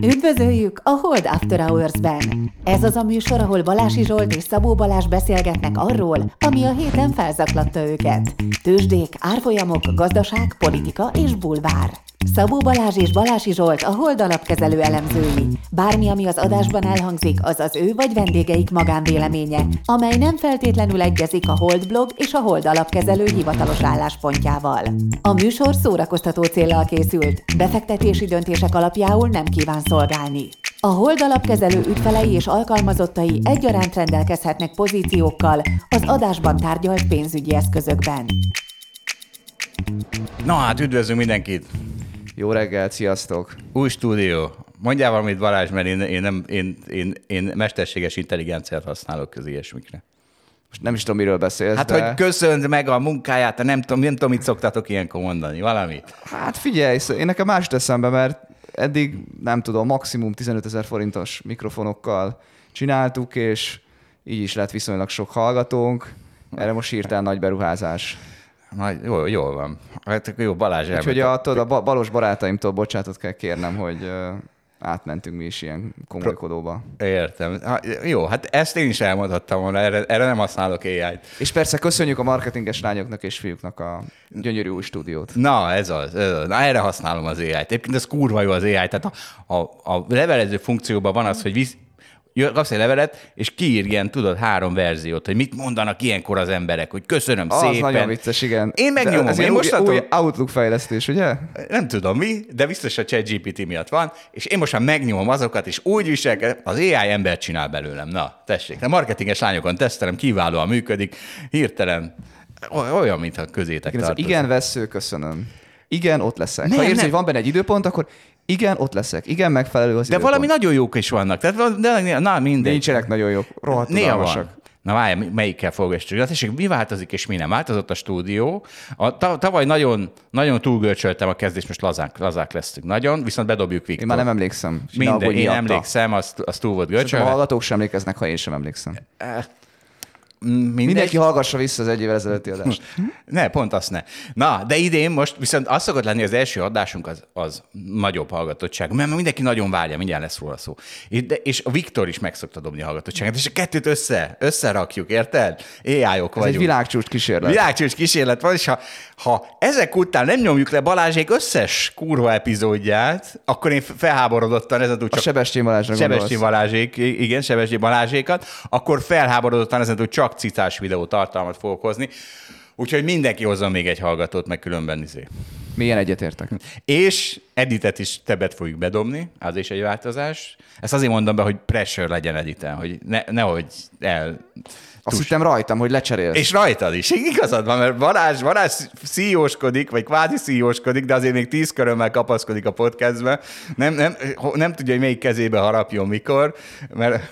Üdvözöljük a Hold After Hours-ben! Ez az a műsor, ahol Balási Zsolt és Szabó Balázs beszélgetnek arról, ami a héten felzaklatta őket. Tőzsdék, árfolyamok, gazdaság, politika és bulvár. Szabó Balázs és Balási Zsolt a Hold alapkezelő elemzői. Bármi, ami az adásban elhangzik, az az ő vagy vendégeik magánvéleménye, amely nem feltétlenül egyezik a Hold blog és a Hold alapkezelő hivatalos álláspontjával. A műsor szórakoztató céllal készült, befektetési döntések alapjául nem kíván szolgálni. A Hold alapkezelő ügyfelei és alkalmazottai egyaránt rendelkezhetnek pozíciókkal az adásban tárgyalt pénzügyi eszközökben. Na hát, üdvözlünk mindenkit! Jó reggelt, sziasztok! Új stúdió. Mondjál valamit, Balázs, mert én mesterséges intelligenciát használok közé ilyesmikre. Most nem is tudom, miről beszélsz, Hát, hogy köszönd meg a munkáját, nem tudom, mit szoktatok ilyenkor mondani. Valamit? Hát figyelj, én nekem más eszembe, mert eddig, nem tudom, maximum 15 000 forintos mikrofonokkal csináltuk, és így is lett viszonylag sok hallgatónk. Erre most hirtelen nagy beruházás. Jól van. Hát jó, Balázs elment. Úgyhogy a balos barátaimtól bocsátot kell kérnem, hogy átmentünk mi is ilyen komolykodóba. Értem. Jó, hát ezt én is elmondhattam volna, erre nem használok AI-t. És persze köszönjük a marketinges lányoknak és fiúknak a gyönyörű új stúdiót. Na, ez az. Na, erre használom az AI-t. Egyébként ez kurva jó az AI. Tehát a levelező funkcióban van az, hogy kapsz egy levelet, és kiír ilyen, tudod, 3 verziót, hogy mit mondanak ilyenkor az emberek, hogy köszönöm szépen. Az nagyon vicces, igen. Én megnyomom. Ez új Outlook fejlesztés, ugye? Nem tudom mi, de biztos a ChatGPT miatt van, és én most már megnyomom azokat, és úgy viselkedem, az AI ember csinál belőlem. Na, tessék, a marketinges lányokon tesztelem, kiválóan működik, hirtelen olyan, mintha közétek tartozik. Igen, vessző, köszönöm. Igen, ott leszek. Ha érzi, hogy van benne egy időpont, akkor igen, ott leszek. Igen, megfelelő az időpont. De valami nagyon jók is vannak. Tehát, na, mindegy. Nincsenek nagyon jók. Rohadt tudalmasak. Na várj, melyikkel fog a stúdió? És mi változik és mi nem? Változott a stúdió. Tavaly nagyon, nagyon túlgörcsöltem a kezdést, most lazák leszünk nagyon, viszont bedobjuk Viktor. Én már nem emlékszem. Én emlékszem, az túl volt görcsölve. A hallgatók sem emlékeznek, ha én sem emlékszem. Mindenki hallgassa vissza az 1 évvel ezelőtti adást. Ne, pont azt ne. Na, de idén most viszont az szokott lenni, az első adásunk az nagyobb hallgatottság, mert mindenki nagyon várja, mindjárt lesz róla szó. És a Viktor is meg szokta dobni a hallgatottságát, és a kettőt összerakjuk, érted? AI-ok vagyunk. Ez egy világcsúcs kísérlet. Világcsúcs kísérlet van, és ha ezek után nem nyomjuk le Balázsék összes kurva epizódját, akkor én felháborodottan ezentúl csak... A Sebestyén Balázsra Sebestyén Balázsék, igen, Sebestyén Balázsékat, akkor felháborodottan ezentúl csak cicás videó tartalmat fogok hozni. Úgyhogy mindenki hozzon még egy hallgatót, meg különben Milyen egyetértek. És editet is többet fogjuk bedobni, az is egy változás. Ezt azért mondom be, hogy pressure legyen editen, hogy nehogy Azt hittem rajtam, hogy lecserélsz. És rajtad is. Igazad van, mert Balázs CEO-skodik, vagy kvázi CEO-skodik, de azért még 10 körömmel kapaszkodik a podcastbe. Nem tudja, hogy melyik kezébe harapjon mikor, mert...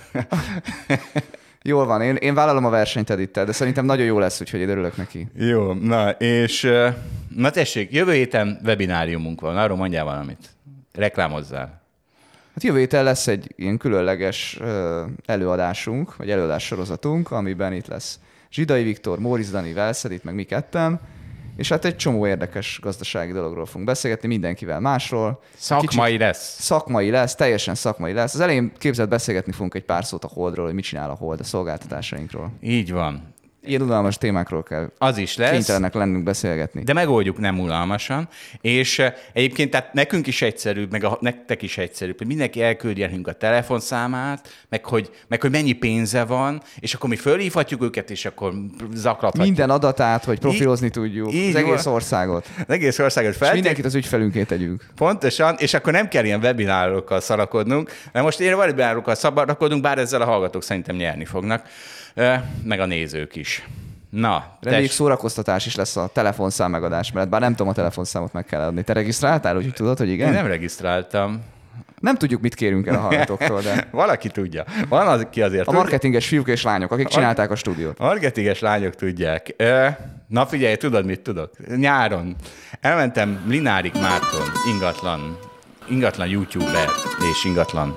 Jól van, én vállalom a versenyt Edittel, de szerintem nagyon jó lesz, úgyhogy én örülök neki. Jó, na és na tessék, jövő héten webináriumunk van, arról mondjál valamit. Reklámozzál. Hát jövő héten lesz egy ilyen különleges előadásunk, vagy előadás sorozatunk, amiben itt lesz Zsidai Viktor, Móricz Dani, Velszedit, meg mi ketten, és hát egy csomó érdekes gazdasági dologról fogunk beszélgetni, mindenkivel másról. Szakmai lesz, teljesen szakmai lesz. Az elején képzeld, beszélgetni fogunk egy pár szót a Holdról, hogy mit csinál a Hold, a szolgáltatásainkról. Így van. Ilyen unalmas témákról kell az is lesz. Kénytelenek lennünk beszélgetni. De megoldjuk nem unalmasan. És egyébként tehát nekünk is egyszerűbb, meg nektek is egyszerűbb, hogy mindenki elküldje nekünk a telefonszámát, meg hogy mennyi pénze van, és akkor mi fölhívhatjuk őket, és akkor zaklathatjuk. Minden adatát, hogy profilozni tudjuk. Az egész országot. Az egész országot fel. Mindenkit az ügyfelünké tegyünk. Pontosan, és akkor nem kell ilyen webinárokkal szarakodnunk, mert most én webinárokkal szarakodunk, bár ezzel a hallgatók szerintem nyerni fognak. Meg a nézők is. Na, reméljük szórakoztatás is lesz a telefonszám megadás, mert bár nem tudom, a telefonszámot meg kell adni. Te regisztráltál, úgyhogy tudod, hogy igen? Én nem regisztráltam. Nem tudjuk, mit kérünk el a hallgatóktól, de... Valaki tudja. Van az, ki azért a marketinges fiúk és lányok, akik csinálták a stúdiót. A marketinges lányok tudják. Na figyelj, tudod, mit tudok? Nyáron elmentem Linárik Márton, ingatlan youtuber és ingatlan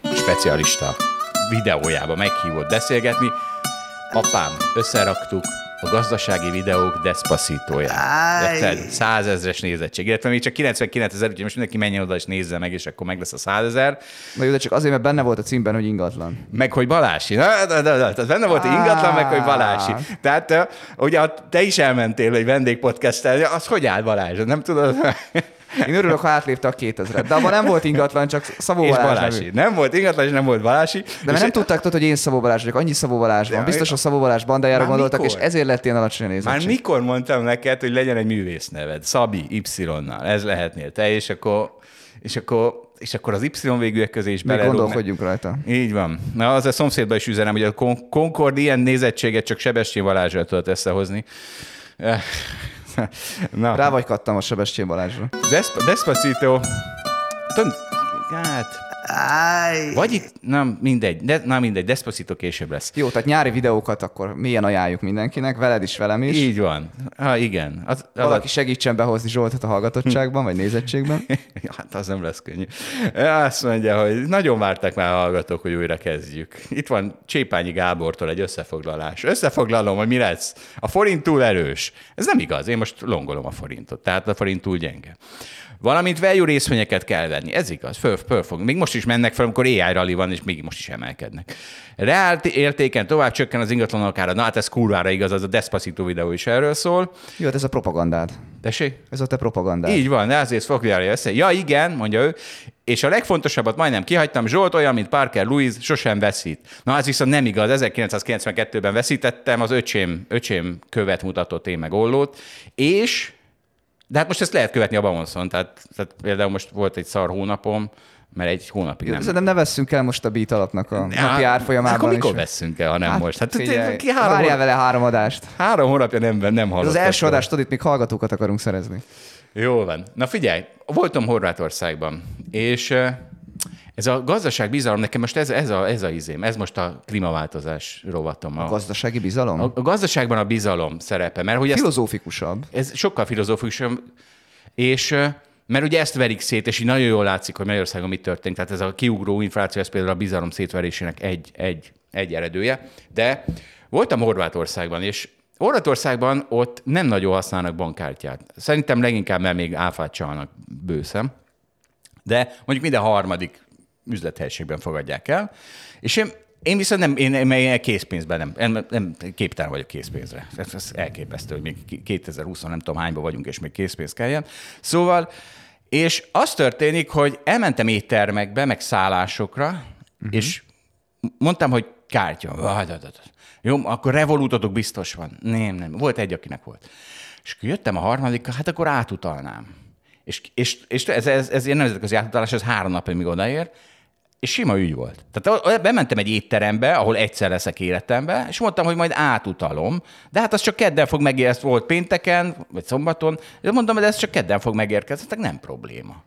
specialista videójába meghívott beszélgetni. Apám, összeraktuk, a gazdasági videók Despacitója. 100 000-es nézettség. Illetve még csak 99 000, úgyhogy most mindenki menjen oda és nézze meg, és akkor meg lesz a 100 000. Na jó, de csak azért, mert benne volt a címben, hogy ingatlan. Meg, hogy Balási. Tehát benne volt ingatlan, meg, hogy Balási. Tehát ugye te is elmentél egy vendégpodcastelni, az hogy áll Balázs? Nem tudod? Én örülök, ha átlépte a 2000-et. De abban nem volt ingatlan, csak Szabó Balázs nevű. Nem volt ingatlan, és nem volt Balási. De mert nem tudták, hogy én Szabó Balázs vagyok. Annyi Szabó Balázs van. Biztos a Szabó Balázs bandájára gondoltak, mikor? És ezért lett ilyen alacsony nézettség. Már mikor mondtam neked, hogy legyen egy művész neved? Szabi, Y-nal. Ez lehetnél te, és akkor az Y végűek közé is belerúgnak. Gondolkodjunk rajta. Így van. Na, az a szomszédban is üzenem, hogy a Concord ilyen nézettséget csak Sebestyén Balázsra tudott összehozni. Na. Rá vagy kattam a Sebestyén Balázsra. Despacito. Hát... Vagy itt, mindegy, Despacito később lesz. Jó, tehát nyári videókat akkor milyen ajánljuk mindenkinek, veled is, velem is. Így van. Igen. Valaki segítsen behozni Zsoltot a hallgatottságban, vagy nézettségben. Hát az nem lesz könnyű. Azt mondja, hogy nagyon várták már a hallgatók, hogy újra kezdjük. Itt van Csépányi Gábortól egy összefoglalás. Összefoglalom, hogy mi lesz. A forint túl erős. Ez nem igaz, én most longolom a forintot, tehát a forint túl gyenge. Valamint value részvényeket kell venni. Ez igaz, fölfog. Még most is mennek fel, amikor AI rally van, és még most is emelkednek. Reál értéken tovább csökken az ingatlanok ára. Na hát ez kurvára igaz, az a Despacito videó is erről szól. Jó, hát ez a propagandád. Tessék? Ez a te propagandád. Így van, de ezért foglalja össze. Ja, igen, mondja ő. És a legfontosabbat majdnem kihagytam, Zsolt olyan, mint Parker Louise, sosem veszít. Na, ez viszont nem igaz. 1992-ben veszítettem, az öcsém követ mutatott, én meg ollót, és de hát most ezt lehet követni a Bamonszon, tehát például most volt egy szar hónapom, mert egy hónapig nem. Szerintem ne vesszünk el most a Beat alapnak a napi árfolyamában. Akkor mikor vesszünk el, ha nem most? Hát várjál vele 3 adást. 3 hónapja nem hallottam. Az első adást tudod, itt még hallgatókat akarunk szerezni. Jó van. Na figyelj, voltam Horvátországban, és ez a gazdaság bizalom, nekem most ez a izém, ez most a klímaváltozás rovatom. A gazdasági bizalom? A gazdaságban a bizalom szerepe. Mert, hogy filozófikusabb. Ez sokkal filozófikusabb, és mert ugye ezt verik szét, és így nagyon jól látszik, hogy Magyarországon mit történik. Tehát ez a kiugró infláció, ez például a bizalom szétverésének egy eredője. De voltam Horvátországban, és Horvátországban ott nem nagyon használnak bankkártyát. Szerintem leginkább, mert még áfát csalnak bőszem. De mondjuk minden harmadik üzlethelyiségben fogadják el. És én viszont én készpénzben nem képtelen vagyok készpénzre. Ez elképesztő, hogy még 2020 nem tudom hányban vagyunk, és még készpénz kelljen. Szóval, és az történik, hogy elmentem éttermekbe, meg szállásokra, és mondtam, hogy kártya. Jó, akkor Revolutotok biztos van. Nem. Volt egy, akinek volt. És jöttem a harmadikkal, hát akkor átutalnám. És ez ilyen nemzetközi átutalás, ez 3 napig még odaér, és sima ügy volt. Tehát bementem egy étterembe, ahol egyszer leszek életemben, és mondtam, hogy majd átutalom, de hát az csak kedden fog megérkezni, ez volt pénteken, vagy szombaton, de mondtam, hogy ez csak kedden fog megérkezni, tehát nem probléma.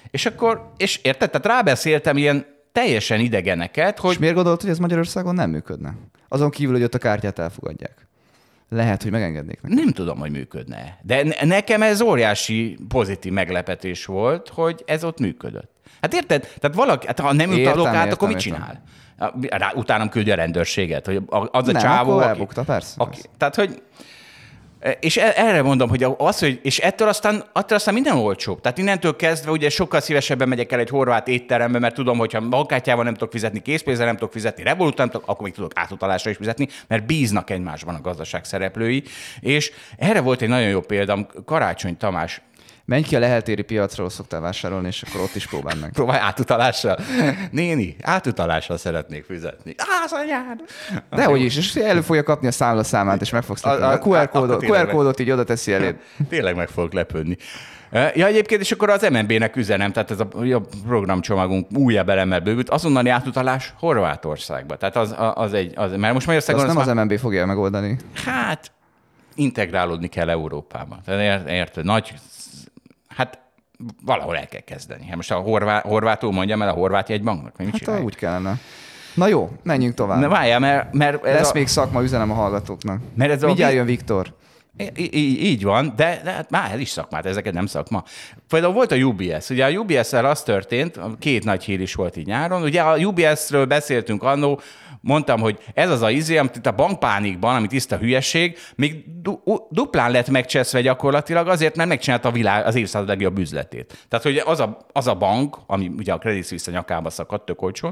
És érted? Tehát rábeszéltem ilyen teljesen idegeneket, hogy... És miért gondolt, hogy ez Magyarországon nem működne? Azon kívül, hogy ott a kártyát elfogadják. Lehet, hogy megengednék neki. Nem tudom, hogy működne. De nekem ez óriási pozitív meglepetés volt, hogy ez ott működött. Hát érted? Tehát valaki, hát ha nem utalok át, akkor mit csinál? Utánam küldje a rendőrséget, hogy az a csávó, akkor elbukta, persze. Tehát, hogy... És erre mondom, hogy és ettől aztán minden olcsóbb. Tehát innentől kezdve ugye sokkal szívesebben megyek el egy horvát étterembe, mert tudom, hogyha bankkártyával nem tudok fizetni, készpénzzel nem tudok fizetni, Revolut nem tudok, akkor még tudok átutalásra is fizetni, mert bíznak egymásban a gazdaság szereplői. És erre volt egy nagyon jó példám, Karácsony Tamás. Menj ki a Lehel-téri piacról, szoktál vásárolni, és akkor ott is próbáld meg. Próbálj átutalással. Néni, átutalással szeretnék fizetni. Az anyád! Dehogy is, és elő fogja kapni a számlaszámát, és meg fogsz lepődni. A QR kódot így oda teszi eléd. Tényleg meg fogok lepődni. Ja, egyébként, és akkor az MNB-nek üzenem, tehát ez a programcsomagunk újabb elemmel bővült, azonnali átutalás Horvátországba. Tehát mert most Magyarországon... Azt nem az MNB fogja megoldani. Hát, integrálódni kell Európába. Tehát érted, hát valahol el kell kezdeni. Hát most a horvátul mondjam el a horvát jegybanknak, hogy mit csinálják? Úgy kellene. Na jó, menjünk tovább. Na várjál, mert lesz még szakma üzenem a hallgatóknak. Mindjárt jön Viktor. Így van, de hát már ez is szakmát, ezeket nem szakma. Például volt a UBS. Ugye a UBS-szel az történt, két nagy hír is volt így nyáron. Ugye a UBS-ről beszéltünk annó, mondtam, hogy ez az a izé, amit itt a bankpánikban, amit tiszta hülyeség, még duplán lett megcseszve gyakorlatilag azért, mert megcsinálta a világ az évszázad legjobb üzletét. Tehát, hogy az a bank, ami ugye a Credit Suisse nyakába szakadt tök olcsón,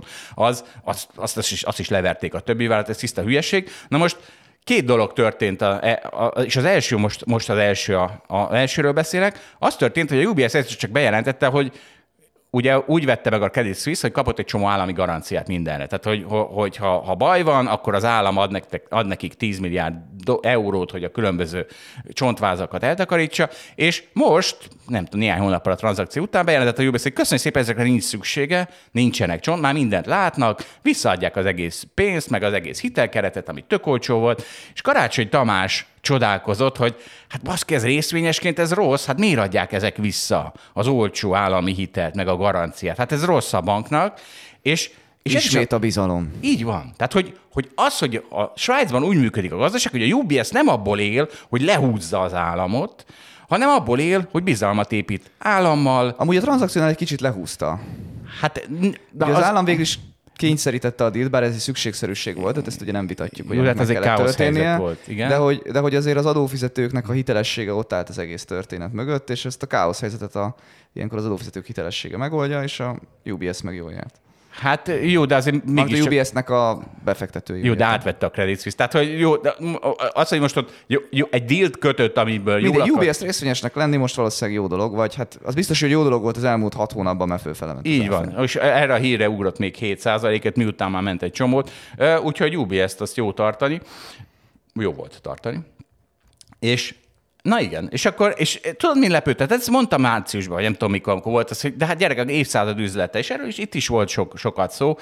azt is leverték a többi vállalat, ez tiszta hülyeség. Na most két dolog történt, és az első, most az elsőről beszélek. Az történt, hogy a UBS csak bejelentette, hogy ugye úgy vette meg a Credit Suisse, hogy kapott egy csomó állami garanciát mindenre. Tehát, hogy ha baj van, akkor az állam ad nekik 10 milliárd eurót, hogy a különböző csontvázakat eltakarítsa, és most, nem tudom, néhány hónappal a tranzakció után bejelentett a UBS, hogy köszönjük szépen, ezekre nincs szüksége, nincsenek csont, már mindent látnak, visszaadják az egész pénzt, meg az egész hitelkeretet, ami tök olcsó volt, és Karácsony Tamás csodálkozott, hogy hát baszki, ez részvényesként ez rossz, hát miért adják ezek vissza az olcsó állami hitelt, meg a garanciát? Hát ez rossz a banknak, és ismét a bizalom. Így van. Tehát, hogy a Svájcban úgy működik a gazdaság, hogy a UBS nem abból él, hogy lehúzza az államot, hanem abból él, hogy bizalmat épít állammal. Amúgy a tranzakciónál egy kicsit lehúzta. Hát, az állam végül is kényszerítette a dílt, bár ez egy szükségszerűség volt, tehát ezt ugye nem vitatjuk, hogy ez egy káosz helyzet volt, igen. De hogy azért az adófizetőknek a hitelessége ott állt az egész történet mögött, és ezt a káosz helyzetet ilyenkor az adófizetők hitelessége megoldja, és a UBS meg jól járt. Hát jó, de azért mégis a UBS-nek a befektetői. Jó, de átvette a Credit Suisse. Tehát, hogy jó, az, hogy most ott egy dealt kötött, amiből jó akar... UBS részvényesnek lenni most valószínűleg jó dolog, vagy hát az biztos, hogy jó dolog volt az elmúlt 6 hónapban, mert fölfele ment. Így van. És erre a hírre ugrott még 7%-et, miután már ment egy csomót. Úgyhogy UBS-t azt jó tartani. Jó volt tartani. És na igen, és tudod, mi lepődtet? Ezt mondtam márciusban, vagy nem tudom mikor, amikor volt az, hogy de hát gyerekek, évszázad üzlete, és erről is itt is volt sokat szó,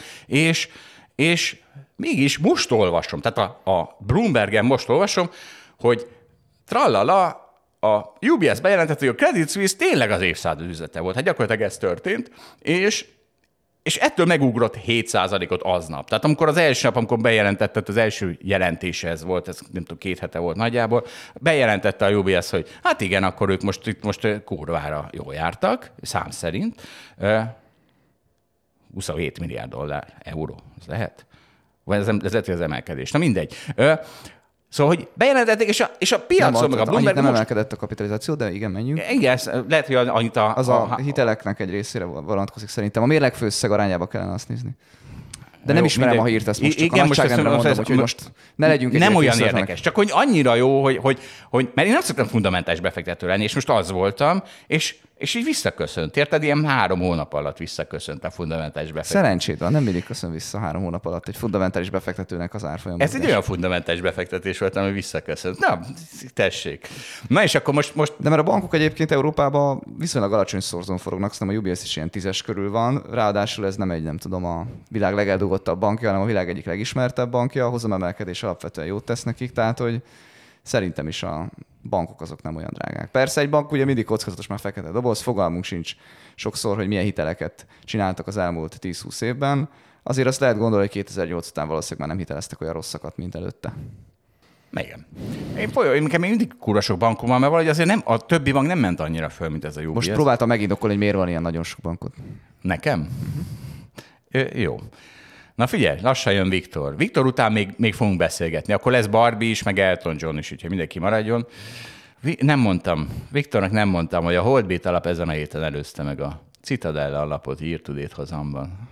és mégis most olvasom, tehát a Bloombergen most olvasom, hogy trallala, a UBS bejelentett, hogy a Credit Suisse tényleg az évszázad üzlete volt. Hát gyakorlatilag ez történt, és ettől megugrott 7%-ot aznap. Tehát amikor az első nap, amikor bejelentette, az első jelentése ez volt, ez nem tudom, 2 hete volt nagyjából, bejelentette a UBS, hogy hát igen, akkor ők most kurvára jól jártak, szám szerint. 27 milliárd dollár, euró, ez lehet? Vagy ez lehet, hogy az emelkedés. Na mindegy. Szóval, hogy bejelentették, és a piacon, meg a Bloomberg... Nem emelkedett a kapitalizáció, de igen, menjünk. Igen, lehet, hogy annyit a hiteleknek egy részére vonatkozik szerintem. A mérleg főösszeg arányába kellene azt nézni. De nem ismerem a hírt, ezt most csak a nagyságrendre mondom, úgyhogy most ne legyünk egy nem olyan érdekes, csak hogy annyira jó, hogy mert én nem szoktam fundamentális befektető lenni, és most az voltam, és így visszaköszönt. Érted? Ilyen 3 hónap alatt visszaköszönt a fundamentális befektető. Szerencséd van, nem mindig köszön vissza 3 hónap alatt egy fundamentális befektetőnek az árfolyam. Ez egy olyan fundamentális befektetés volt, ami visszaköszönt. Na, tessék. Na és akkor most... De mert a bankok egyébként Európában viszonylag alacsony szorzón forognak, szerintem a UBS is ilyen 10-es körül van. Ráadásul ez nem egy, nem tudom, a világ legeldugottabb bankja, hanem a világ egyik legismertebb bankja. A hozamemelkedés alapvetően jót tesz nekik, tehát hogy szerintem is a bankok azok nem olyan drágák. Persze egy bank ugye mindig kockázatos, már fekete doboz, fogalmunk sincs sokszor, hogy milyen hiteleket csináltak az elmúlt 10-20 évben. Azért azt lehet gondolni, hogy 2008 után valószínűleg már nem hiteleztek olyan rosszakat, mint előtte. Igen. Én még mindig kurva sok bankom van, mert valahogy azért a többi bank nem ment annyira föl, mint ez a UBS. Most próbáltam megindokolni, hogy miért van ilyen nagyon sok bankot. Nekem? Jó. Na figyelj, lassan jön Viktor. Viktor után még fogunk beszélgetni. Akkor lesz Barbie is, meg Elton John is, úgyhogy mindenki maradjon. Viktornak nem mondtam, hogy a Holdbeat alap ezen a héten előzte meg a Citadella alapot Year to Date hozamban.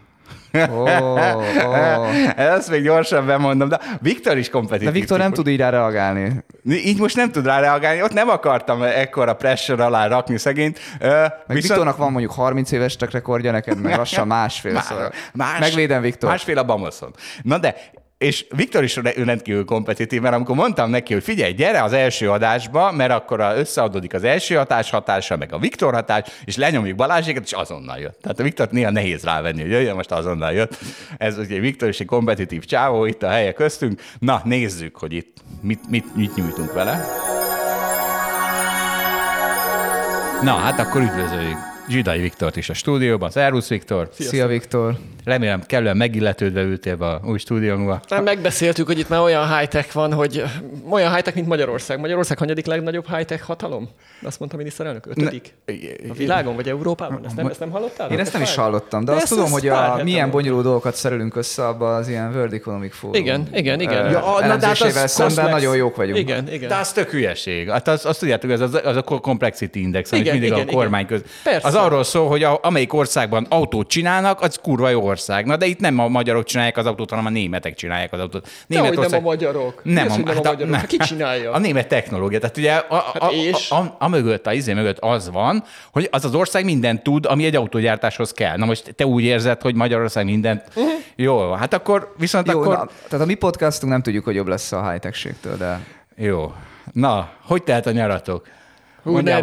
Ezt még gyorsan bemondom, de Viktor is kompetitív. De Viktor nem tud így rá reagálni. Így most nem tud rá reagálni, ott nem akartam ekkora pressure alá rakni szegényt. Viktornak van mondjuk 30 éves track rekordja, neked meg lassan másfél. Megvédem Viktor. Másfél a Bamoszon. Na de, és Viktor is rendkívül kompetitív, mert amikor mondtam neki, hogy figyelj, gyere az első adásba, mert akkor összeadódik az első hatás hatása, meg a Viktor hatás, és lenyomjuk Balázséket, és azonnal jött. Tehát a Viktort néha nehéz rávenni, hogy jöjjön, most azonnal jött. Ez ugye Viktor is egy kompetitív csávó, itt a helye köztünk. Na, nézzük, hogy itt mit nyújtunk vele. Na, hát akkor üdvözöljük Zsidai Viktort is a stúdióban. Szervusz, Viktor! Szia, Viktor! Remélem kellően megilletődve ültél be a új stúdiónkba. Megbeszéltük, hogy itt már olyan high-tech van, hogy olyan high-tech, mint Magyarország. Magyarország hanyadik legnagyobb high-tech hatalom? Azt mondta a miniszterelnök, 5. A világon vagy Európában? Ezt nem hallottál? Én ezt nem is hallottam, de azt tudom, hogy milyen bonyolult dolgokat szerelünk össze abba az ilyen World Economic Forum. Igen. Elemzésével szemben nagyon jók vagyunk. Igen. De az tök hülyeség. Hát azt tudjátok, ez az a complexity index, amit mindig a kormány köz. Az arról szól, hogy amelyik országban autót csinálnak, az kurva jó ország. Na, de itt nem a magyarok csinálják az autót, hanem a németek csinálják az autót. Nem a magyarok. Nem a magyarok. Ki csinálja? A német technológia. Tehát ugye a mögött, az mögött az van, hogy az az ország mindent tud, ami egy autógyártáshoz kell. Na most te úgy érzed, hogy Magyarország mindent... Jó, hát akkor viszont jó, akkor... Na, tehát a mi podcastunk nem tudjuk, hogy jobb lesz a high-tech-ségtől, de... Jó. Na, hogy telt a nyaratok? Ne,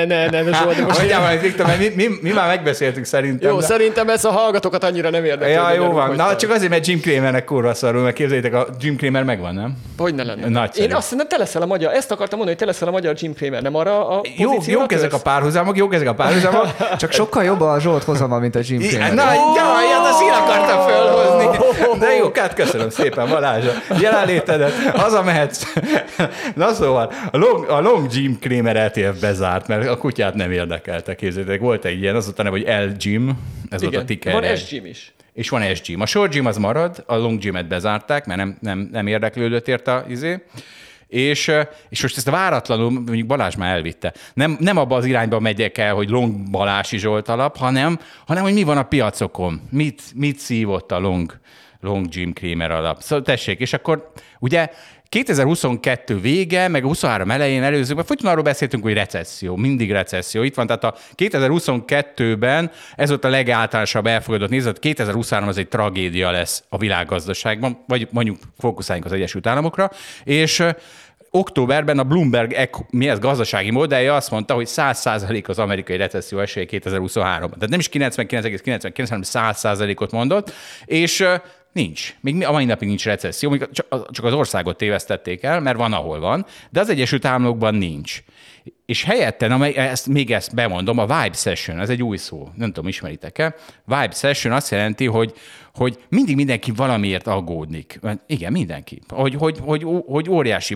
Mondjál Viktor, mert mi már megbeszéltük szerintem. Jó, szerintem ez a hallgatókat annyira nem érdekel. Ja, jó van. Na, csak azért, mert Jim Cramernek kurva szarul, mert képzeljétek, a Jim Cramer megvan, nem? Hogy ne lenne? Nagyszerű. Én azt hiszem, te leszel a magyar, ezt akartam mondani, hogy te leszel a magyar Jim Cramer, nem arra a jók ezek a párhuzamok, Csak sokkal jobb a Zsolt hozama, mint a Jim Cramer. Na, azt én akartam felhozni. De jó, hát köszönöm szépen, Balázs, jelenlétedet, hazamehetsz. Na szóval, a Long Jim Cramer ETF bezárt, mert a kutyát nem érdekelte, képzeljétek. Volt egy ilyen, azután neve, hogy L-Gym, ez volt a ticker. Van S-Gym is. És van S-Gym. A Short Gym az marad, a Long Gymet bezárták, mert nem érdeklődött érte a izé. És most ezt a váratlanul, mondjuk Balázs már elvitte, nem abba az irányba megyek el, hogy Long Balási Zsolt alap, hanem hogy mi van a piacokon. Mit szívott a Long Jim Cramer alap. Szóval tessék, és akkor ugye 2022 vége, meg a 23 elején előzőben folyton arról beszéltünk, hogy recesszió, mindig recesszió. Itt van, tehát a 2022-ben ez volt a legáltalánosabb elfogadott nézet, 2023 az egy tragédia lesz a világgazdaságban, vagy mondjuk fókuszáljunk az Egyesült Államokra, és októberben a Bloomberg gazdasági modellje azt mondta, hogy 100% az amerikai recesszió esélye 2023-ban. Tehát nem is 99,99, hanem 100%-ot mondott, és nincs. Még a mai napig nincs recesszió, csak az országot tévesztették el, mert van, ahol van, de az Egyesült Államokban nincs. És helyette, ezt bemondom, a Vibe Session, ez egy új szó, nem tudom, ismeritek-e? Vibe Session azt jelenti, hogy mindig mindenki valamiért aggódik. Igen, mindenki. Hogy óriási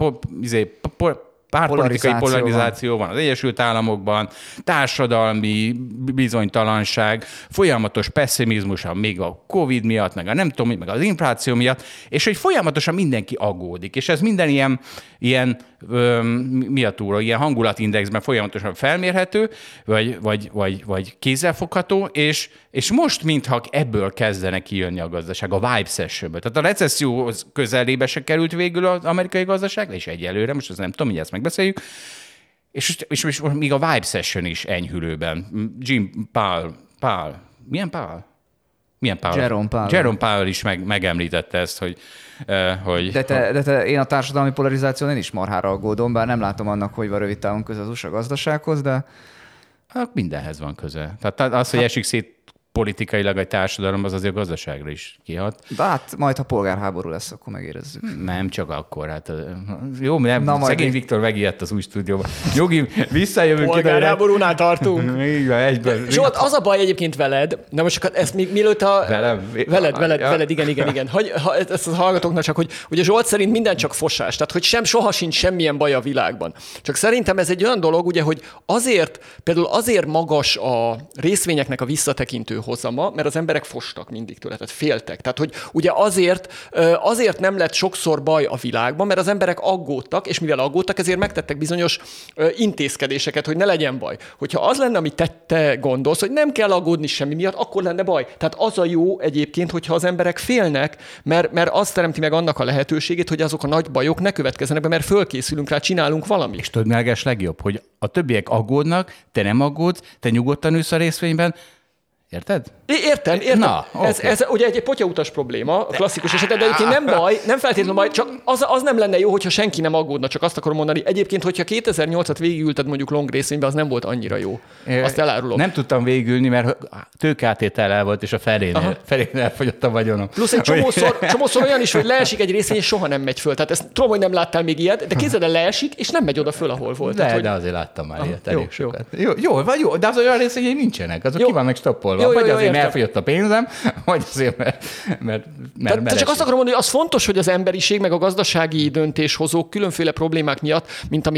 pártpolitikai polarizáció van az Egyesült Államokban, társadalmi bizonytalanság, folyamatos pesszimizmus, még a Covid miatt, meg a nem tudom, meg az infláció miatt, és hogy folyamatosan mindenki aggódik. És ez minden ilyen ilyen hangulatindexben folyamatosan felmérhető, vagy kézzelfogható, és most mintha ebből kezdene kijönni a gazdaság, a Vibe Sessionből. Tehát a recesszió közelébe se került végül az amerikai gazdaság, és egyelőre, most ezt nem tudom, hogy ezt megbeszéljük, és még a Vibe Session is enyhülőben. Jim Powell. Milyen Powell? Jerome Powell is megemlítette ezt, hogy De én a társadalmi polarizáción is marhára aggódom, bár nem látom annak, hogy van rövid távon köze az USA gazdasághoz, de... Hát mindenhez van köze. Tehát az, hogy esik szét politikailag egy társadalom, az azért a gazdaságra is kihat. De hát majd, ha polgárháború lesz, akkor megérezzük. Nem, csak akkor. Hát, jó, nem, szegény Viktor megijedt az új stúdióban. Jogi, visszajövünk. Polgárháborúnál tartunk. Így van, egyben. Zsolt, az a baj egyébként veled, de most csak ezt mielőtt veled, igen. Ezt a hallgatóknak csak, hogy ugye Zsolt szerint minden csak fosás, tehát hogy soha sincs semmilyen baj a világban. Csak szerintem ez egy olyan dolog, ugye, hogy azért magas a részvényeknek a visszatekintő hozama, mert az emberek fostak mindig tőle, tehát féltek. Tehát, hogy ugye azért nem lett sokszor baj a világban, mert az emberek aggódtak, és mivel aggódtak, ezért megtettek bizonyos intézkedéseket, hogy ne legyen baj. Hogyha az lenne, amit te gondolsz, hogy nem kell aggódni semmi miatt, akkor lenne baj. Tehát az a jó egyébként, hogyha az emberek félnek, mert az teremti meg annak a lehetőségét, hogy azok a nagy bajok ne következzenek be, mert fölkészülünk rá, csinálunk valamit. És tudod, mi legjobb, hogy a többiek aggódnak, te nem aggódsz, te nyugodtan ülsz a részvényben, Érted? Értem. Na, ez ugye egy potyautas probléma, a klasszikus esetben, de egyébként nem baj, nem feltétlenül baj, csak az nem lenne jó, hogyha senki nem aggódna, csak azt akarom mondani. Egyébként, hogyha 2008-at végigülted mondjuk long részvénybe, az nem volt annyira jó. Azt elárulom. Nem tudtam végigülni, mert tőkeáttétel volt, és a felénél elfogyott a vagyonom. Plusz egy csomószor olyan is, hogy leesik egy részvény, és soha nem megy föl. Tehát ezt tudom, hogy nem láttál még ilyet, de képzeld el, leesik, és nem megy oda föl, ahol volt. De azért láttam már ilyet elég sokat. Jó, de az olyan részvények nincsenek, azok ki vannak stoppolva. Vagy azért, mert elfogyott a pénzem, vagy azért, mert csak azt akarom mondani, hogy az fontos, hogy az emberiség, meg a gazdasági döntéshozók különféle problémák miatt, mint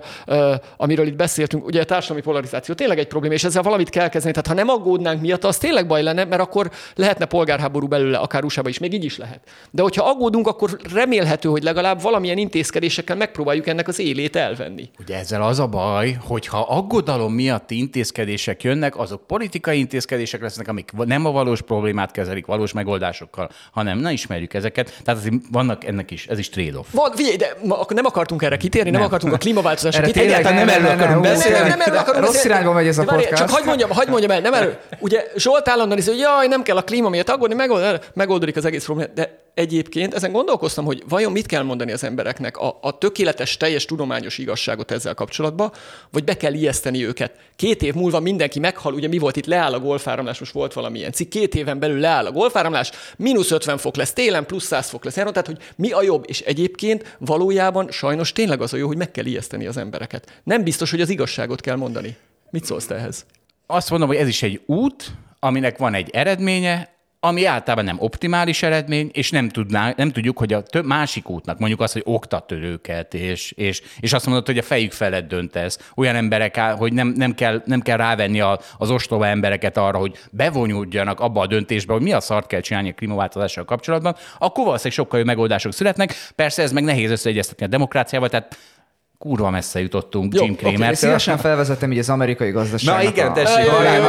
amiről itt beszéltünk, ugye a társadalmi polarizáció tényleg egy probléma, és ezzel valamit kell kezdeni. Tehát ha nem aggódnánk miatt, az tényleg baj lenne, mert akkor lehetne polgárháború belőle, akár USA-ba is, még így is lehet. De hogyha aggódunk, akkor remélhető, hogy legalább valamilyen intézkedésekkel megpróbáljuk ennek az élét elvenni. Ugye ezzel az a baj, hogyha aggodalom miatti intézkedések jönnek, azok politikai intézkedések lesznek, amik nem a valós problémát kezelik valós megoldásokkal, hanem na ismerjük ezeket. Tehát vannak ennek is, ez is trade-off. Figyelj, de nem akartunk erre kitérni, nem akartunk a klímaváltozásra kitérni. Nem erről akarunk beszélni. Rossz irányba megy ez a podcast. Csak hagyd mondjam el, nem erről. Ugye Zsolt állandóan is, hogy jaj, nem kell a klíma miatt aggódni, megoldódik az egész probléma. De egyébként ezen gondolkoztam, hogy vajon mit kell mondani az embereknek, a tökéletes, teljes tudományos igazságot ezzel kapcsolatban, vagy be kell ijeszteni őket. 2 év múlva mindenki meghal, ugye mi volt itt, leáll a golfáramlás, most volt valamilyen cikk, 2 éven belül leáll a golfáramlás, -50 fok lesz télen, +100 fok lesz nyáron, tehát hogy mi a jobb, és egyébként valójában sajnos tényleg az a jó, hogy meg kell ijeszteni az embereket. Nem biztos, hogy az igazságot kell mondani. Mit szólsz te ehhez? Azt mondom, hogy ez is egy út, aminek van egy eredménye, ami általában nem optimális eredmény, és nem tudjuk, hogy a másik útnak, mondjuk azt, hogy oktat őket, és azt mondod, hogy a fejük felett döntesz. Olyan emberek, hogy nem kell rávenni az ostoba embereket arra, hogy bevonuljanak abba a döntésbe, hogy mi a szart kell csinálni a klímaváltozással kapcsolatban, akkor valószínűleg sokkal jobb megoldások születnek. Persze ez meg nehéz összeegyeztetni a demokráciával, tehát kurva messze jutottunk Jim Cramer-től. Szívesen felvezettem így az amerikai gazdaságnak. Na igen, tessék.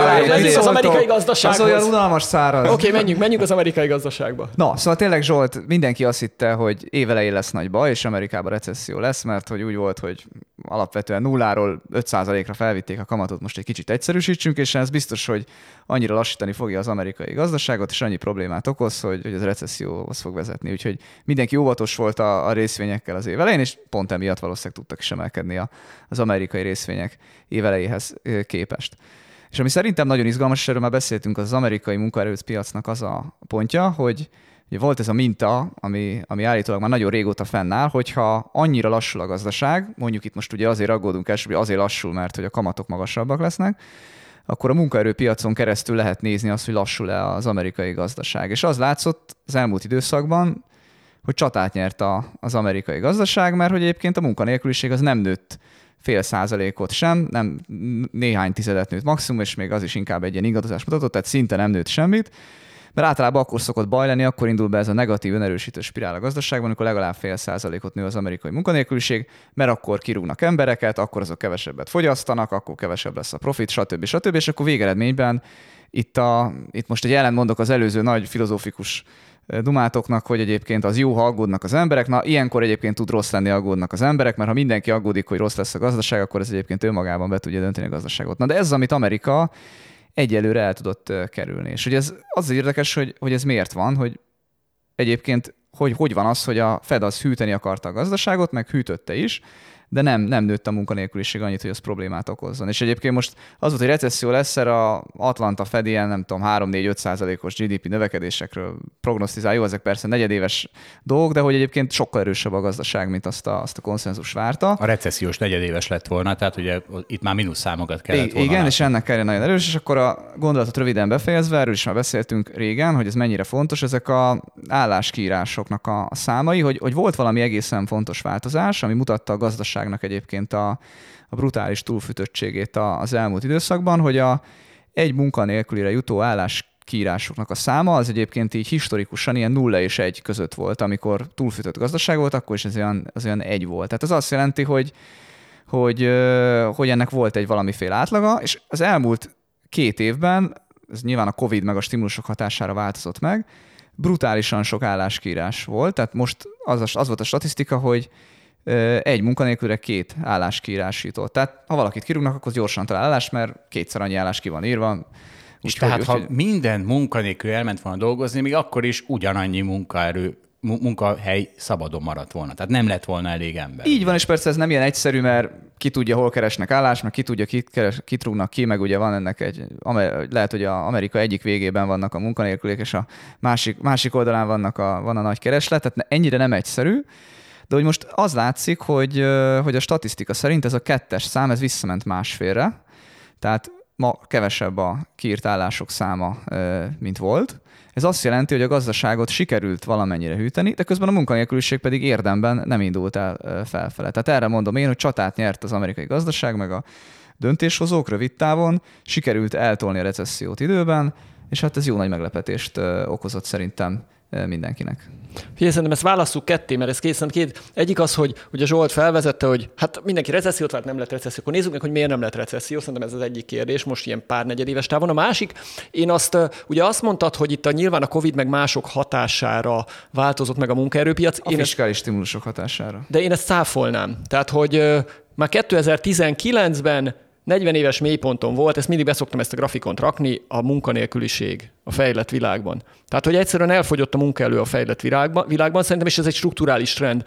Az amerikai gazdasághoz. Az olyan unalmas száraz. Oké, menjünk az amerikai gazdaságba. Na, szóval tényleg Zsolt, mindenki azt hitte, hogy évelején lesz nagy baj, és Amerikában recesszió lesz, mert hogy úgy volt, hogy alapvetően 0-ról 5%-ra felvitték a kamatot, most egy kicsit egyszerűsítsünk, és ez biztos, hogy annyira lassítani fogja az amerikai gazdaságot, és annyi problémát okoz, hogy ez recesszióhoz fog vezetni. Úgyhogy mindenki óvatos volt a részvényekkel az év elején, és pont emiatt valószínűleg tudtak is emelkedni az amerikai részvények évelejéhez képest. És ami szerintem nagyon izgalmas, és erről már beszéltünk, az amerikai munkaerőpiacnak az a pontja, hogy volt ez a minta, ami állítólag már nagyon régóta fennáll, hogyha annyira lassul a gazdaság, mondjuk itt most ugye azért aggódunk elsőbb, hogy azért lassul, mert hogy a kamatok magasabbak lesznek, akkor a munkaerőpiacon keresztül lehet nézni azt, hogy lassul-e az amerikai gazdaság. És az látszott az elmúlt időszakban, hogy csatát nyert az amerikai gazdaság, mert hogy egyébként a munkanélküliség az nem nőtt 0,5%-ot sem, nem néhány tizedet nőtt maximum, és még az is inkább egy ilyen ingadozást mutatott, tehát szinte nem nőtt semmit, mert általában akkor szokott baj lenni, akkor indul be ez a negatív önerősítő spirál a gazdaságban, amikor legalább 0,5%-ot nő az amerikai munkanélküliség, mert akkor kirúgnak embereket, akkor azok kevesebbet fogyasztanak, akkor kevesebb lesz a profit, stb. És akkor végeredményben itt most egy ellentmondok az előző nagy filozófikus dumátoknak, hogy egyébként az jó, ha aggódnak az emberek. Na, ilyenkor egyébként tud rossz lenni, aggódnak az emberek, mert ha mindenki aggódik, hogy rossz lesz a gazdaság, akkor ez egyébként önmagában be tudja dönteni a gazdaságot. Na, de ez az, amit Amerika egyelőre el tudott kerülni. És hogy ez az érdekes, hogy ez miért van, hogy egyébként hogy van az, hogy a Fed az hűteni akarta a gazdaságot, meg hűtötte is, de nem nőtt a munkanélküliség annyit, hogy az problémát okozzon. És egyébként most az volt, hogy recesszió lesz, erre a Atlanta Fed ilyen, nem tudom, 3-4-5%-os GDP növekedésekről prognosztizál. Jó, ezek persze negyedéves dolgok, de hogy egyébként sokkal erősebb a gazdaság, mint azt a konszenzus várta. A recessziós negyedéves lett volna, tehát ugye itt már mínusz számokat kellett volna. Igen, látni. És ennek kell nagyon erős, és akkor a gondolatot röviden befejezve, erről is már beszéltünk régen, hogy ez mennyire fontos, ezek a álláskiírásoknak a számai, hogy volt valami egészen fontos változás, ami mutatta a gazdaságnak egyébként a brutális túlfűtöttségét az elmúlt időszakban, hogy egy munkanélkülire jutó álláskiírásoknak a száma az egyébként így historikusan ilyen 0 és 1 között volt, amikor túlfűtött gazdaság volt, akkor is ez olyan 1 volt. Tehát az azt jelenti, hogy ennek volt egy valamiféle átlaga, és az elmúlt 2 évben, ez nyilván a Covid meg a stimulusok hatására változott meg, brutálisan sok álláskiírás volt, tehát most az volt a statisztika, hogy egy munkanélkülre 2 álláskiírás jutott. Tehát ha valakit kirúgnak, akkor gyorsan talál állást, mert 2-szer annyi állás ki van írva, És tehát, ha minden munkanélkül elment volna dolgozni, még akkor is ugyanannyi munkahely szabadon maradt volna. Tehát nem lett volna elég ember. Így van, és persze ez nem ilyen egyszerű, mert ki tudja, hol keresnek állást, meg ki tudja, kit rúgnak ki, meg ugye van ennek lehet, hogy az Amerika egyik végében vannak a munkanélküliek, és a másik oldalán van a nagy kereslet, tehát ennyire nem egyszerű, de hogy most az látszik, hogy a statisztika szerint ez a 2-es szám, ez visszament másfélre, tehát ma kevesebb a kiírt állások száma, mint volt. Ez azt jelenti, hogy a gazdaságot sikerült valamennyire hűteni, de közben a munkanélküliség pedig érdemben nem indult el felfele. Tehát erre mondom én, hogy csatát nyert az amerikai gazdaság, meg a döntéshozók rövid távon, sikerült eltolni a recessziót időben, és hát ez jó nagy meglepetést okozott szerintem mindenkinek. Szerintem ezt válasszuk ketté, mert ez két. Egyik az, hogy ugye Zsolt felvezette, hogy hát mindenki recessziót várt, nem lett recesszió. Akkor nézzük meg, hogy miért nem lett recesszió. Szerintem ez az egyik kérdés, most ilyen pár negyedéves távon. A másik, én ugye azt mondtad, hogy itt nyilván a Covid meg mások hatására változott meg a munkaerőpiac. A fiskális stimulusok hatására. De én ezt cáfolnám. Tehát, hogy már 2019-ben 40 éves mélyponton volt, ezt mindig beszoktam ezt a grafikont rakni, a munkanélküliség a fejlett világban. Tehát, hogy egyszerűen elfogyott a munkaerő a fejlett világban, szerintem, és ez egy strukturális trend.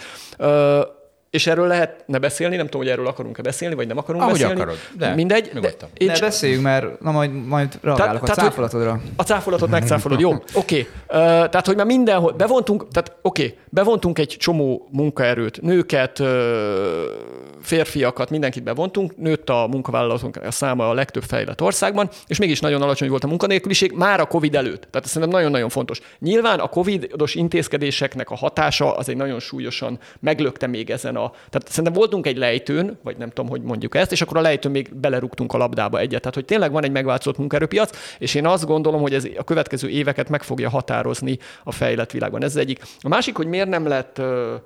És erről lehetne beszélni, nem tudom, hogy erről akarunk-e beszélni, vagy nem akarunk beszélni. Ahogy akarod, de mindegy. Ne beszéljünk, mert majd reagálok a cáfolatodra. A cáfolatot megcáfolod, jó, oké. Tehát, hogy már mindenhol bevontunk egy csomó munkaerőt, nőket, férfiakat, mindenkit bevontunk, nőtt a munkavállalatok a száma a legtöbb fejlett országban, és mégis nagyon alacsony volt a munkanélküliség már a Covid előtt. Tehát ez szerintem nagyon-nagyon fontos. Nyilván a Covid-os intézkedéseknek a hatása az egy nagyon súlyosan meglökte még ezen tehát szerintem voltunk egy lejtőn, vagy nem tudom, hogy mondjuk ezt, és akkor a lejtőn még belerúgtunk a labdába egyet. Tehát, hogy tényleg van egy megváltozott munkaerőpiac, és én azt gondolom, hogy ez a következő éveket meg fogja határozni a fejlett világban. Ez az egyik. A másik, hogy miért nem lett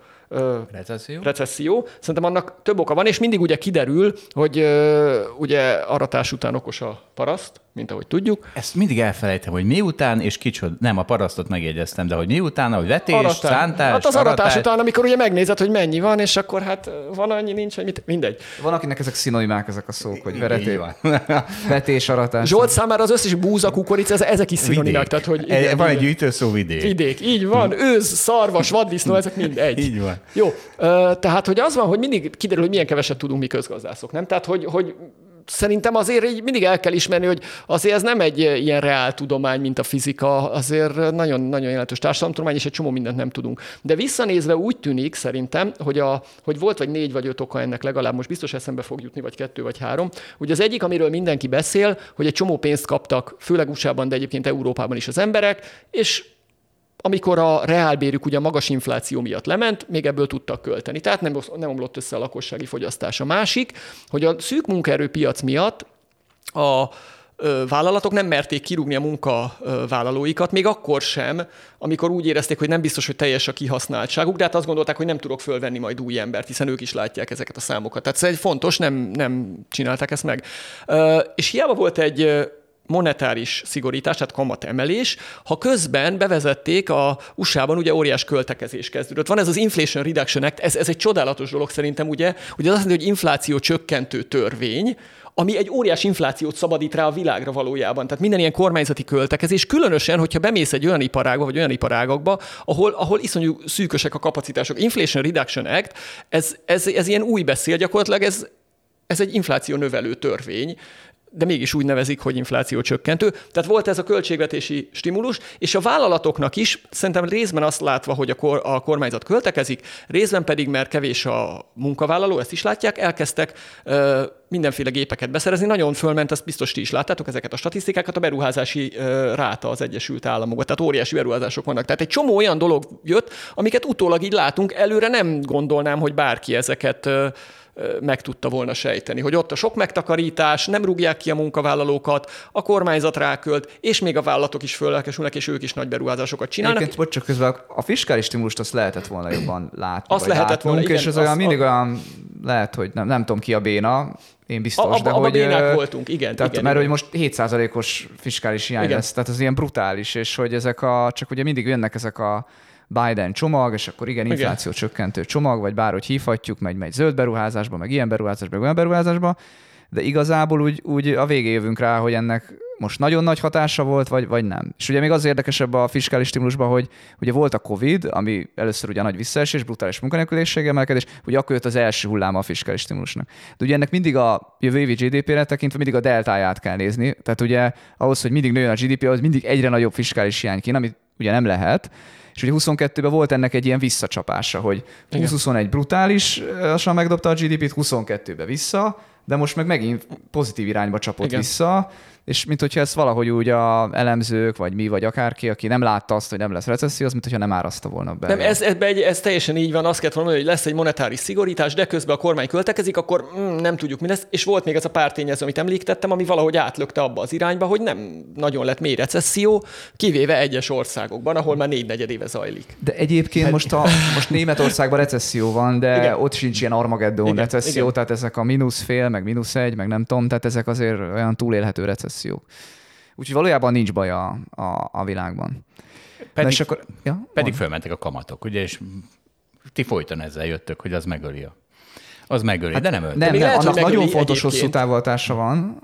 recesszió. Szerintem annak több oka van, és mindig ugye kiderül, hogy ugye aratás után okos a paraszt, mint ahogy tudjuk. Ezt mindig elfelejtem, hogy miután, és nem, a parasztot megjegyeztem, de hogy miután, hogy vetés, szántás, hát az aratás után, amikor ugye megnézed, hogy mennyi van, és akkor hát van annyi, nincs, hogy mindegy. Van, akinek ezek szinonimák, ezek a szók, hogy vetés, aratás. Zsolt számára az összes búza, kukorica, ezek is szinonimák. Tehát, hogy igen, van egy gyűjtőszó vidék. Vidék, így van. Őz, szarvas, vaddisznó, ezek mind egy. Így van. Jó, tehát, hogy az van, hogy mindig kiderül, hogy milyen keveset tudunk mi közgazdászok, nem? Tehát, hogy szerintem azért így mindig el kell ismerni, hogy azért ez nem egy ilyen reál tudomány, mint a fizika, azért nagyon-nagyon jelentős társadalomtudomány, és egy csomó mindent nem tudunk. De visszanézve úgy tűnik szerintem, hogy volt vagy 4 vagy 5 oka ennek legalább, most biztos eszembe fog jutni, vagy 2 vagy 3. Ugye az egyik, amiről mindenki beszél, hogy egy csomó pénzt kaptak, főleg USA-ban, de egyébként Európában is az emberek, és amikor a reálbérük ugye a magas infláció miatt lement, még ebből tudtak költeni. Tehát nem omlott össze a lakossági fogyasztás. A másik, hogy a szűk munkaerőpiac miatt a vállalatok nem merték kirúgni a munkavállalóikat, még akkor sem, amikor úgy érezték, hogy nem biztos, hogy teljes a kihasználtságuk, de hát azt gondolták, hogy nem tudok fölvenni majd új embert, hiszen ők is látják ezeket a számokat. Tehát ez egy fontos, nem csinálták ezt meg. És hiába volt egy monetáris szigorítás, tehát kamatemelés, ha közben bevezették a USA-ban, ugye óriás költekezés kezdődött. Van ez az Inflation Reduction Act, ez egy csodálatos dolog szerintem, ugye az azt mondja, hogy infláció csökkentő törvény, ami egy óriás inflációt szabadít rá a világra valójában. Tehát minden ilyen kormányzati költekezés, különösen, hogyha bemész egy olyan iparágba, vagy olyan iparágakba, ahol iszonyú szűkösek a kapacitások. Inflation Reduction Act, ez ilyen új beszél, gyakorlatilag ez egy infláció növelő törvény, de mégis úgy nevezik, hogy infláció csökkentő. Tehát volt ez a költségvetési stimulus, és a vállalatoknak is, szerintem részben azt látva, hogy a kormányzat költekezik, részben pedig, mert kevés a munkavállaló, ezt is látják, elkezdtek mindenféle gépeket beszerezni. Nagyon fölment, ezt biztos ti is láttátok, ezeket a statisztikákat, a beruházási ráta az Egyesült Államokban. Tehát óriási beruházások vannak. Tehát egy csomó olyan dolog jött, amiket utólag így látunk, előre nem gondolnám, hogy bárki ezeket meg tudta volna sejteni, hogy ott a sok megtakarítás, nem rúgják ki a munkavállalókat, a kormányzat rákölt, és még a vállalatok is föllelkesülnek, és ők is nagy beruházásokat csinálnak. Egyébként, csak közben a fiskális stimulust azt lehetett volna jobban látni. Azt lehetett volna, igen. És az olyan mindig olyan, lehet, hogy nem tudom ki a béna, én biztos, de hogy... bénák voltunk, igen. Tehát, igen, mert igen. hogy most 7%-os fiskális hiány lesz, tehát az ilyen brutális, és hogy ezek csak ugye mindig jönnek ezek a Biden csomag, és akkor igen, infláció csökkentő csomag, vagy bárhogy hívhatjuk, megy zöld beruházásba, meg ilyen beruházásba, meg olyan beruházásba, de igazából úgy a végén jövünk rá, hogy ennek most nagyon nagy hatása volt, vagy nem. És ugye még az érdekesebb a fiskális stimulusban, hogy ugye volt a Covid, ami először ugye nagy visszaesés, brutális munkanélküliség emelkedés, ugye akkor jött az első hulláma a fiskális stimulusnak. De ugye ennek mindig a jövő évi GDP-re tekintve mindig a deltáját kell nézni. Tehát ugye ahhoz, hogy mindig nőjön a GDP, ahhoz mindig egyre nagyobb fiskális hiány kéne, amit ugye nem lehet. És ugye 22-ben volt ennek egy ilyen visszacsapása, hogy 2021 brutálisan megdobta a GDP-t, 22-ben vissza, de most meg megint pozitív irányba csapott vissza, és mint hogyha ezt valahogy úgy a elemzők, vagy mi, vagy akárki, aki nem látta azt, hogy nem lesz recesszió, az mint hogyha nem áraszta volna be. Nem, ez teljesen így van, azt kellett volna mondani, hogy lesz egy monetáris szigorítás, de közben a kormány költekezik, akkor nem tudjuk, mi lesz. És volt még ez a pár tényező, amit említettem, ami valahogy átlökte abba az irányba, hogy nem nagyon lett mély recesszió, kivéve egyes országokban, ahol már 4/4 éve zajlik. De egyébként most Németországban recesszió van, de igen. Ott sincs ilyen Armageddon recesszió, igen. Tehát ezek a -0,5, meg -1, meg nem tudom, tehát ezek azért olyan túlélhető recessziók. Úgyhogy valójában nincs baj a világban. Pedig fölmentek a kamatok, ugye, és ti folyton ezzel jöttök, hogy az megöli. Az megöli, hát de nem ölt. Nem, annak nagyon fontos hosszú távú hatása van.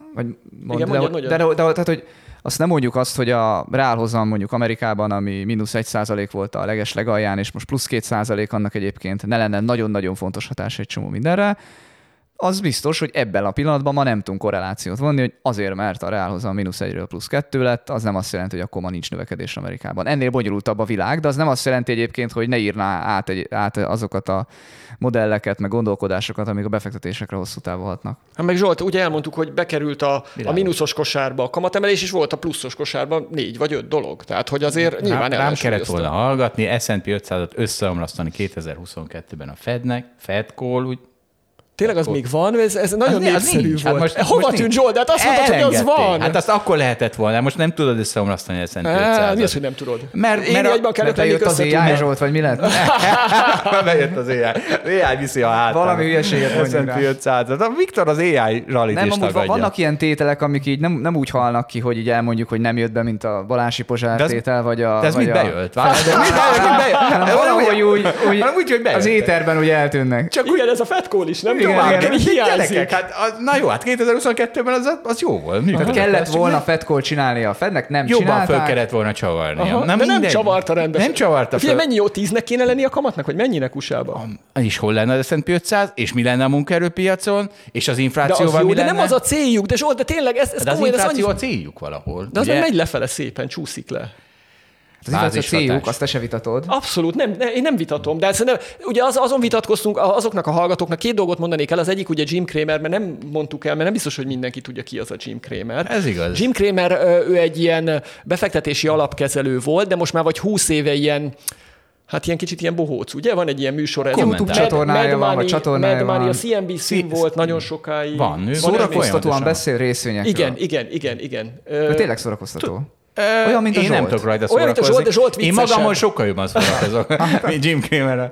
De tehát, hogy azt nem mondjuk azt, hogy a reálhozam mondjuk Amerikában, ami -1% volt a legalján, és most +2% annak egyébként ne lenne nagyon-nagyon fontos hatása egy csomó mindenre. Az biztos, hogy ebben a pillanatban ma nem tudunk korrelációt vonni, hogy azért, mert a reálhozam -1-ről +2 lett, az nem azt jelenti, hogy akkor ma nincs növekedés Amerikában. Ennél bonyolultabb a világ, de az nem azt jelenti egyébként, hogy ne írná át azokat a modelleket, meg gondolkodásokat, amik a befektetésekre hosszú távon hatnak. Hát meg Zsolt, ugye elmondtuk, hogy bekerült a mínuszos kosárba a kamatemelés, és volt a pluszos kosárban 4 vagy 5 dolog. Tehát, hogy azért nyilván nem kellett volna hallgatni, S&P 500-at összeomlasztani 2022-ben a Fed call, úgy tényleg az még van? Ez nagyon népszerű volt. Hát hova tűnt Zsolt? Hát azt mondtad, hogy az van. Hát azt akkor lehetett volna. Most nem tudod összeomlasztani a S&P 500-at. Mi az, hogy nem tudod? Mert bejött az AI, Zsolt, vagy mi lett? Bejött az AI. AI viszi a hátán. Valami hülyeséget mondjuk S&P 500-at. A Viktor az AI rallit is tagadja. Nem, vannak ilyen tételek, amik így nem úgy halnak ki, hogy így elmondjuk, hogy nem jött be, mint a Balási Pozsár tétel, vagy a... De ez mit bejött? Valahogy úgy az éterben úgy eltűnnek. Igen, ez a Fed call is, nem tudom. Na jó, hát 2022-ben az jó volt. Kellett volna Fed call csinálni a Fednek, nem jobban csinálták. föl kellett volna csavarni. De nem csavarta rendesen. Nem csavarta föl. Mennyi jó 10-nek kéne lenni a kamatnak, vagy mennyinek USA-ban? És hol lenne az S&P 500, és mi lenne a munkaerőpiacon, és az inflációval mi lenne? De nem az a céljuk, de Zsolt, de tényleg ez az infláció a céljuk valahol. De az nem megy lefele szépen, csúszik le. Az infláció céljuk, azt te se vitatod. Abszolút, én nem vitatom, de ugye azon vitatkoztunk, azoknak a hallgatóknak 2 dolgot mondanék el, az egyik ugye Jim Cramer, mert nem mondtuk el, mert nem biztos, hogy mindenki tudja, ki az a Jim Cramer. Ez igaz. Jim Cramer, ő egy ilyen befektetési alapkezelő volt, de most már vagy 20 éve ilyen kicsit ilyen bohóc, ugye? Van egy ilyen műsor, ez YouTube csatornája van, vagy csatornája van. A CNBC-n volt nagyon sokáig. Van. Szórakoztatóan beszél részvényekről. Igen. De tényleg szórakoztató. Olyan, mint a Én Zsolt. nem tudok rajta Olyan, mint a Zsolt, de Zsolt viccesen. Én magamon sokkal jobban szórakozok, mint Jim Cramer.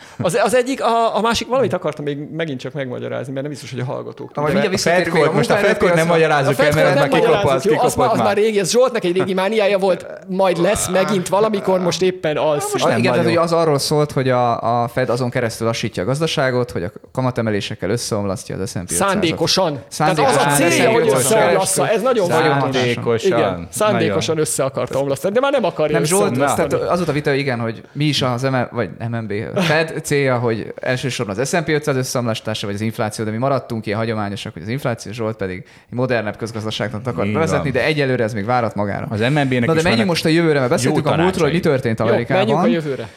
Az egyik, a másik valamit akartam még megint csak megmagyarázni, mert nem biztos, hogy a hallgatók. Most a Fedkort nem magyarázzuk el, mert már kikopott az már régi, ez Zsoltnak egy régi mániája volt, majd lesz megint valamikor, most éppen alszik. Igen, tehát hogy az arról szólt, hogy a Fed azon keresztül lassítja a gazdaságot, hogy a kamatemelésekkel összeomlasztja az S&P 500-at. Szándékosan. Tehát az a célja, hogy összeomlassza. Ez nagyon fontos. Szándékosan össze akarta omlasztani, de már nem akarja. Nem, Zsolt, tehát az volt a vita, igen, hogy mi is az vagy MNB Fed célja, hogy elsősorban az S&P 500 összeomlasztása, vagy az infláció, de mi maradtunk ilyen hagyományosak, hogy az infláció, Zsolt pedig egy modernebb közgazdaságnak akar bevezetni, de egyelőre ez még várat magára. Az MNB-nek na de menjünk most a jövőre, mert beszéltünk a múltról, hogy mi történt Amerikában. Menjünk a jövőre.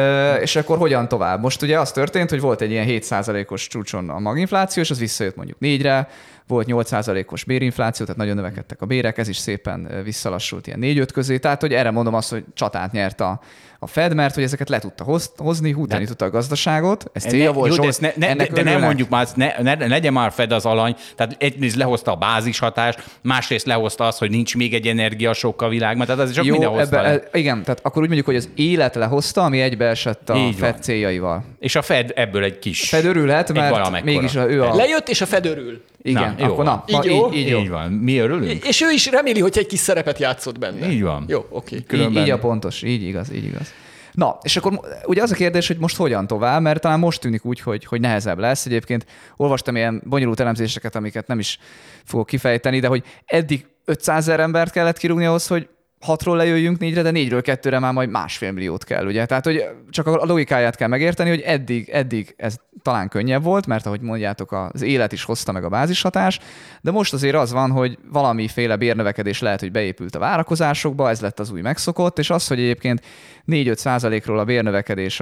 És akkor hogyan tovább? Most ugye az történt, hogy volt egy ilyen 7%-os csúcson a maginfláció, és az visszajött mondjuk 4-re, volt 8%-os bérinfláció, tehát nagyon növekedtek a bérek, ez is szépen visszalassult ilyen 4-5 közé, tehát hogy erre mondom azt, hogy csatát nyert a Fed, mert hogy ezeket le tudta hozni, hútani tudta a gazdaságot, ez célja volt. Jó, de nem mondjuk már, ne legyen már Fed az alany, tehát egyrészt lehozta a bázishatást, másrészt lehozta azt, hogy nincs még egy energiasokk a világban, tehát az is csak minden hozta. Igen, tehát akkor úgy mondjuk, hogy az élet lehozta, ami egybeesett a Fed céljaival. És a Fed ebből egy kis... Fed örülhet, mert mégis ő a... Lejött, és a Fed örül. Igen, na, akkor így van. Mi örülünk? És ő is reméli, hogy egy kis szerepet játszott benne. Így van. Jó, oké. Így a pontos, így igaz. Na, és akkor ugye az a kérdés, hogy most hogyan tovább, mert talán most tűnik úgy, hogy nehezebb lesz. Egyébként olvastam ilyen bonyolult elemzéseket, amiket nem is fogok kifejteni, de hogy eddig 500 000 embert kellett kirúgni ahhoz, hogy 6-ról lejöjjünk 4-re, de 4-ről 2-re már majd 1,5 milliót kell, ugye? Tehát, hogy csak a logikáját kell megérteni, hogy eddig ez talán könnyebb volt, mert ahogy mondjátok, az élet is hozta meg a bázishatás, de most azért az van, hogy valamiféle bérnövekedés lehet, hogy beépült a várakozásokba, ez lett az új megszokott, és az, hogy egyébként 4-5%-ról a bérnövekedés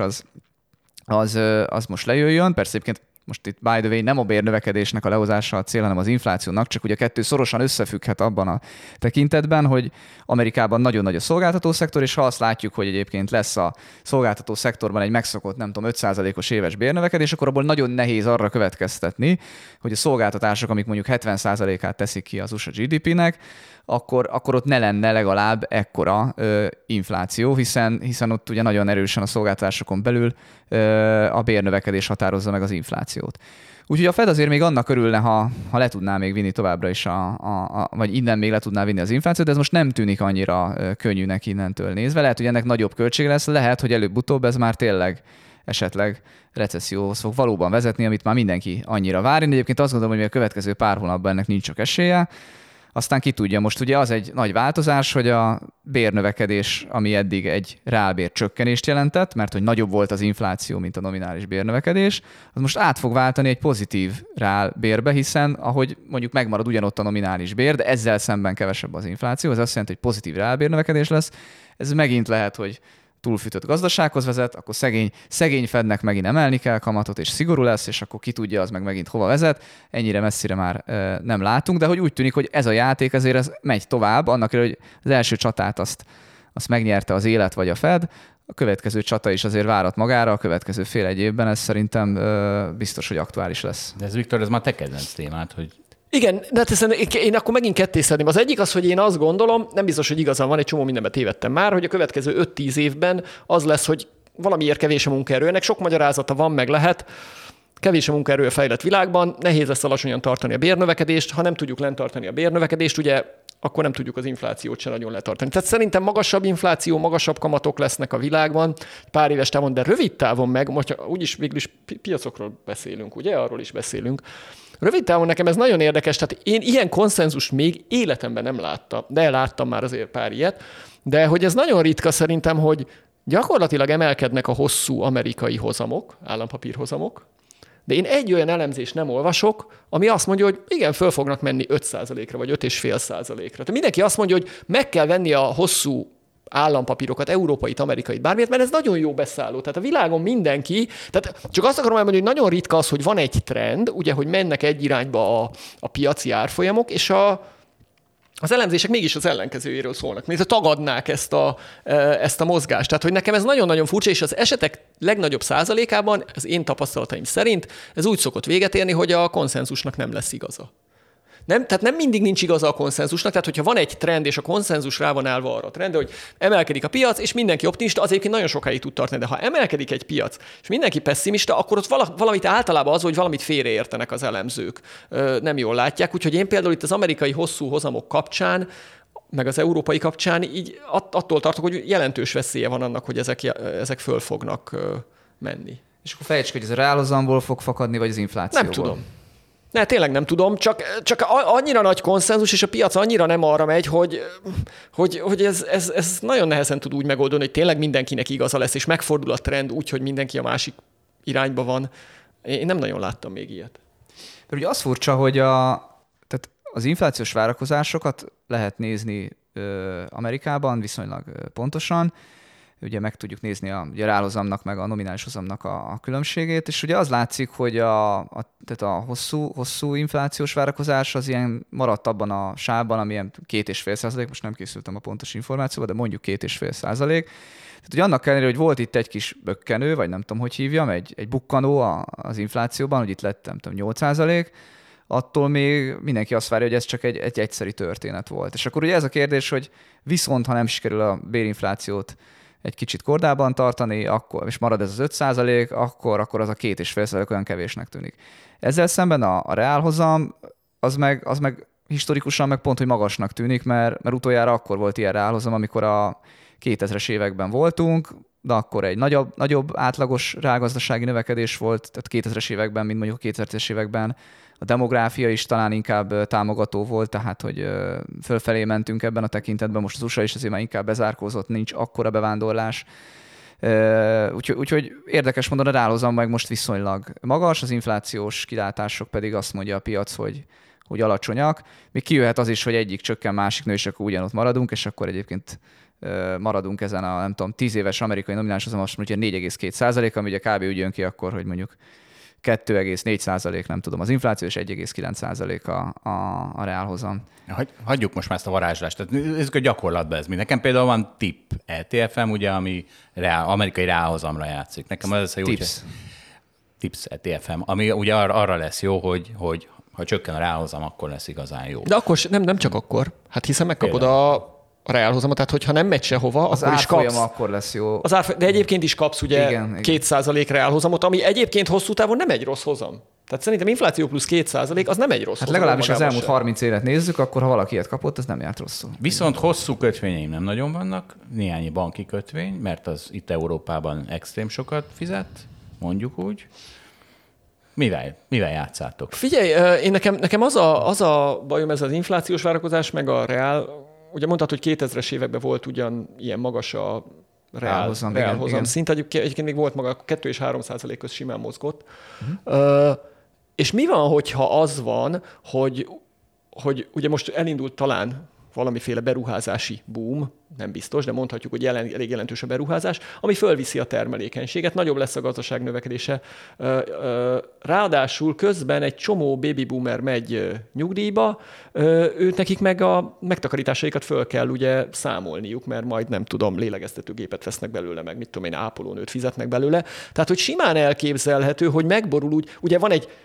az most lejöjjön, persze egyébként most itt by the way nem a bérnövekedésnek a lehozása a cél, hanem az inflációnak, csak ugye a kettő szorosan összefügghet abban a tekintetben, hogy Amerikában nagyon nagy a szolgáltató szektor, és ha azt látjuk, hogy egyébként lesz a szolgáltató szektorban egy megszokott, nem tudom, 5%-os éves bérnövekedés, akkor abból nagyon nehéz arra következtetni, hogy a szolgáltatások, amik mondjuk 70%-át teszik ki az USA GDP-nek, akkor ott ne lenne legalább ekkora infláció, hiszen ott ugye nagyon erősen a szolgáltatásokon belül a bérnövekedés határozza meg az inflációt. Úgyhogy a Fed azért még annak örülne, ha le tudná még vinni továbbra is, vagy innen még le tudná vinni az inflációt, de ez most nem tűnik annyira könnyűnek innentől nézve. Lehet, hogy ennek nagyobb költsége lesz, lehet, hogy előbb-utóbb ez már tényleg esetleg recesszióhoz fog valóban vezetni, amit már mindenki annyira vár. Én egyébként azt gondolom, hogy a következő pár hónapban ennek nincs csak esélye. Aztán ki tudja, most ugye az egy nagy változás, hogy a bérnövekedés, ami eddig egy reálbér csökkenést jelentett, mert hogy nagyobb volt az infláció, mint a nominális bérnövekedés, az most át fog váltani egy pozitív reálbérbe, hiszen ahogy mondjuk megmarad ugyanott a nominális bér, de ezzel szemben kevesebb az infláció, ez azt jelenti, hogy pozitív reálbérnövekedés lesz. Ez megint lehet, hogy túlfűtött gazdasághoz vezet, akkor szegény Fednek megint emelni kell kamatot, és szigorú lesz, és akkor ki tudja, az meg megint hova vezet. Ennyire messzire már nem látunk, de hogy úgy tűnik, hogy ez a játék azért ez megy tovább, annak, hogy az első csatát azt megnyerte az élet vagy a Fed, a következő csata is azért várat magára, a következő fél egy évben, ez szerintem biztos, hogy aktuális lesz. De ez, Viktor, ez már te kedvenc témád, hogy... Igen, de hát én akkor megint kettészedném. Az egyik az, hogy én azt gondolom, nem biztos, hogy igazán van, egy csomó mindenben tévedtem már, hogy a következő 5-10 évben az lesz, hogy valamiért kevés a munkaerő. Ennek sok magyarázata van, meg lehet. Kevés a munkaerő a fejlett világban, nehéz lesz alacsonyan tartani a bérnövekedést. Ha nem tudjuk lent tartani a bérnövekedést, ugye akkor nem tudjuk az inflációt se nagyon letartani. Tehát szerintem magasabb infláció, magasabb kamatok lesznek a világban pár éves távon, de rövid távon meg, most úgyis végül is piacokról beszélünk, ugye? Arról is beszélünk. Rövid távon nekem ez nagyon érdekes, tehát én ilyen konszenzust még életemben nem láttam, de láttam már azért pár ilyet, de hogy ez nagyon ritka szerintem, hogy gyakorlatilag emelkednek a hosszú amerikai hozamok, állampapírhozamok, de én egy olyan elemzést nem olvasok, ami azt mondja, hogy igen, föl fognak menni 5%-ra, vagy 5,5%-ra. Tehát mindenki azt mondja, hogy meg kell venni a hosszú állampapírokat, európait, amerikait, bármiért, mert ez nagyon jó beszálló. Tehát a világon mindenki, tehát csak azt akarom elmondani, hogy nagyon ritka az, hogy van egy trend, ugye, hogy mennek egy irányba a piaci árfolyamok, és az elemzések mégis az ellenkezőjéről szólnak, mint tagadnák ezt a mozgást. Tehát, hogy nekem ez nagyon-nagyon furcsa, és az esetek legnagyobb százalékában, az én tapasztalataim szerint, ez úgy szokott véget érni, hogy a konszenzusnak nem lesz igaza. Tehát nem mindig nincs igaza a konszenzusnak, tehát hogyha van egy trend, és a konszenzus rá van állva arra a trendre, hogy emelkedik a piac, és mindenki optimista, az egyébként nagyon sokáig tud tartani, de ha emelkedik egy piac, és mindenki pessimista, akkor ott valamit általában az, hogy valamit félreértenek az elemzők, nem jól látják. Úgyhogy én például itt az amerikai hosszú hozamok kapcsán, meg az európai kapcsán így attól tartok, hogy jelentős veszélye van annak, hogy ezek föl fognak menni. És akkor fejtsd ki, hogy ez a reálhozamból fog fakadni, vagy az inflációból? Nem tudom. Ne, tényleg nem tudom, csak annyira nagy konszenzus, és a piac annyira nem arra megy, hogy ez nagyon nehezen tud úgy megoldani, hogy tényleg mindenkinek igaza lesz, és megfordul a trend úgy, hogy mindenki a másik irányba van. Én nem nagyon láttam még ilyet. De ugye az furcsa, hogy tehát az inflációs várakozásokat lehet nézni Amerikában viszonylag pontosan, ugye meg tudjuk nézni a reálhozamnak meg a nominális hozamnak a különbségét, és ugye az látszik, hogy tehát a hosszú inflációs várakozás az ilyen maradt abban a sávban, ami ilyen 2,5%, most nem készültem a pontos információba, de mondjuk 2,5%. Tehát ugye annak ellenére, hogy volt itt egy kis bökkenő, vagy nem tudom, hogy hívjam, egy bukkanó az inflációban, hogy itt lett, nem tudom, 8%, attól még mindenki azt várja, hogy ez csak egy egyszeri történet volt. És akkor ugye ez a kérdés, hogy viszont, ha nem sikerül a bérinflációt egy kicsit kordában tartani, akkor, és marad ez az 5%, akkor az a 2,5% olyan kevésnek tűnik. Ezzel szemben a reálhozam, az meg historikusan meg pont, hogy magasnak tűnik, mert utoljára akkor volt ilyen reálhozam, amikor a 2000-es években voltunk, de akkor egy nagyobb átlagos reálgazdasági növekedés volt, tehát 2000-es években, mint mondjuk a 2010-es években. A demográfia is talán inkább támogató volt, tehát hogy fölfelé mentünk ebben a tekintetben. Most az USA is azért már inkább bezárkózott, nincs akkora bevándorlás. Úgyhogy érdekes mondani, a reálhozam meg most viszonylag magas, az inflációs kilátások pedig azt mondja a piac, hogy alacsonyak. Még kijöhet az is, hogy egyik csökken, másik nő, és akkor ugyanott maradunk, és akkor egyébként maradunk ezen a, nem tudom, 10 éves amerikai nominális hozam, azt mondja 4,2%, ami ugye kb. Úgy jön ki akkor, hogy mondjuk 2,4%, nem tudom, az infláció, és 1,9% a reálhozam. Hagyjuk most már ezt a varázslást. Tehát ez a gyakorlatban ez mi. Nekem például van TIP ETF-em, ugye, ami amerikai reálhozamra játszik. Nekem az a jó, TIPS ETF-em, ami ugye arra lesz jó, hogy ha csökken a reálhozam, akkor lesz igazán jó. De akkor nem csak akkor. Hát hiszen megkapod a reálhozamot, tehát hogyha nem megy sehova, az akkor is kapsz. akkor lesz jó. De egyébként is kapsz ugye igen. 2% reálhozamot, ami egyébként hosszú távon nem egy rossz hozam. Tehát szerintem infláció plusz 2% az nem egy rossz hozam. Legalábbis az elmúlt 30 évet nézzük, akkor ha valaki ilyet kapott, az nem járt rosszul. Viszont hosszú kötvényeim nem nagyon vannak, néhány banki kötvény, mert az itt Európában extrém sokat fizet, mondjuk úgy. Mivel játszátok? Figyelj, nekem az a bajom ez az inflációs várakozás, meg a reál. Ugye mondtad, hogy 2000-es években volt ugyan ilyen magas a reálhozam szint, egyébként még volt maga 2 és 3% köz simán mozgott. És mi van, hogyha az van, hogy ugye most elindult talán valamiféle beruházási boom, nem biztos, de mondhatjuk, hogy elég jelentős a beruházás, ami fölviszi a termelékenységet, nagyobb lesz a gazdaság növekedése. Ráadásul közben egy csomó baby boomer megy nyugdíjba, nekik meg a megtakarításaikat föl kell ugye számolniuk, mert majd nem tudom, lélegeztetőgépet vesznek belőle, meg mit tudom én, ápolónőt fizetnek belőle. Tehát, hogy simán elképzelhető, hogy megborul úgy, ugye van egy,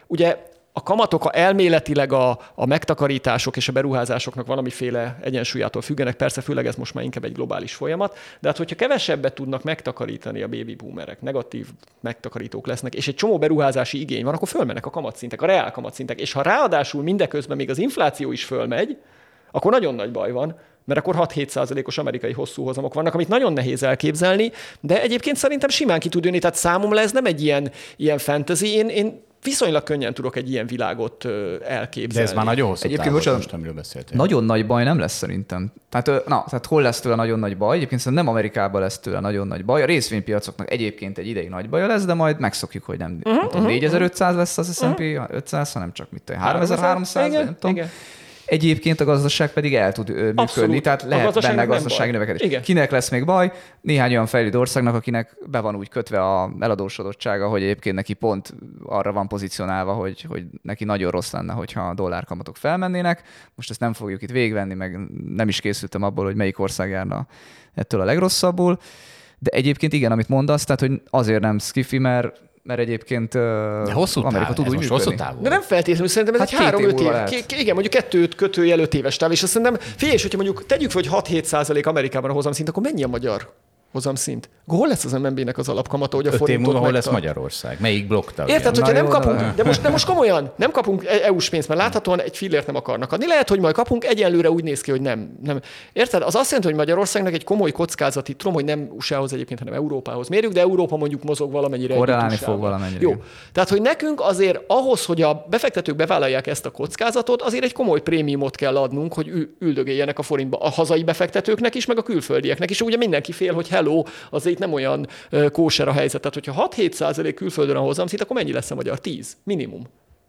a kamatok elméletileg a megtakarítások és a beruházásoknak valamiféle egyensúlyától függenek, persze főleg ez most már inkább egy globális folyamat, de hát hogyha kevesebbet tudnak megtakarítani a baby boomerek, negatív megtakarítók lesznek, és egy csomó beruházási igény van, akkor fölmennek a kamatszintek, a reál kamatszintek, és ha ráadásul mindeközben még az infláció is fölmegy, akkor nagyon nagy baj van, mert akkor 6-7%-os amerikai hosszú hozamok vannak, amit nagyon nehéz elképzelni, de egyébként szerintem simán ki tud jönni, tehát számomra ez nem egy ilyen fantasy, én viszonylag könnyen tudok egy ilyen világot elképzelni. De ez már nagyon hosszú távol, most amiről beszéltél. Nagyon nagy baj nem lesz szerintem. Tehát hol lesz tőle nagyon nagy baj? Egyébként szerintem nem Amerikában lesz tőle nagyon nagy baj. A részvénypiacoknak egyébként egy ideig nagy baja lesz, de majd megszokjuk, hogy nem 4500 lesz az S&P 500, hanem csak 3300, nem tudom. Igen. Egyébként a gazdaság pedig el tud működni, abszolút. Tehát lehet benne gazdasági növekedés. Igen. Kinek lesz még baj? Néhány olyan fejlődő országnak, akinek be van úgy kötve a eladósodottsága, hogy egyébként neki pont arra van pozícionálva, hogy neki nagyon rossz lenne, hogyha a dollárkamatok felmennének. Most ezt nem fogjuk itt végigvenni, meg nem is készültem abból, hogy melyik ország járna ettől a legrosszabbul. De egyébként igen, amit mondasz, tehát hogy azért nem skifi, mert egyébként Amerika tud úgy működni. De nem feltétlenül, szerintem ez egy 3-5 év. Igen, mondjuk 2 kötőjel 5 éves táv, és azt szerintem, figyelj, hogyha mondjuk tegyük fel, hogy 6-7% Amerikában a hozamszint, akkor mennyi a magyar hozamszint? Hol lesz az MNB-nek az alapkamata, hogy a forintot 5 év múlva hol lesz Magyarország? Melyik blokktagja? Érted, hogyha nem kapunk, de most komolyan, nem kapunk EU-s pénzt, mert láthatóan egy fillért nem akarnak adni. Lehet, hogy majd kapunk, egyenlőre úgy néz ki, hogy nem. Érted? Az azt jelenti, hogy Magyarországnak egy komoly kockázati, tudom, hogy nem USA-hoz egyébként, hanem Európához mérjük, de Európa mondjuk mozog valamennyire. Korrelálni fog valamennyire. Jó. Tehát, hogy nekünk azért ahhoz, hogy a befektetők bevállalják ezt a kockázatot, azért egy komoly prémiumot kell adnunk, hogy üldögéljenek a forintba a hazai befektetőknek is, meg a külföldieknek is. Ugye mindenki fél, hogy hello, azért nem olyan kóser a helyzet. Tehát, hogyha 6-7% külföldön a hozamszint, akkor mennyi lesz a magyar? 10 minimum.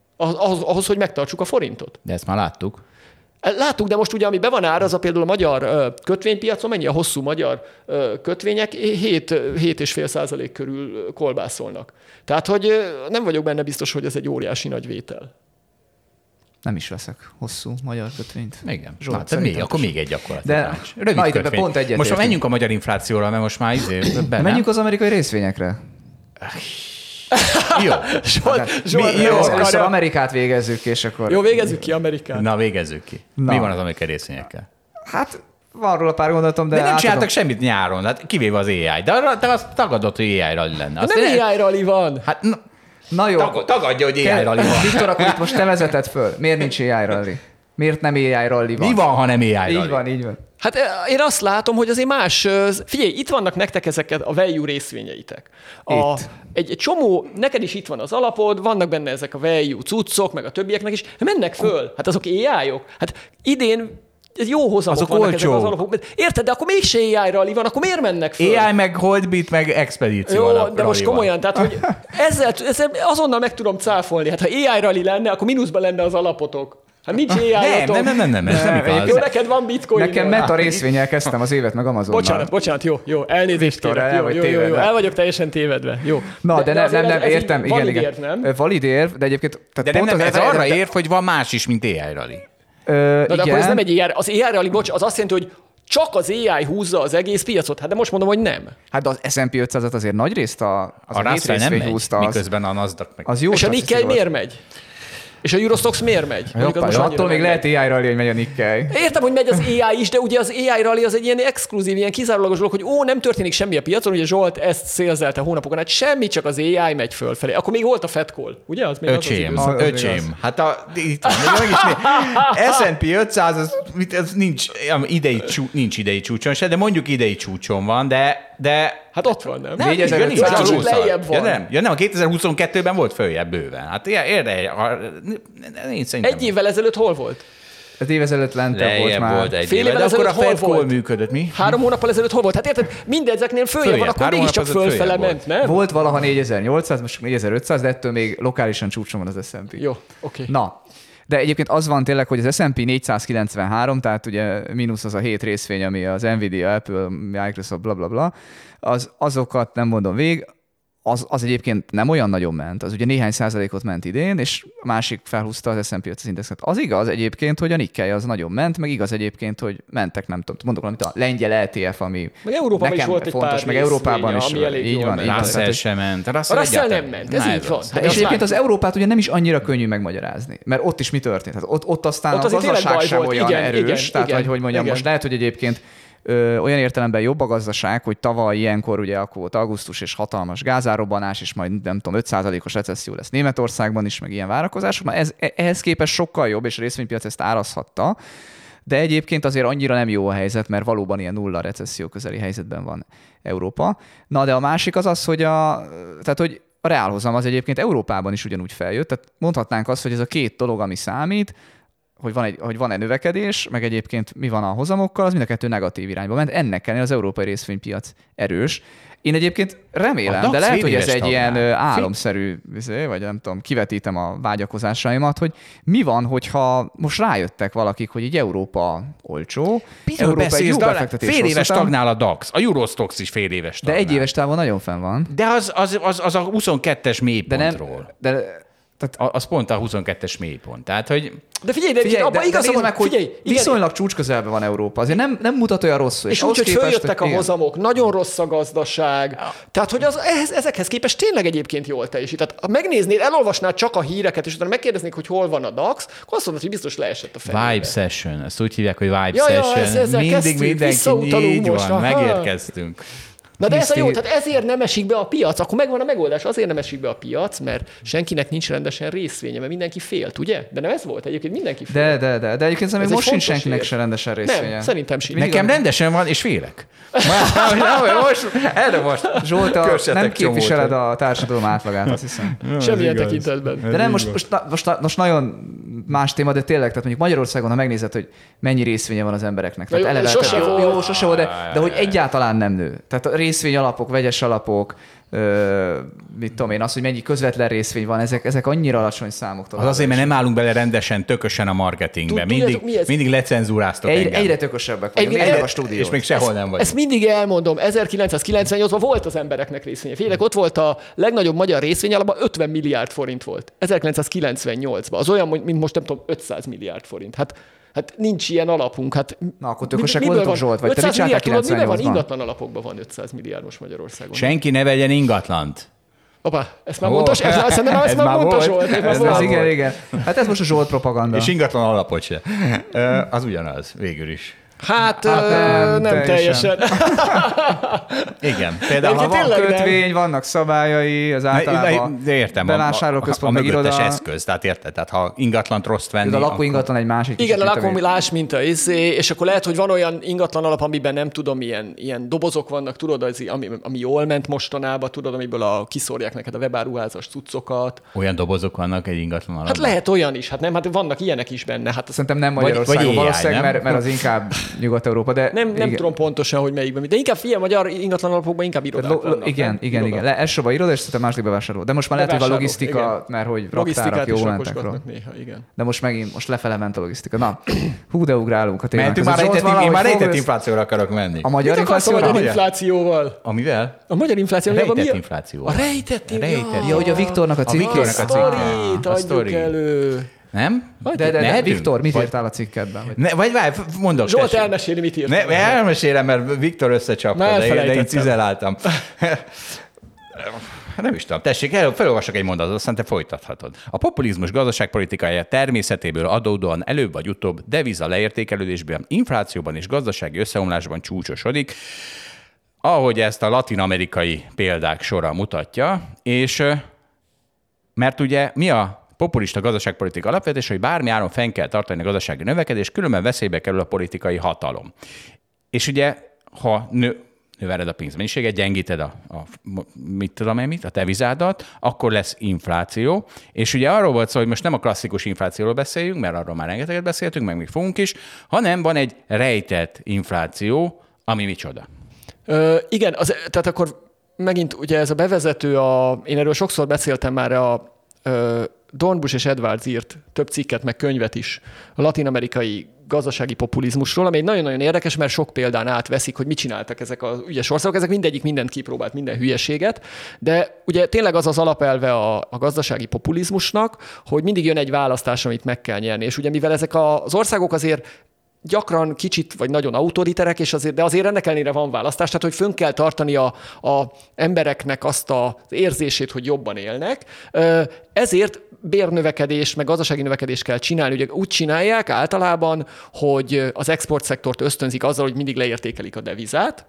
Ahhoz, hogy megtartsuk a forintot. De ezt már láttuk. Láttuk, de most ugye, ami be van árazva, például a magyar kötvénypiacon, mennyi a hosszú magyar kötvények? 7,5% körül kolbászolnak. Tehát, hogy nem vagyok benne biztos, hogy ez egy óriási nagy vétel. Nem is veszek hosszú magyar kötvényt. Igen. Zsolt, akkor még egy gyakorlati tanács. Rövid kötvény. Pont most már menjünk a magyar inflációra, mert most már menjünk az amerikai részvényekre. Jó. Először Amerikát végezzük, és akkor... Jó, végezzük ki Amerikát. Na, végezzük ki. Mi van az amerikai részvényekkel? Hát van róla pár gondolatom, de... nem csináltak semmit nyáron, hát kivéve az AI. De azt tagadott, hogy AI rally lenne. Nem AI rally van. Hát... Na jó. Tagadja, hogy AI rally van. Viktor, akkor itt most te vezeted föl. Miért nincs AI rally? Miért nem AI rally van? Mi van, ha nem AI rally? Így van. Hát én azt látom, hogy azért más... Figyelj, itt vannak nektek ezeket a value részvényeitek. Egy csomó, neked is itt van az alapod, vannak benne ezek a value cuccok, meg a többieknek is, mennek föl. Hát azok AI-ok. Hát idén jó hozamok vannak ezek az alapok. Érted, de akkor mégse AI rally van, akkor miért mennek föl? AI, meg Holdbit, meg expedíció Jó, de most komolyan, tehát hogy ezzel azonnal meg tudom cáfolni. Hát ha AI rally lenne, akkor mínuszban lenne az alapotok. Hát nincs AI-otok. Nem, ez nem igaz. Jó, neked van bitcoin. Nekem Meta részvénnyel kezdtem az évet, meg Amazonnal. Bocsánat, jó, elnézést kérek. Jó, el vagyok teljesen tévedve. Jó. Na, de nem, értem. Valid érv, nem? Valid érv, de egyébként... De nem, ez arra érv, hogy van más is, mint AI rally. De akkor ez nem egy AI. Az AI rally, az azt jelenti, hogy csak az AI húzza az egész piacot. Hát de most mondom, hogy nem. Hát az S&P 500-at azért nagy részt a Russell nem megy, miközben a Nasdaq meg. Az jó, és a Nikkei miért megy? És a Eurostox miért megy? Attól még lehet AI rally, hogy megy a Nikkei. Értem, hogy megy az AI is, de ugye az AI rally az egy ilyen exkluzív, ilyen kizárólagos dolog, hogy nem történik semmi a piacon, ugye Zsolt ezt szélzelte hónapokon, hát semmi, csak az AI megy fölfelé. Akkor még volt a Fed call, ugye? Az még Öcsém. Hát itt van, S&P 500, az nincs idei csúcson se, de mondjuk idei csúcson van, de hát ott van, nem? 4500 lejjebb van. Ja, nem, a 2022-ben volt följebb bőven. Hát én szerintem... Egy évvel ezelőtt hol volt? Az év ezelőtt lentebb volt már. Volt egy fél évvel de akkor a hol Fed volt? működött, mi? 3 hónappal ezelőtt hol volt? Hát érted, mindezeknél följebb van, akkor mégiscsak fölfele ment, nem? Volt valaha 4800, most 4500, de ettől még lokálisan csúcson van az S&P. Jó, oké. Na, de egyébként az van tényleg, hogy az S&P 493, tehát ugye mínusz az a 7 részvény, ami az Nvidia, Apple, Microsoft, blablabla, azokat nem mondom végig, az egyébként nem olyan nagyon ment, az ugye néhány százalékot ment idén, és a másik felhúzta az S&P 500 indexet. Az igaz egyébként, hogy a Nikkei az nagyon ment, meg igaz egyébként, hogy mentek, nem tudom, mondok valamit, a lengyel LTF, ami meg Európában nekem is volt fontos, egy pár meg Európában is. Így van. Russell sem ment. A Russell nem ment, ez így van. És egyébként az Európát ugye nem is annyira könnyű megmagyarázni, mert ott is mi történt. Hát ott aztán a gazdaság sem olyan erős, tehát hogy mondjam, most lehet, hogy egyébként olyan értelemben jobb a gazdaság, hogy tavaly ilyenkor ugye akkor volt augusztus és hatalmas gázárobbanás, és majd nem tudom, 5%-os recesszió lesz Németországban is, meg ilyen várakozások. Ehhez képest sokkal jobb, és a részvénypiac ezt árazhatta, de egyébként azért annyira nem jó a helyzet, mert valóban ilyen nulla recesszió közeli helyzetben van Európa. Na, de a másik az, hogy a reálhozam az egyébként Európában is ugyanúgy feljött, tehát mondhatnánk azt, hogy ez a két dolog, ami számít, hogy van-e növekedés, meg egyébként mi van a hozamokkal, az mind a kettő negatív irányba ment. Ennek ellenére az európai részvénypiac erős. Én egyébként remélem, de lehet, hogy ez egy ilyen álomszerű, vagy nem tudom, kivetítem a vágyakozásaimat, hogy mi van, hogyha most rájöttek valakik, hogy így Európa olcsó, Európa egy jó befektetés. Fél éves stagnál a DAX, a Eurostox is fél éves stagnál. De egy éves távon nagyon fenn van. De az a 22-es mélypontról. Az pont a 22-es mélypont. Tehát, hogy... De figyelj, abban igazam van, hogy viszonylag csúcs közelben van Európa. Azért nem mutat olyan rosszul. És úgy, hogy följöttek a hozamok, nagyon rossz a gazdaság. Tehát, hogy ezekhez képest tényleg egyébként jól teljesít. Tehát ha megnéznéd, elolvasnád csak a híreket, és utána megkérdeznék, hogy hol van a DAX, akkor azt mondod, hogy biztos leesett a felébe. Vibe session. Ezt úgy hívják, hogy vibe session. Mindig mindenki így van. Megérkeztünk. Na de ez a jó, tehát ezért nem esik be a piac, akkor megvan a megoldás, azért nem esik be a piac, mert senkinek nincs rendesen részvénye, mert mindenki félt, ugye? De nem ez volt egyébként, mindenki félt. De egyébként még most sincs senkinek se rendesen részvénye. Nem, szerintem sincs. Nekem rendesen van, és félek. Most. Zsolta, nem képviseled a társadalom átlagát, azt hiszem. Semmilyen tekintetben. De nem, most nagyon más téma, de tényleg, tehát mondjuk Magyarországon, ha megnézed, hogy mennyi részvénye van az embereknek. Tehát sose volt, de hogy egyáltalán nem nő. Tehát részvényalapok, vegyes alapok, mit tudom én, az, hogy mennyi közvetlen részvény van, ezek annyira alacsony számok. Az azért, mert nem állunk bele rendesen, tökösen a marketingbe. Mindig lecenzúráztok engem. Egyre tökösebbek vagyunk, a stúdiót. És még sehol nem vagy. Ezt mindig elmondom, 1998-ban volt az embereknek részvénye. Figyeljetek, ott volt a legnagyobb magyar részvényalapban 50 milliárd forint volt. 1998-ban. Az olyan, mint most nem tudom, 500 milliárd forint. Hát nincs ilyen alapunk. Hát na, akkor tökösek voltatok, Zsolt, vagy te mit csináltál 98-ban? Van? Ingatlan alapokban van 500 milliárd most Magyarországon. Senki ne vegyen ingatlant. Opa, ezt már mondta, ezt már mondta Zsolt. Igen. Hát ez most a Zsolt propaganda. És ingatlan alapot se. Az ugyanaz, végül is. Hát nem teljesen. Igen. Például ha van kötvény, vannak szabályai, az általában bevásárlóközpont, meg iroda. Eszköz, tehát érted? Tehát ha ingatlant rossz venni... A lakóingatlan egy másik. Igen, a lakóingatlan mint a és akkor lehet, hogy van olyan ingatlan alap, amiben nem tudom, ilyen dobozok vannak, tudod, ami jól ment mostanában, tudod, amiből kiszórják neked a webáruházas cuccokat. Olyan dobozok vannak egy ingatlan alapban? Hát lehet olyan is, hát vannak ilyenek is benne. Hát szerintem nem Magyarországon valószínűleg, mert az inkább Nyugat-Európa, de... Nem tudom pontosan, hogy melyikben. De inkább magyar ingatlan alapokban inkább irodák vannak. Igen. Elsősorban iroda, és szerintem második bevásárló. De most már lehet, hogy a logisztika, igen. Mert hogy raktárak jól mentek rá. Igen. De most lefele ment a logisztika. Na, de ugrálunk a témán. Én már rejtett inflációra akarok menni. A magyar inflációra? A magyar inflációval. Amivel? A magyar inflációval. Rejtett inflációval. A rejtett inflációval. Ja, hogy a Viktornak a cikke. A sztorit elő. Nem? De Viktor, mit írtál a cikkedben? Vagy várj, mondok. Zsolt elmeséli, mit írtál. Elmesélem, mert Viktor összecsapta, de én cizeláltam. Nem is tudom. Tessék, felolvasok egy mondatot, aztán te folytathatod. A populizmus gazdaságpolitikája természetéből adódóan előbb vagy utóbb deviza leértékelődésben, inflációban és gazdasági összeomlásban csúcsosodik, ahogy ezt a latin-amerikai példák sora mutatja, és mert ugye mi a populista gazdaságpolitika alapvetés, hogy bármi áron fenn kell tartani a gazdasági növekedést, különben veszélybe kerül a politikai hatalom. És ugye, ha növeled a pénzmennyiséget, gyengíted a devizádat, akkor lesz infláció. És ugye arról volt szó, hogy most nem a klasszikus inflációról beszéljünk, mert arról már rengeteget beszéltünk, meg még fogunk is, hanem van egy rejtett infláció, ami micsoda. Igen, tehát akkor megint ugye ez a bevezető, én erről sokszor beszéltem már, Dornbusch és Edwards írt több cikket, meg könyvet is a latin-amerikai gazdasági populizmusról, ami egy nagyon-nagyon érdekes, mert sok példán átveszik, hogy mit csináltak ezek az ügyes országok. Ezek mindegyik mindent kipróbált, minden hülyeséget, de ugye tényleg az alapelve a gazdasági populizmusnak, hogy mindig jön egy választás, amit meg kell nyerni. És ugye mivel ezek az országok azért gyakran kicsit vagy nagyon autoriterek, de azért ennek ellenére van választás, tehát hogy fönn kell tartani a embereknek azt az érzését, hogy jobban élnek. Ezért bérnövekedés, meg gazdasági növekedést kell csinálni. Ugye úgy csinálják általában, hogy az exportszektort ösztönzik azzal, hogy mindig leértékelik a devizát,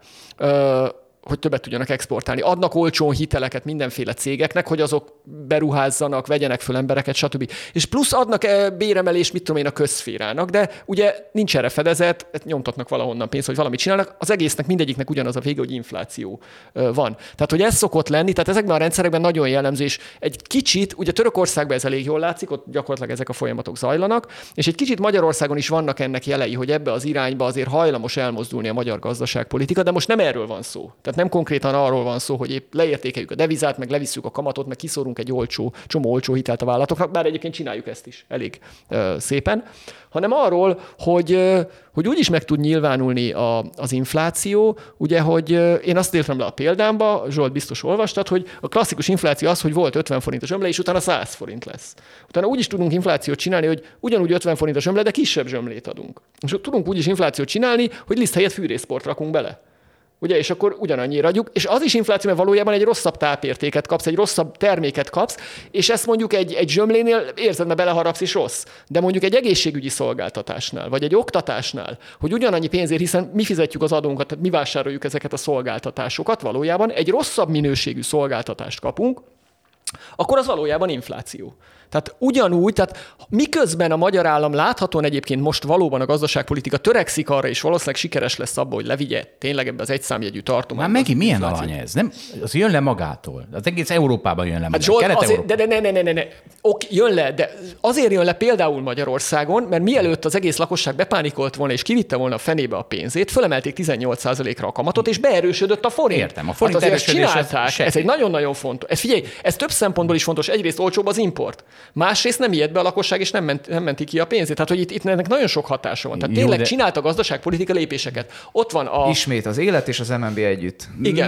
hogy többet tudjanak exportálni. Adnak olcsón hiteleket mindenféle cégeknek, hogy azok beruházzanak, vegyenek föl embereket, stb. És plusz adnak béremelést, mit tudom én, a közszférának, de ugye nincs erre fedezet, nyomtatnak valahonnan pénzt, hogy valamit csinálnak, az egésznek mindegyiknek ugyanaz a vége, hogy infláció van. Tehát, hogy ez szokott lenni, tehát ezekben a rendszerekben nagyon jellemző, és egy kicsit, ugye Törökországban ez elég jól látszik, ott gyakorlatilag ezek a folyamatok zajlanak, és egy kicsit Magyarországon is vannak ennek jelei, hogy ebbe az irányba azért hajlamos elmozdulni a magyar gazdaságpolitika, de most nem erről van szó. Tehát nem konkrétan arról van szó, hogy épp leértékeljük a devizát, meg levisszük a kamatot, meg kiszórunk egy csomó olcsó hitelt a vállalatoknak, bár egyébként csináljuk ezt is elég szépen, hanem arról, hogy úgy is meg tud nyilvánulni az infláció, ugye, hogy én azt írtam le a példámba, Zsolt biztos olvastad, hogy a klasszikus infláció az, hogy volt 50 forint a zsömle, és utána 100 forint lesz. Utána úgy is tudunk inflációt csinálni, hogy ugyanúgy 50 forint a zsömle, de kisebb zsömlét adunk. És tudunk úgy is inflációt csinálni, hogy liszt helyett fűrészport rakunk bele. Ugye, és akkor ugyanannyira adjuk, és az is infláció, mert valójában egy rosszabb tápértéket kapsz, egy rosszabb terméket kapsz, és ezt mondjuk egy zsömlénél érzed, mert beleharapsz is rossz. De mondjuk egy egészségügyi szolgáltatásnál, vagy egy oktatásnál, hogy ugyanannyi pénzért, hiszen mi fizetjük az adónkat, tehát mi vásároljuk ezeket a szolgáltatásokat, valójában egy rosszabb minőségű szolgáltatást kapunk, akkor az valójában infláció. Tehát ugyanúgy, tehát miközben a magyar állam láthatóan egyébként most valóban a gazdaságpolitika törekszik arra, és valószínűleg sikeres lesz abban, hogy levigye tényleg ebbe az egyszámjegyű tartományba. Már megint milyen alany ez? Nem, az jön le magától. Az egész Európában jön le magától. Hát Zsolt, jön le, de azért jön le például Magyarországon, mert mielőtt az egész lakosság bepánikolt volna és kivitte volna a fenébe a pénzét, fölemelték 18%-ra a kamatot, és beerősödött a forint. Értem, a forint csinálták. Ez egy nagyon-nagyon fontos. Figyelj, ez több szempontból is fontos. Egyrészt olcsóbb az import. Másrészt nem ijedt be a lakosság, és nem menti ki a pénzét. Tehát, hogy itt ennek nagyon sok hatása van. Tehát tényleg csinált a gazdaságpolitika lépéseket. Ott van Ismét az élet és az MNB együtt. Igen.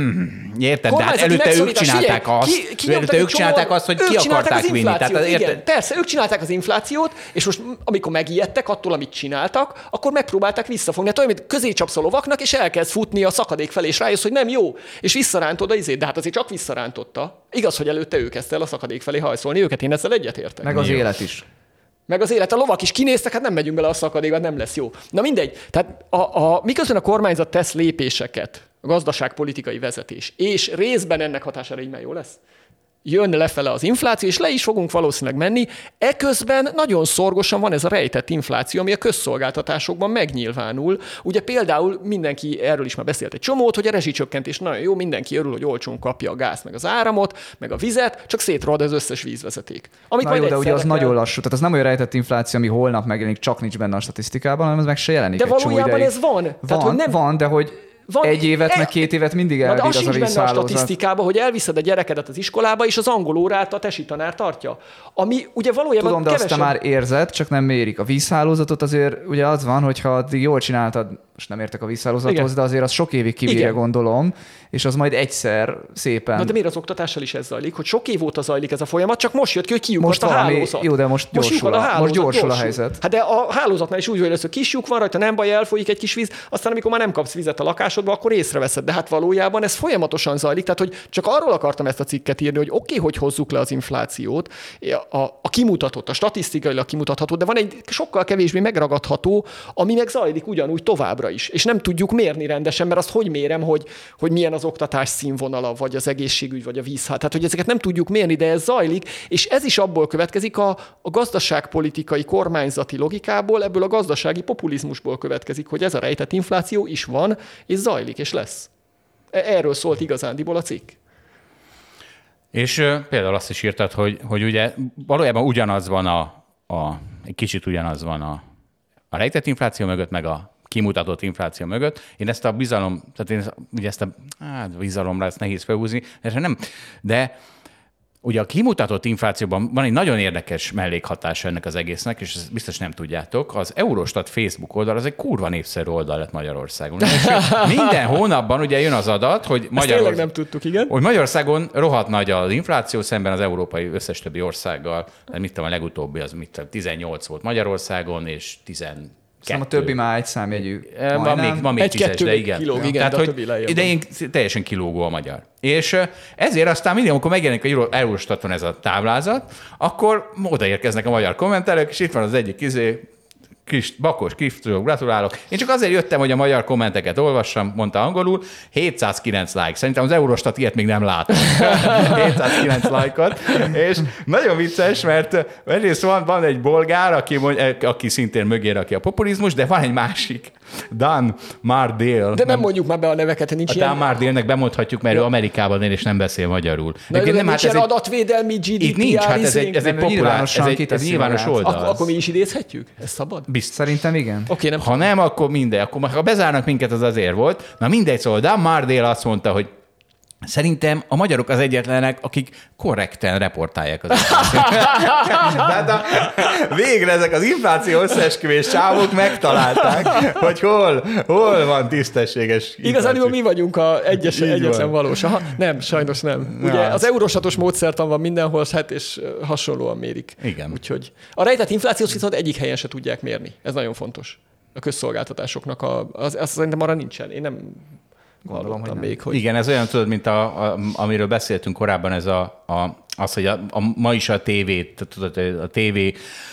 Érted, de hát előtte ők csinálták azt, hogy ki akarták vinni. Igen, persze, ők csinálták az inflációt, és most amikor megijedtek attól, amit csináltak, akkor megpróbálták visszafogni. Hát olyan, mint közé csapsz a lovaknak, és elkezd futni a szakadék felé, és rájössz, hogy nem jó. És visszarántod de hát azért csak visszarántotta. Igaz, hogy előtte ő kezdte el a szakadék felé hajszolni őket, én ezzel egyetértek. Meg az élet is. Meg az élet, a lovak is kinéztek, hát nem megyünk bele a szakadékba, nem lesz jó. Na mindegy. Tehát miközben a kormányzat tesz lépéseket, a gazdaságpolitikai vezetés, és részben ennek hatására így már jó lesz, jön lefele az infláció, és le is fogunk valószínűleg menni. Eközben nagyon szorgosan van ez a rejtett infláció, ami a közszolgáltatásokban megnyilvánul. Ugye például mindenki erről is már beszélt egy csomót, hogy a rezsicsökkentés nagyon jó, mindenki örül, hogy olcsón kapja a gázt, meg az áramot, meg a vizet, csak szétrohad az összes vízvezeték. Amit na jó, de ugye az nagyon lassú, tehát az nem olyan rejtett infláció, ami holnap megjelenik, csak nincs benne a statisztikában, hanem az meg se jelenik. De valójában ez van. Van, de hogy egy évet, meg 2 évet mindig elbír az a vízhálózat. De az sincs benne a statisztikában, hogy elviszed a gyerekedet az iskolába, és az angol órát a tesi tanár tartja. Ami ugye valójában tudom, de kevesebb... azt te már érzed, csak nem mérik. A vízhálózatot azért ugye az van, hogyha addig jól csináltad, most nem értek a vízhálózathoz, igen, de azért az sok évig kibírja, gondolom, és az majd egyszer szépen... Na de miért az oktatással is ez zajlik, hogy sok év óta zajlik ez a folyamat, csak most jött ki, hogy kiukadt a hálózat. Jó, de most gyorsul a helyzet. Hát de a hálózatnál is úgy, hogy először kis lyuk van rajta, nem baj, elfolyik egy kis víz, aztán amikor már nem kapsz vizet a lakásodba, akkor észreveszed. De hát valójában ez folyamatosan zajlik, tehát hogy csak arról akartam ezt a cikket írni, hogy oké, hogy hozzuk le az inflációt, a kimutatott, a statisztikailag kimutatható, de van egy sokkal kevésbé megragadható, ami meg zajlik ugyanúgy továbbra is. És nem tudjuk mérni rendesen, mert azt hogy mérem, hogy milyen az oktatás színvonala, vagy az egészségügy, vagy a vízhálózat. Tehát, hogy ezeket nem tudjuk mérni, de ez zajlik, és ez is abból következik a gazdaságpolitikai kormányzati logikából, ebből a gazdasági populizmusból következik, hogy ez a rejtett infláció is van, és zajlik, és lesz. Erről szólt igazándiból a cikk. És például azt is írtad, hogy ugye valójában ugyanaz van egy kicsit ugyanaz van a rejtett infláció mögött, meg a kimutatott infláció mögött. Én ezt a bizalom, tehát ugye ezt a bizalomra ezt nehéz felhúzni, de ugye a kimutatott inflációban van egy nagyon érdekes mellékhatása ennek az egésznek, és ezt biztos nem tudjátok. Az Eurostat Facebook oldal, az egy kurva népszerű oldal lett Magyarországon. Minden hónapban ugye jön az adat, hogy Magyarországon nem tudtuk, igen. Hogy Magyarországon rohadt nagy az infláció szemben az európai összes többi országgal. Mit tudom, a legutóbbi az 18 volt Magyarországon, és 12. Szóval a többi már egy számjegyű. Van még 10-es, de igen. Kilóg, igen, tehát, idején teljesen kilógó a magyar. És ezért aztán mindig, amikor megjelenik a Eurostaton ez a táblázat, akkor odaérkeznek a magyar kommentelők, és itt van az egyik Bakos Krisztus, gratulálok. Én csak azért jöttem, hogy a magyar kommenteket olvassam, mondta angolul, 709 like. Szerintem az Eurostat ilyet még nem látott. 709 like-ot. És nagyon vicces, mert egyrészt van egy bolgár, aki szintén mögé rakja a populizmus, de van egy másik, Dan Mardale. De nem mondjuk már be a neveket, nincs ilyen. Dan Mardale-nek bemondhatjuk, mert ő Amerikában él és nem beszél magyarul. De nem, nincs ilyen adatvédelmi GDPR. Itt nincs, hát ez egy populáris, ez nyilvános oldal. Akkor mi is idézhetjük? Ez szabad? Szerintem igen. Okay, nem. Ha nem, akkor mindegy. Akkor ha bezárnak minket, az azért volt. Na mindegy, szóval Dan Mardale azt mondta, hogy szerintem a magyarok az egyetlenek, akik korrekten reportálják az inflációt. Tehát végre ezek az infláció összeesküvés csávok megtalálták, hogy hol van tisztességes infláció. Igazán mi vagyunk egyetlen valós. Aha, nem, sajnos nem. Ugye az Eurostatos módszertan van mindenhol, hát és hasonlóan mérik. Igen. Úgyhogy a rejtett inflációt viszont egyik helyen se tudják mérni. Ez nagyon fontos. A közszolgáltatásoknak az szerintem arra nincsen. Én nem gondolom, hogy még, hogy... Igen, ez olyan, tudod, mint amiről beszéltünk korábban, ez az, hogy ma is a tévét, tudod, a tévé,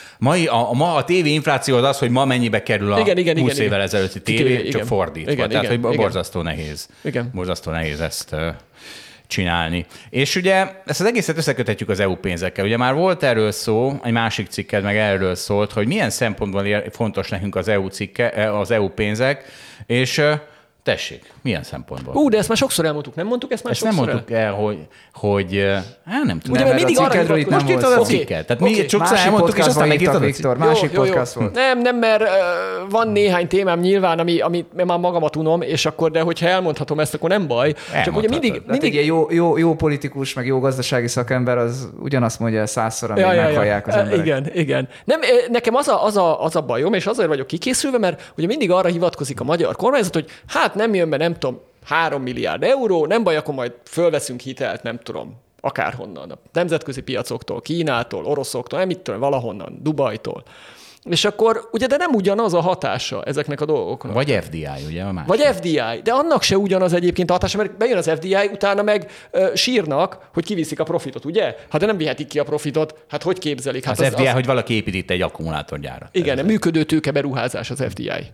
a tévé infláció az, hogy ma mennyibe kerül a 20 évvel ezelőtti tévé, csak fordítva. Tehát, hogy borzasztó nehéz. Igen. Borzasztó nehéz ezt csinálni. És ugye ezt az egészet összeköthetjük az EU pénzekkel. Ugye már volt erről szó, egy másik cikked meg erről szólt, hogy milyen szempontból fontos nekünk az EU pénzek, és tessék, milyen szempontból? De ezt már sokszor elmondtuk, nem mondtuk ezt már ezt sokszor? nem mondtuk el, hogy nem tudom. Ugye, mindig arra hivatkozunk. Most írtad a cikket. Tehát mi sokszor elmondtuk, és aztán megírtad Viktor, másik podcast volt. Nem, mert van néhány témám nyilván, amit már magamat unom, és akkor, de hogyha elmondhatom ezt, akkor nem baj. Csak ugye mindig jó politikus, meg jó gazdasági szakember, az ugyanazt mondja 100-szor, amíg meghallják az emberek. Igen. Nem, nekem az a bajom, és azért vagyok kikészülve, mert ugye mindig arra hivatkozik a magyar kormányzat, hogy hát nem jön be, nem tudom, 3 milliárd euró, nem baj, akkor majd fölveszünk hitelt, nem tudom, akárhonnan, a nemzetközi piacoktól, Kínától, oroszoktól, nem tudom, valahonnan, Dubajtól. És akkor ugye, de nem ugyanaz a hatása ezeknek a dolgoknak. Vagy FDI, ugye? Vagy FDI, de annak se ugyanaz egyébként a hatása, mert bejön az FDI, utána meg sírnak, hogy kiviszik a profitot, ugye? Hát de nem vihetik ki a profitot, hát hogy képzelik? Hát az FDI, hogy valaki épít itt egy akkumulátorgyárat. Igen, működő tőkeberuházás az FDI.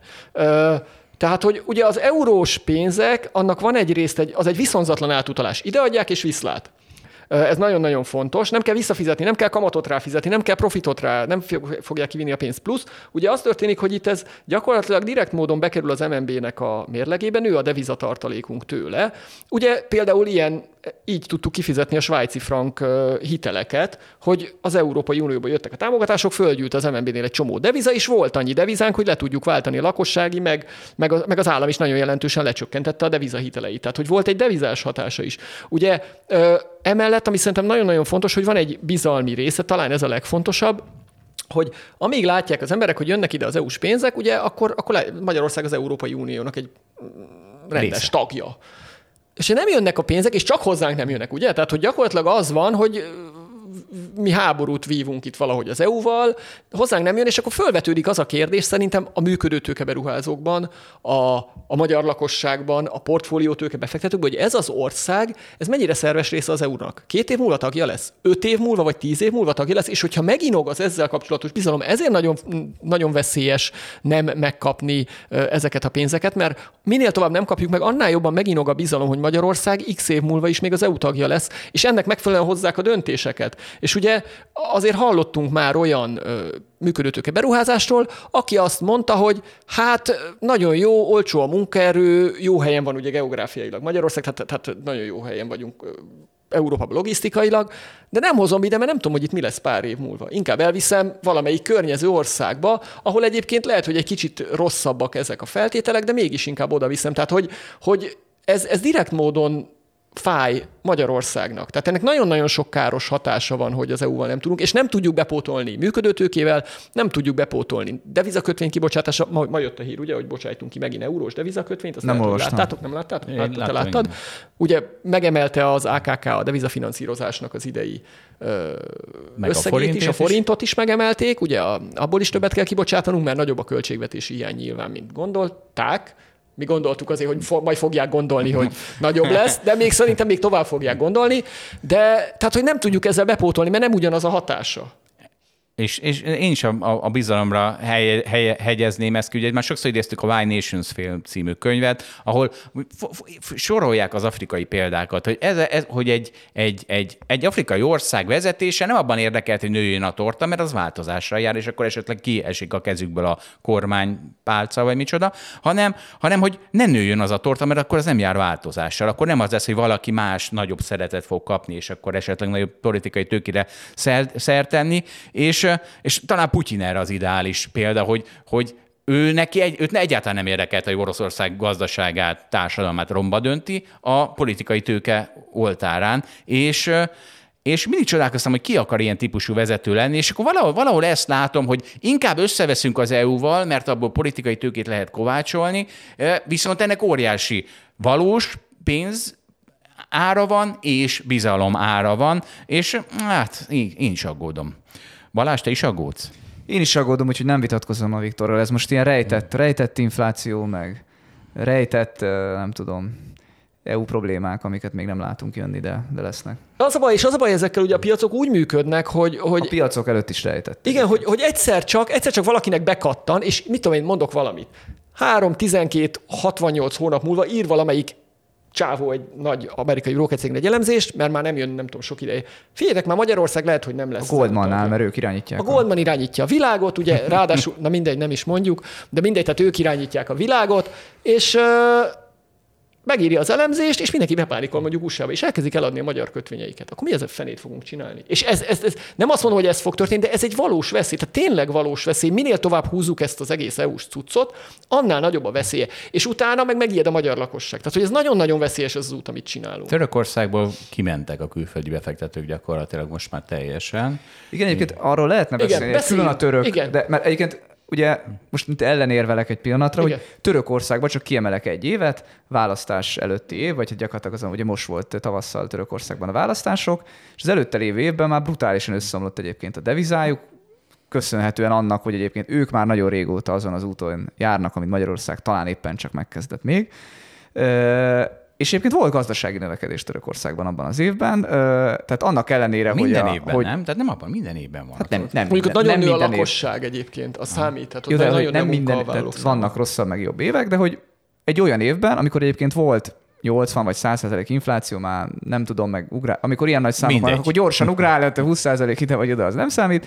Tehát, hogy ugye az eurós pénzek, annak van egy részt, az egy viszonzatlan átutalás. Ide adják és viszlát. Ez nagyon-nagyon fontos. Nem kell visszafizetni, nem kell kamatot ráfizetni, nem kell profitot rá, nem fogják kivinni a pénzt. Plusz ugye az történik, hogy itt ez gyakorlatilag direkt módon bekerül az MNB-nek a mérlegébe, nő a devizatartalékunk tőle. Ugye például így tudtuk kifizetni a svájci frank hiteleket, hogy az Európai Unióba jöttek a támogatások, fölgyűlt az MNB-nél egy csomó deviza, és volt annyi devizánk, hogy le tudjuk váltani a lakossági, meg az állam is nagyon jelentősen lecsökkentette a devizahiteleit. Tehát, hogy volt egy devizás hatása is. Ugye emellett, ami szerintem nagyon-nagyon fontos, hogy van egy bizalmi része, talán ez a legfontosabb, hogy amíg látják az emberek, hogy jönnek ide az EU-s pénzek, ugye akkor Magyarország az Európai Uniónak egy rendes tagja. És nem jönnek a pénzek, és csak hozzánk nem jönnek, ugye? Tehát, hogy gyakorlatilag az van, hogy mi háborút vívunk itt valahogy az EU-val, hozzánk nem jön, és akkor fölvetődik az a kérdés szerintem a működő tőkeberuházókban, a magyar lakosságban, a portfólió tőkebefektetőkben, hogy ez az ország, ez mennyire szerves része az EU-nak. 2 év múlva tagja lesz, 5 év múlva, vagy 10 év múlva tagja lesz, és hogyha meginog az ezzel kapcsolatos bizalom, ezért nagyon, nagyon veszélyes nem megkapni ezeket a pénzeket, mert minél tovább nem kapjuk meg, annál jobban meginog a bizalom, hogy Magyarország x év múlva is még az EU tagja lesz, és ennek megfelelően hozzák a döntéseket. És ugye azért hallottunk már olyan működőtőke beruházástól, aki azt mondta, hogy hát nagyon jó, olcsó a munkaerő, jó helyen van ugye geográfiailag Magyarország, tehát nagyon jó helyen vagyunk Európában logisztikailag, de nem hozom ide, mert nem tudom, hogy itt mi lesz pár év múlva. Inkább elviszem valamelyik környező országba, ahol egyébként lehet, hogy egy kicsit rosszabbak ezek a feltételek, de mégis inkább oda viszem. Tehát, hogy ez direkt módon fáj Magyarországnak. Tehát ennek nagyon-nagyon sok káros hatása van, hogy az EU-val nem tudunk, és nem tudjuk bepótolni működőtőkével, nem tudjuk bepótolni devizakötvény kibocsátása. Ma jött a hír, ugye, hogy bocsájtunk ki megint eurós devizakötvényt, azt nem láttátok, nem láttátok? Te láttad? Ugye megemelte az AKK a devizafinanszírozásnak az idei összegét is, a forintot is megemelték, ugye abból is többet kell kibocsátanunk, mert nagyobb a költségvetési hiány nyilván, mint gondolták. Mi gondoltuk azért, hogy majd fogják gondolni, hogy nagyobb lesz, de még szerintem még tovább fogják gondolni, de tehát, hogy nem tudjuk ezzel bepótolni, mert nem ugyanaz a hatása. És én is a bizalomra hegyezném ezt, ugye már sokszor idéztük a Why Nations Fail című könyvet, ahol sorolják az afrikai példákat, hogy, hogy egy afrikai ország vezetése nem abban érdekelt, hogy nőjön a torta, mert az változásra jár, és akkor esetleg kiesik a kezükből a kormánypálca, vagy micsoda, hanem hogy ne nőjön az a torta, mert akkor az nem jár változással. Akkor nem az lesz, hogy valaki más nagyobb szeretet fog kapni, és akkor esetleg nagyobb politikai tőkére szert tenni, és talán Putyin erre az ideális példa, hogy őt egyáltalán nem érdekelt, hogy Oroszország gazdaságát, társadalmát romba dönti a politikai tőke oltárán, és mindig csodálkoztam, hogy ki akar ilyen típusú vezető lenni, és akkor valahol ezt látom, hogy inkább összeveszünk az EU-val, mert abból politikai tőkét lehet kovácsolni, viszont ennek óriási valós pénz ára van, és bizalom ára van, és hát én is aggódom. Balázs, te is aggódsz? Én is aggódom, úgyhogy nem vitatkozom a Viktorral. Ez most ilyen rejtett infláció, meg rejtett, nem tudom, EU problémák, amiket még nem látunk jönni, de lesznek. Az a baj ezekkel, ugye a piacok úgy működnek, hogy... A piacok előtt is rejtett. Igen, hogy egyszer csak valakinek bekattan, és mit tudom én, mondok valamit. 3-12-68 hónap múlva ír valamelyik csávó egy nagy amerikai brókercégnek egy elemzést, mert már nem jön, nem tudom, sok ideje. Figyeljetek, már Magyarország lehet, hogy nem lesz. A Goldmannál, mert ők irányítják. A Goldman irányítja a világot, ugye, ráadásul, na mindegy, nem is mondjuk, de mindegy, tehát ők irányítják a világot, és megírja az elemzést, és mindenki bepánikol mondjuk USA-ba, és elkezdik eladni a magyar kötvényeiket. Akkor mi ez a fenét fogunk csinálni? És ez nem azt mondom, hogy ez fog történni, de ez egy valós veszély, tehát tényleg valós veszély. Minél tovább húzzuk ezt az egész EU-s cuccot, annál nagyobb a veszélye. És utána megijed a magyar lakosság. Tehát, hogy ez nagyon-nagyon veszélyes az út, amit csinálunk. Törökországból kimentek a külföldi befektetők gyakorlatilag most már teljesen. Igen, egyébként arról lehetne beszélni, külön a török, de mert egyébként ugye most mint ellenérvelek egy pillanatra, igen, hogy Törökországban csak kiemelek egy évet, választás előtti év, vagy gyakorlatilag azon, ugye most volt tavasszal Törökországban a választások, és az előtte lévő évben már brutálisan összeomlott egyébként a devizájuk, köszönhetően annak, hogy egyébként ők már nagyon régóta azon az úton járnak, amit Magyarország talán éppen csak megkezdett még. És egyébként volt gazdasági növekedés Törökországban abban az évben, tehát annak ellenére, minden évben, nem? Tehát nem abban, minden évben van. Hát nem mondjuk minden, nagyon nem nő a minden lakosság egyébként, az számít. Tehát jó, de nagyon nem minden, tehát vannak rosszabb meg jobb évek, de hogy egy olyan évben, amikor egyébként volt 80 vagy 100% infláció, már nem tudom meg ugrál, amikor ilyen nagy számok vannak, akkor gyorsan ugrál, 20% ide vagy oda, az nem számít.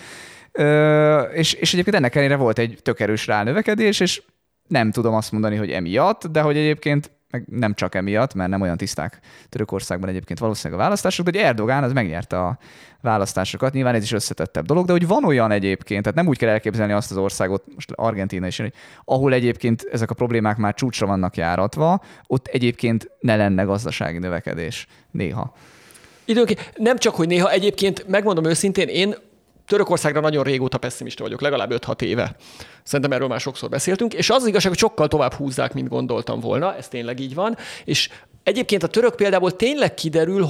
És egyébként ennek ellenére volt egy tök erős ránövekedés, és nem tudom azt mondani, hogy emiatt, de hogy egyébként meg nem csak emiatt, mert nem olyan tiszták Törökországban egyébként valószínűleg a választások, de hogy Erdogán az megnyerte a választásokat. Nyilván ez is összetettebb dolog, de hogy van olyan egyébként, tehát nem úgy kell elképzelni azt az országot, most Argentína is, ahol egyébként ezek a problémák már csúcsra vannak járatva, ott egyébként ne lenne gazdasági növekedés néha. Időnként, nem csak, hogy néha, egyébként megmondom őszintén, én Törökországra nagyon régóta pessimista vagyok, legalább 5-6 éve. Szerintem erről már sokszor beszéltünk, és az igazság, hogy sokkal tovább húzzák, mint gondoltam volna, ez tényleg így van. És egyébként a török példából tényleg kiderül,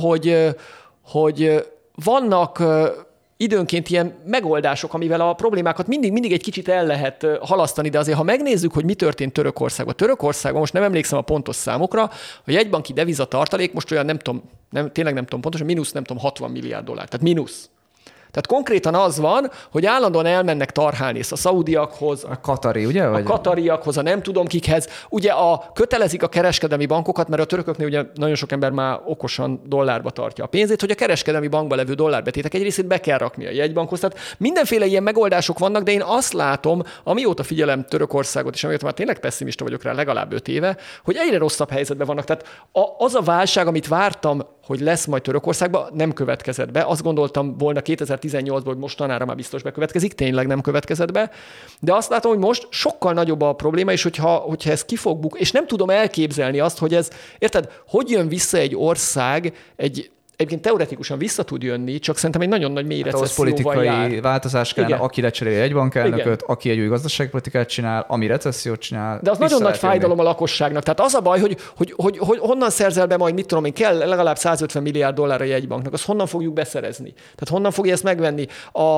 hogy vannak időnként ilyen megoldások, amivel a problémákat mindig egy kicsit el lehet halasztani, de azért, ha megnézzük, hogy mi történt Törökországban, most nem emlékszem a pontos számokra, a jegybanki devizatartalék most olyan tényleg nem tudom pontosan, mínusz 60 milliárd dollár, tehát mínusz. Tehát konkrétan az van, hogy állandóan elmennek tarhálni a szaudiakhoz, a katari, ugye? A katariakhoz, a nem tudom kikhez. Ugye kötelezik a kereskedelmi bankokat, mert a törököknél ugye nagyon sok ember már okosan dollárba tartja a pénzét, hogy a kereskedelmi bankba levő dollárbetétek egy részét be kell rakni a jegybankhoz. Tehát mindenféle ilyen megoldások vannak, de én azt látom, amióta figyelem Törökországot, és amióta már tényleg pessimista vagyok rá legalább 5 éve, hogy egyre rosszabb helyzetben vannak. Tehát az a válság, amit vártam, hogy lesz majd Törökországban, nem következett be. Azt gondoltam volna 2018-ban, hogy mostanára már biztos bekövetkezik, tényleg nem következett be. De azt látom, hogy most sokkal nagyobb a probléma, és hogyha ez ki fog bukni, és nem tudom elképzelni azt, hogy ez, érted, hogy jön vissza egy ország, egyébként teoretikusan vissza tud jönni, csak szerintem egy nagyon nagy mély recesszióval jár. Politikai változás kellene, aki lecseréli egy bankelnököt, aki egy új gazdaságpolitikát csinál, ami recessziót csinál. De az nagyon nagy fájdalom a lakosságnak. Tehát az a baj, hogy honnan szerzel be majd, mit tudom én, kell legalább 150 milliárd dollár a jegybanknak, azt honnan fogjuk beszerezni? Tehát honnan fogja ezt megvenni?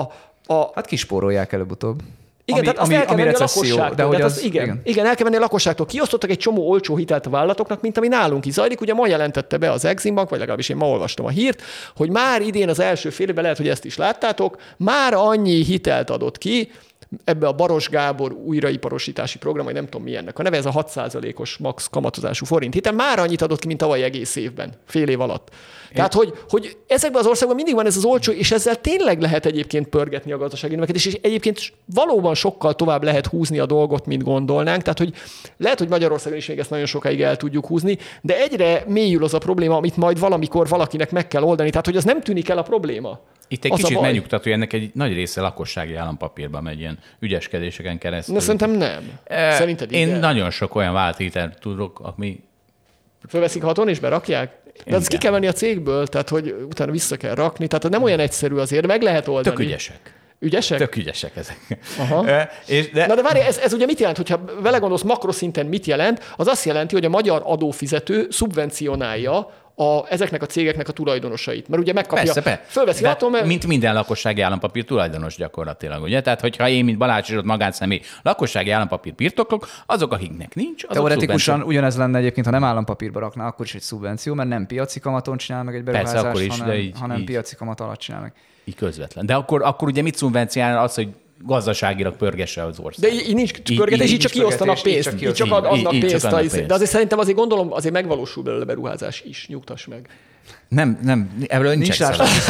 Hát kispórolják előbb-utóbb. Igen, tehát azt el kell venni a lakosságtól. Igen, el kell venni a lakosságtól. Kiosztottak egy csomó olcsó hitelt a vállalatoknak, mint ami nálunk is zajlik. Ugye ma jelentette be az Exim Bank, vagy legalábbis én ma olvastam a hírt, hogy már idén az első fél évben, lehet, hogy ezt is láttátok, már annyi hitelt adott ki, ebbe a Baros Gábor újraiparosítási program, vagy nem tudom mi ennek a neve, ez a 6%-os max kamatozású forint hitel, már annyit adott ki, mint tavaly egész évben, fél év alatt. Tehát, hogy ezekben az országban mindig van ez az olcsó, és ezzel tényleg lehet egyébként pörgetni a gazdasági növekedést, és egyébként valóban sokkal tovább lehet húzni a dolgot, mint gondolnánk. Tehát, hogy lehet, hogy Magyarországon is még ezt nagyon sokáig el tudjuk húzni, de egyre mélyül az a probléma, amit majd valamikor valakinek meg kell oldani. Tehát, hogy az nem tűnik el a probléma. Itt egy kicsit megnyugtató, hogy ennek egy nagy része lakossági állampapírban megy ilyen ügyeskedéseken keresztül. De szerintem nem. Szerinted én nagyon sok olyan váltételt tudok, ami... Fölveszik haton és berakják? De az ki kell venni a cégből, tehát hogy utána vissza kell rakni. Tehát nem olyan egyszerű azért, meg lehet oldani. Tök ügyesek. Ügyesek? Tök ügyesek ezek. Aha. Na de várj, ez ugye mit jelent, hogyha vele gondolsz makroszinten mit jelent? Az azt jelenti, hogy a magyar adófizető szubvencionálja ezeknek a cégeknek a tulajdonosait. Mert ugye megkapja, fölveszi haton, mert... Mint minden lakossági állampapír tulajdonos gyakorlatilag, ugye? Tehát, hogyha én, mint Balázs Zsolt magánszemély lakossági állampapír birtoklok, azok, akiknek nincs, azok teoretikusan ugyanez lenne egyébként, ha nem állampapírba rakná, akkor is egy szubvenció, mert nem piaci kamaton csinál meg egy beruházást, hanem piaci kamat alatt csinál meg. Így közvetlen. De akkor ugye mit szubvencionál az, hogy gazdaságilag pörgesse az ország. De így nincs pörgetés, így csak kiosztanak pénzt. Így csak adnak pénzt. De azért szerintem azért gondolom, azért megvalósul belőle beruházás is. Nyugtass meg. Nem, ebből nincs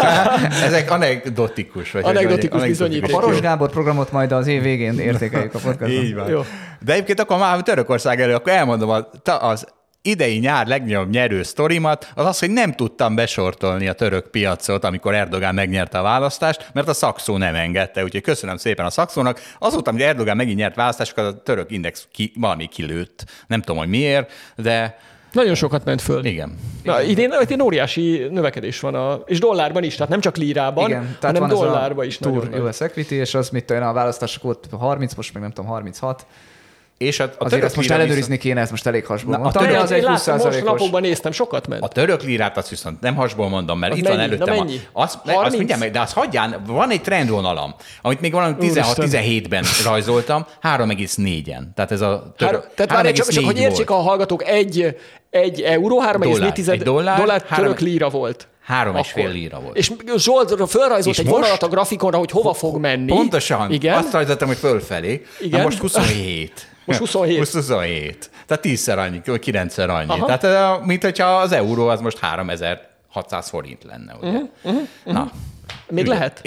ezek anekdotikus. Anekdotikus bizonyíték. A Baros Gábor programot majd az év végén értékeljük a podcastban. Így van. Jó. De egyébként akkor már Törökország elő, akkor elmondom az idei nyár legnagyobb nyerő sztorimat, az, hogy nem tudtam besortolni a török piacot, amikor Erdogán megnyerte a választást, mert a Saxo nem engedte, úgyhogy köszönöm szépen a Saxónak. Azóta, hogy Erdogán megint nyert választásokat, a török index valami kilőtt. Nem tudom, hogy miért, de... Nagyon sokat ment föl. Igen. Na, idén óriási növekedés van, és dollárban is, tehát nem csak lírában, igen, hanem dollárban is. Túl US Equity, és az mit a választások volt 30, most meg nem tudom, 36. És a azért ezt most ellenőrizni kéne, ezt most elég hasból mondtam. De az egy 20%-os. Most napokban néztem, sokat ment. A török lírát azt viszont nem hasból mondom, mert az itt mennyi? van előttem. Mennyi? Azt mindjárt, de az hagyján, van egy trendvonalam, amit még valami 16-17-ben rajzoltam, 3,4-en. Tehát ez a török. Tehát várj, csak hogy értsék a hallgatók, egy euró, 3,4 dollár török líra volt. 3,5 líra volt. És Zsolt fölrajzolt egy vonalat a grafikonra, hogy hova fog menni. Pontosan. Igen? Azt rajzoltam, hogy fölfelé. Igen? Most 27. Most 27. Most 27. Tehát 10-szer annyi, 9-szer annyi. Aha. Tehát mint hogyha az euró az most 3600 forint lenne. Ugye? Na. Még lehet?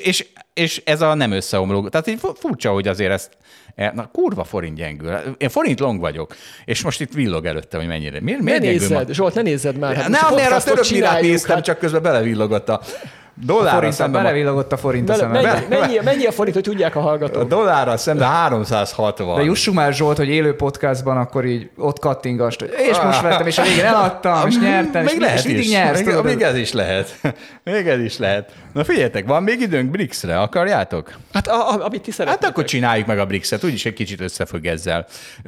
És ez a nem összeomló. Tehát így furcsa, hogy azért ezt kurva forint gyengül. Én forint long vagyok, és most itt villog előtte, hogy mennyire. Miért ne nézzed, Zsolt, ne nézzed már. Hát nem, mert a török lirát néztem, csak közben belevillogott a dollárra szemben. Belevillogott a forint a szemben. Mennyi a forint, hogy tudják a hallgatók? A dollárra szemben 360. De jussunk már, Zsolt, hogy élő podcastban akkor így ott kattingast, és most vettem, és a végén eladtam, és nyertem, még és mindig nyersz. Még ez is lehet. Még ez is lehet. Na figyeljetek, van még időnk BRICS-re, akarjátok? Hát amit ti szeretnétek. Hát akkor csináljuk meg a BRICS-et, úgyis egy kicsit összefügg ezzel.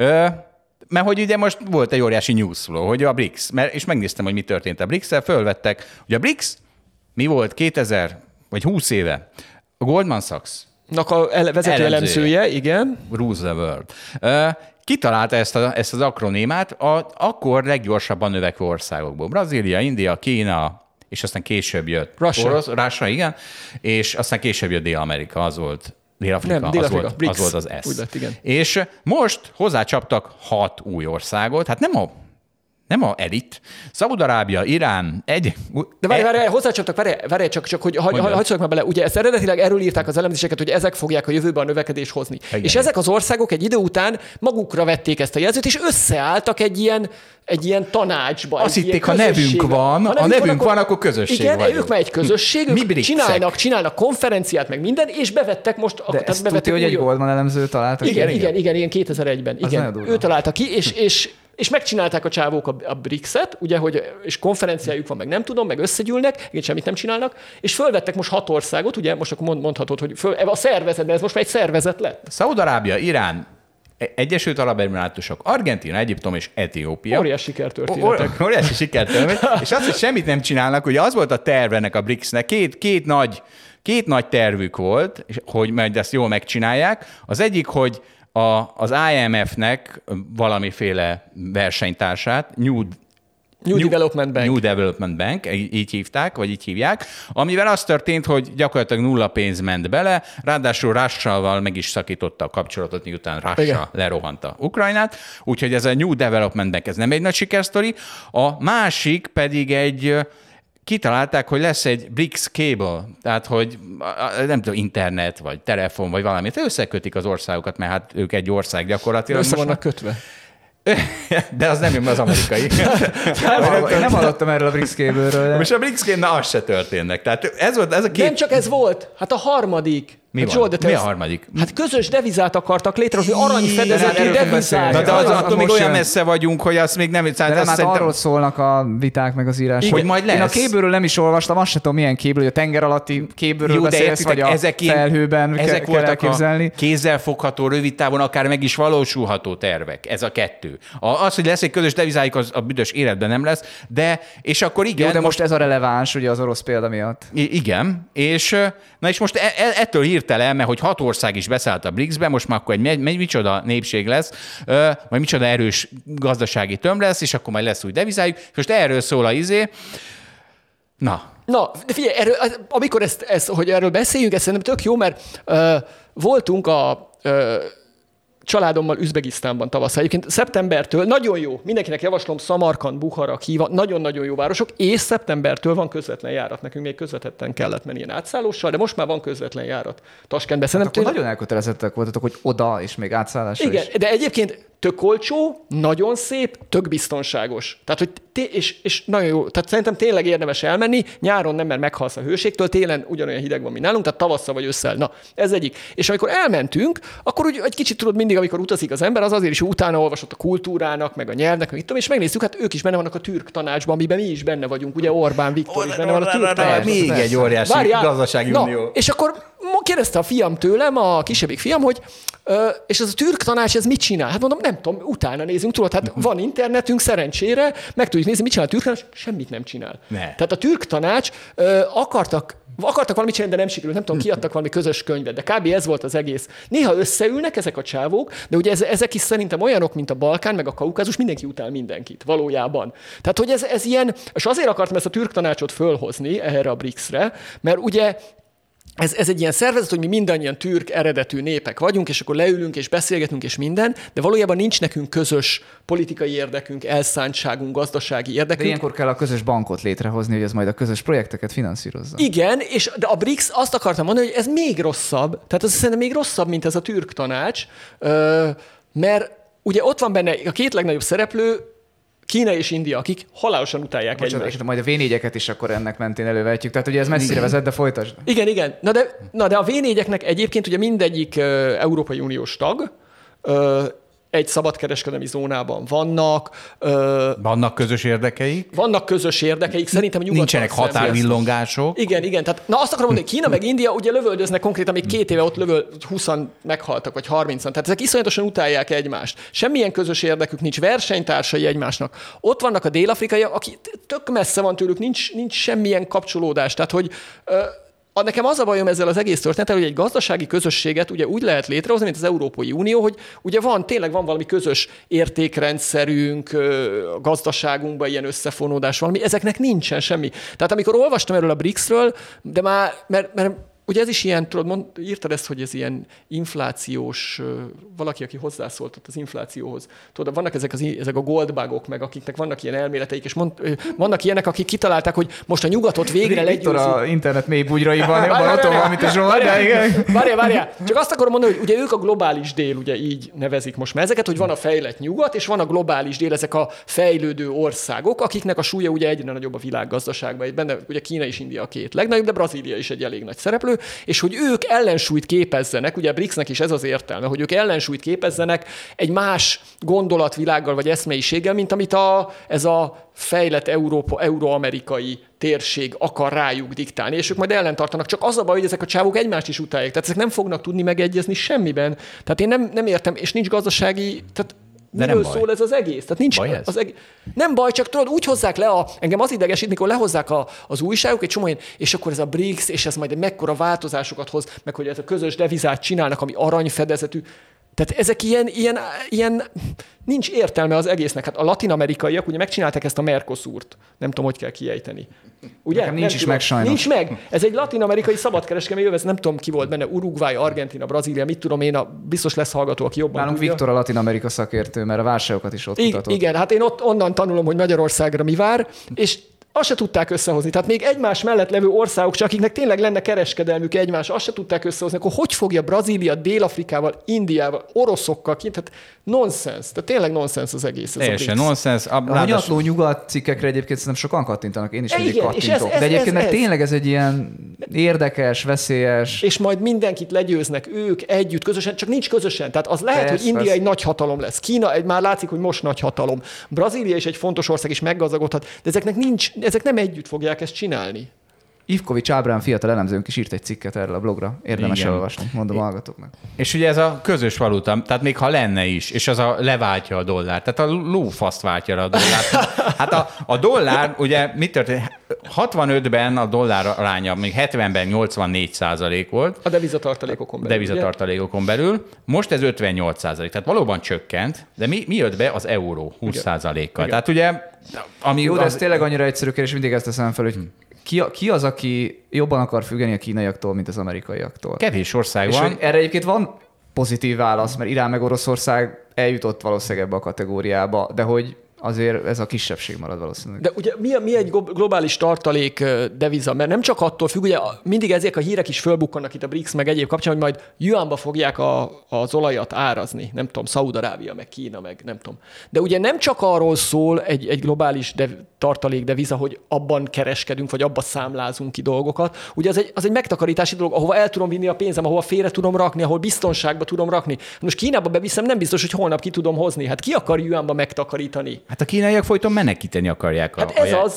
Mert hogy ugye most volt egy óriási news flow, hogy a BRICS, és megnéztem, hogy mi történt a BRICS-el, fölvettek, hogy a BRICS mi volt 2000 vagy 20 éve? A Goldman Sachs. A vezető elemzője, igen. Rules the World. Kitalálta ezt az akronémát akkor leggyorsabban növekvő országokból. Brazília, India, Kína, és aztán később jött Russia, igen, és aztán később jött Dél-Amerika, az volt Dél-Afrika, nem, Dél-Afrika, az volt az S. Úgy lett, igen. És most hozzácsaptak 6 új országot, hát nem a elit. Szaúd-Arábia, Irán, De várj, hozzácsaptak, várj, csak hogy hagyj szóljak már bele. Ugye ezt eredetileg erről írták az elemzéseket, hogy ezek fogják a jövőben a növekedést hozni. Igen. És ezek az országok egy idő után magukra vették ezt a jelzőt, és összeálltak egy ilyen tanácsba. Azt hitték, ha nevünk van, akkor közösség igen, vagyunk. ők már egy közösség, ők csinálnak konferenciát, meg minden, és bevettek most... De ezt tudja, hogy egy Goldman elemző találta ki? Igen, 2001-ben. Igen, ő találta ki, és megcsinálták a csávók a BRICS-et, ugye, és konferenciájuk van, meg nem tudom, meg összegyűlnek, igen, semmit nem csinálnak, és fölvettek most 6 országot, ugye, most akkor mondhatod, hogy a szervezet, de ez most már egy szervezet lett. Szaúd-Arábia, Irán, Egyesült Arab Emirátusok, Argentína, Egyiptom és Etiópia. Óriási sikertörténetek. Óriási sikertörténetek. És azt, hogy semmit nem csinálnak, ugye az volt a tervenek a BRICS-nek, két nagy tervük volt, hogy majd ezt jól megcsinálják. Az egyik, hogy az IMF-nek valamiféle versenytársát, New Development Bank, így hívták, vagy így hívják, amivel az történt, hogy gyakorlatilag nulla pénz ment bele, ráadásul Russiával meg is szakította a kapcsolatot, miután Russia lerohanta Ukrajnát, úgyhogy ez a New Development Bank, ez nem egy nagy sikersztori. A másik pedig kitalálták, hogy lesz egy BRICS cable, tehát hogy nem tudom, internet, vagy telefon, vagy valamit. Összekötik az országokat, mert hát ők egy ország gyakorlatilag. Össze vannak kötve. De az nem jön az amerikai. Nem hallottam erről a BRICS cable-ről. Most a BRICS cable, az se történnek. Tehát ez a két... Nem csak ez volt, hát a harmadik. Mi van? Mi a harmadik? Hát közös devizát akartak létrehozni, aranyfedezetű devizát. Na de attól még olyan messze vagyunk, hogy azt még nem... De hát arról szólnak a viták meg az írások. Hogy majd lesz. Én a kébőről nem is olvastam, azt sem tudom, milyen kéből, hogy a tenger alatti kébőről beszélsz, vagy a felhőben kell elképzelni. Kézzelfogható, rövid távon akár meg is valósulható tervek. Ez a kettő. Az, hogy lesz egy közös devizájuk, az a büdös életben nem lesz, de és akkor igen. Jó, de most ez a releváns, ugye az orosz példa miatt. Igen, és most ettől hirtelen, mert hogy 6 ország is beszállt a BRICS-be, most már akkor egy micsoda népség lesz, vagy micsoda erős gazdasági tömb lesz, és akkor majd lesz új devizájuk. Most erről szól a Na, de figyelj, amikor hogy erről beszéljünk, ez szerintem tök jó, mert voltunk a családommal Üzbegisztánban tavasszal. Egyébként szeptembertől nagyon jó, mindenkinek javaslom, Szamarkand, Buhara, Kíva, nagyon-nagyon jó városok, és szeptembertől van közvetlen járat. Nekünk még közvetetten kellett menni ilyen átszállóssal, de most már van közvetlen járat Taskentbe. Hát akkor nagyon elkötelezettek voltatok, hogy oda és még átszállásra igen, is. De egyébként tök olcsó, nagyon szép, tök biztonságos. Tehát, hogy és nagyon jó. Tehát szerintem tényleg érdemes elmenni. Nyáron nem, mert meghalsz a hőségtől, télen ugyanolyan hideg van, mint nálunk, tehát tavasszal vagy ősszel. Na, ez egyik. És amikor elmentünk, akkor úgy egy kicsit tudod mindig, amikor utazik az ember, az azért is utána olvasott a kultúrának, meg a nyelvnek, meg és megnéztük, hát ők is benne vannak a türk tanácsban, amiben mi is benne vagyunk. Ugye Orbán Viktor is benne van a türk tanácsban. Még egy óriási gazdasági unió. És akkor kérdezte a fiam tőlem, a kisebbik fiam, hogy és ez a türk tanács, ez mit csinál? Hát mondom, nem tudom, utána nézünk, tudod, hát van internetünk, szerencsére, meg tudjuk nézni, mit csinál a türk tanács, semmit nem csinál. Ne. Tehát a türk tanács akartak valamit csinálni, de nem sikerült, nem tudom, kiadtak valami közös könyvet, de kb. Ez volt az egész. Néha összeülnek ezek a csávók, de ugye ezek is szerintem olyanok, mint a Balkán, meg a Kaukázus, mindenki utál mindenkit, valójában. Tehát, hogy ez ilyen, és azért akartam ezt a türk tanácsot fölhozni erre a BRICS-re, mert ugye ez egy ilyen szervezet, hogy mi mindannyian türk eredetű népek vagyunk, és akkor leülünk és beszélgetünk és minden, de valójában nincs nekünk közös politikai érdekünk, elszántságunk, gazdasági érdekünk. De ilyenkor kell a közös bankot létrehozni, hogy ez majd a közös projekteket finanszírozza. Igen, de a BRICS azt akartam mondani, hogy ez még rosszabb, tehát ez szerintem még rosszabb, mint ez a türk tanács, mert ugye ott van benne a két legnagyobb szereplő, Kína és India, akik halálosan utálják egymást. Majd a V4-eket is akkor ennek mentén elővetjük. Tehát ugye ez messzire vezet, de folytasd. Igen. Na de a V4-eknek egyébként ugye mindegyik Európai Uniós tag, egy szabadkereskedelmi zónában vannak. Vannak közös érdekeik? Vannak közös érdekeik, szerintem nyugodtan. Nincsenek határvillongások. Igen. Tehát, na azt akarom mondani, hogy Kína meg India ugye lövöldöznek konkrétan, még 2 éve ott 20-an meghaltak, vagy 30-an. Tehát ezek iszonyatosan utálják egymást. Semmilyen közös érdekük nincs, versenytársai egymásnak. Ott vannak a dél-afrikaiak, aki tök messze van tőlük, nincs semmilyen kapcsolódás. Tehát, hogy nekem az a bajom ezzel az egész történettel, hogy egy gazdasági közösséget ugye úgy lehet létrehozni, mint az Európai Unió, hogy ugye tényleg van valami közös értékrendszerünk, a gazdaságunkban ilyen összefonódás valami, ezeknek nincsen semmi. Tehát amikor olvastam erről a BRICS-ről, de már, mert ugye ez is ilyen, tudod, írtad ezt, hogy ez ilyen inflációs, valaki, aki hozzászólt ott az inflációhoz. Tudod, vannak ezek a goldbugok, meg akiknek vannak ilyen elméleteik, és vannak ilyenek, akik kitalálták, hogy most a nyugatot végre legyőzik. A internet mély bugyraiban jobban ott van, mint a Zsolt, de igen. Várjál. Csak azt akarom mondani, hogy ugye ők a globális dél, ugye így nevezik most már ezeket, hogy van a fejlett nyugat, és van a globális dél, ezek a fejlődő országok, akiknek a súlya ugye egyre nagyobb a világgazdaságban. Benne ugye Kína és India a két legnagyobb, de Brazília is egy elég nagy szereplő. És hogy ők ellensúlyt képezzenek, ugye a BRICS-nek is ez az értelme, hogy ők ellensúlyt képezzenek egy más gondolatvilággal vagy eszmeiséggel, mint amit ez a fejlett euró-amerikai térség akar rájuk diktálni, és ők majd ellentartanak. Csak az a baj, hogy ezek a csávok egymást is utálják, tehát ezek nem fognak tudni megegyezni semmiben. Tehát én nem értem, és nincs gazdasági... Tehát miről szól ez az egész? Tehát nincs nem baj, csak tudod, úgy hozzák le engem az idegesít, mikor lehozzák az újságok egy csomó ilyen, és akkor ez a BRICS, és ez majd mekkora változásokat hoz, meg hogy ez a közös devizát csinálnak, ami aranyfedezetű. Tehát ezek ilyen nincs értelme az egésznek. Hát a latin-amerikaiak ugye megcsinálták ezt a Mercosurt. Nem tudom, hogy kell kiejteni. Ugye? Nekem nincs is meg sajnos. Nincs meg. Ez egy latin-amerikai szabadkereskedelmi övezet, nem tudom ki volt benne, Uruguay, Argentina, Brazília, mit tudom én, biztos lesz hallgató, aki jobban nálunk tudja. Viktor a Latin-Amerika szakértő, mert a válságokat is ott kutatott. Igen, hát én onnan tanulom, hogy Magyarországra mi vár, és azt se tudták összehozni. Tehát még egymás mellett levő országok, csak akiknek tényleg lenne kereskedelmük egymás, azt se tudták összehozni. Akkor hogy fogja Brazília Dél-Afrikával, Indiával, oroszokkal kint? Tehát nonsens. Tehát tényleg nonsens az egész. Teljesen nonsens. A hanyatló nyugat cikkekre egyébként szerintem sokan kattintanak. Én is mindig kattintok. De egyébként tényleg ez egy ilyen érdekes, veszélyes... És majd mindenkit legyőznek ők együtt, közösen, csak nincs közösen. Tehát az lehet, hogy India egy nagy hatalom lesz. Kína már látszik, hogy most nagy hatalom. Brazília is egy fontos ország, és meggazdagodhat, de ezek nem együtt fogják ezt csinálni. Ivkovics Ábrán fiatal elemzőnk is írt egy cikket erről a blogra. Érdemes elolvasni, mondom a hallgatóknak. És ugye ez a közös valuta, tehát még ha lenne is, és az leváltja a dollárt, tehát a lófaszt váltja le a dollárt. Hát a dollár, ugye mit történt? 65-ben a dollár aránya, még 70-ben 84% volt. A devizatartalékokon belül. Most ez 58%. Tehát valóban csökkent, de mi jött be? Az euró 20%-kal. Tehát ugye... Jó, de ez tényleg annyira egyszerű kérdés, mindig ezt teszem fel, hogy ki az, aki jobban akar függeni a kínaiaktól, mint az amerikaiaktól? Kevés ország és van. Erre egyébként van pozitív válasz, mert Irán meg Oroszország eljutott valószínűleg ebbe a kategóriába, de hogy azért ez a kisebbség marad valószínűleg. De ugye mi egy globális tartalék deviza? Mert nem csak attól függ, ugye mindig ezek a hírek is fölbukkannak itt a BRICS meg egyéb kapcsán, hogy majd yuanba fogják az olajat árazni. Nem tudom, Szaúd-Arábia, meg Kína, meg nem tudom. De ugye nem csak arról szól egy globális tartalék deviza, hogy abban kereskedünk, vagy abban számlázunk ki dolgokat. Ugye az egy megtakarítási dolog, ahova el tudom vinni a pénzem, ahova félre tudom rakni, ahol biztonságba tudom rakni. Most Kínába beviszem, nem biztos, hogy holnap ki tudom hozni. Hát ki akar yuanba megtakarítani? Hát a kínaiak folyton menekíteni akarják tehát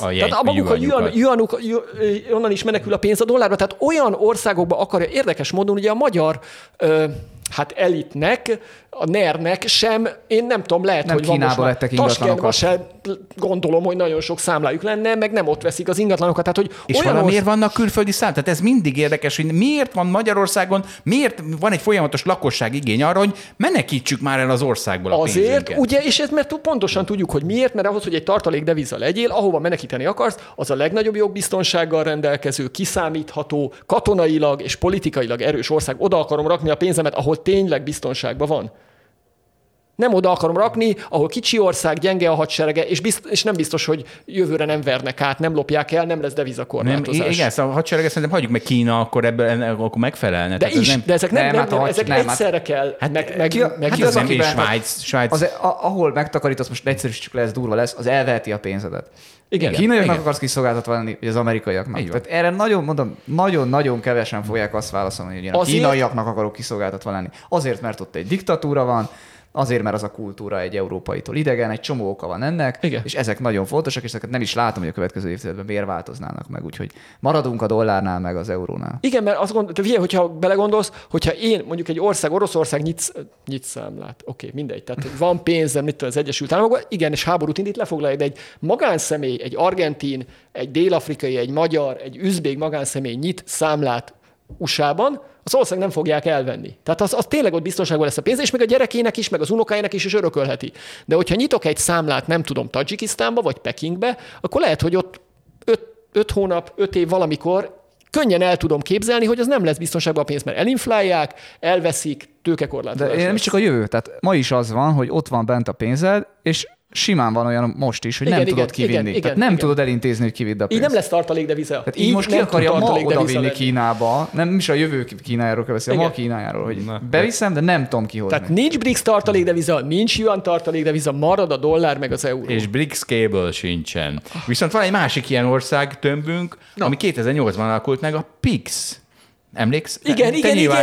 a maguk a yuanuk, onnan is menekül a pénz a dollárba, tehát olyan országokba akarja, érdekes módon ugye a magyar hát elitnek, a NER-nek sem, én nem tudom, lehet, nem hogy van most lettek ingatlanokat. se gondolom, hogy nagyon sok számlájuk lenne, meg nem ott veszik az ingatlanokat. Tehát, hogy és valamiért vannak külföldi számlák? Tehát ez mindig érdekes, hogy miért van Magyarországon, miért van egy folyamatos lakosság igény arra, hogy menekítsük már el az országból a azért, pénzünket. ugye, és ezt mert pontosan tudjuk, hogy miért, mert ahhoz, hogy egy tartalék deviza legyél, ahova menekíteni akarsz, az a legnagyobb jogbiztonsággal rendelkező, kiszámítható, katonailag és politikailag erős ország. Oda akarom rakni a pénzemet, ahol tényleg biztonságban van. Nem oda akarom rakni, ahol kicsi ország, gyenge a hadserege, és nem biztos, hogy jövőre nem vernek át, nem lopják el, nem lesz devizakorlátozás. Igen, szóval a hadserege szerintem hagyjuk meg Kína, akkor ebből akkor megfelelne. De ezek ezek egyszerre kell. Svájc. Ahol megtakarítasz, most egyszerűsítsük le, ez durva lesz, az elveheti a pénzedet. Igen. Kínaiaknak akarsz kiszolgáltatva lenni, vagy az amerikaiaknak. Tehát erre nagyon kevesen fogják azt válaszolni, hogy én a kínaiaknak akarok kiszolgáltatva lenni. Azért, mert ott egy diktatúra van, azért, mert az a kultúra egy európaitól idegen, egy csomó oka van ennek, igen. És ezek nagyon fontosak, és ezeket nem is látom, hogy a következő évtizedben miért változnának meg, úgyhogy maradunk a dollárnál, meg az eurónál. Igen, mert azt gondolom, hogyha belegondolsz, hogyha én mondjuk egy ország, Oroszország nyit számlát, oké, mindegy, tehát van pénzem, mit tudom, az Egyesült Államokban, igen, és háborút indít, lefoglalja, de egy magánszemély, egy argentin, egy dél-afrikai, egy magyar, egy üzbék magánszemély nyit számlát USA-ban, az ország nem fogják elvenni. Tehát az tényleg ott biztonságban lesz a pénz, és még a gyerekének is, meg az unokájának is örökölheti. De hogyha nyitok egy számlát, nem tudom, Tadzsikisztánba vagy Pekingbe, akkor lehet, hogy ott 5 hónap, 5 év valamikor könnyen el tudom képzelni, hogy az nem lesz biztonságban a pénz, mert elinflálják, elveszik, tőkekorlátozás. De nem is csak a jövő. Tehát ma is az van, hogy ott van bent a pénzed, és simán van olyan most is, hogy nem tudod kivinni. Tehát nem tudod elintézni, hogy kividd a pénzt. Így nem lesz tartalék deviza. Tehát így most ki akarja ma odavinni Kínába, nem is a jövő Kínájáról kell beszélni, a ma Kínájáról, hogy beviszem, de nem tudom kihozni. Tehát nincs BRICS tartalék deviza, nincs yuan tartalék deviza, marad a dollár meg az euró. És BRICS cable sincsen. Viszont van egy másik ilyen ország tömbünk, ami 2008-ban alakult meg, a PIX. Emléksz? Igen.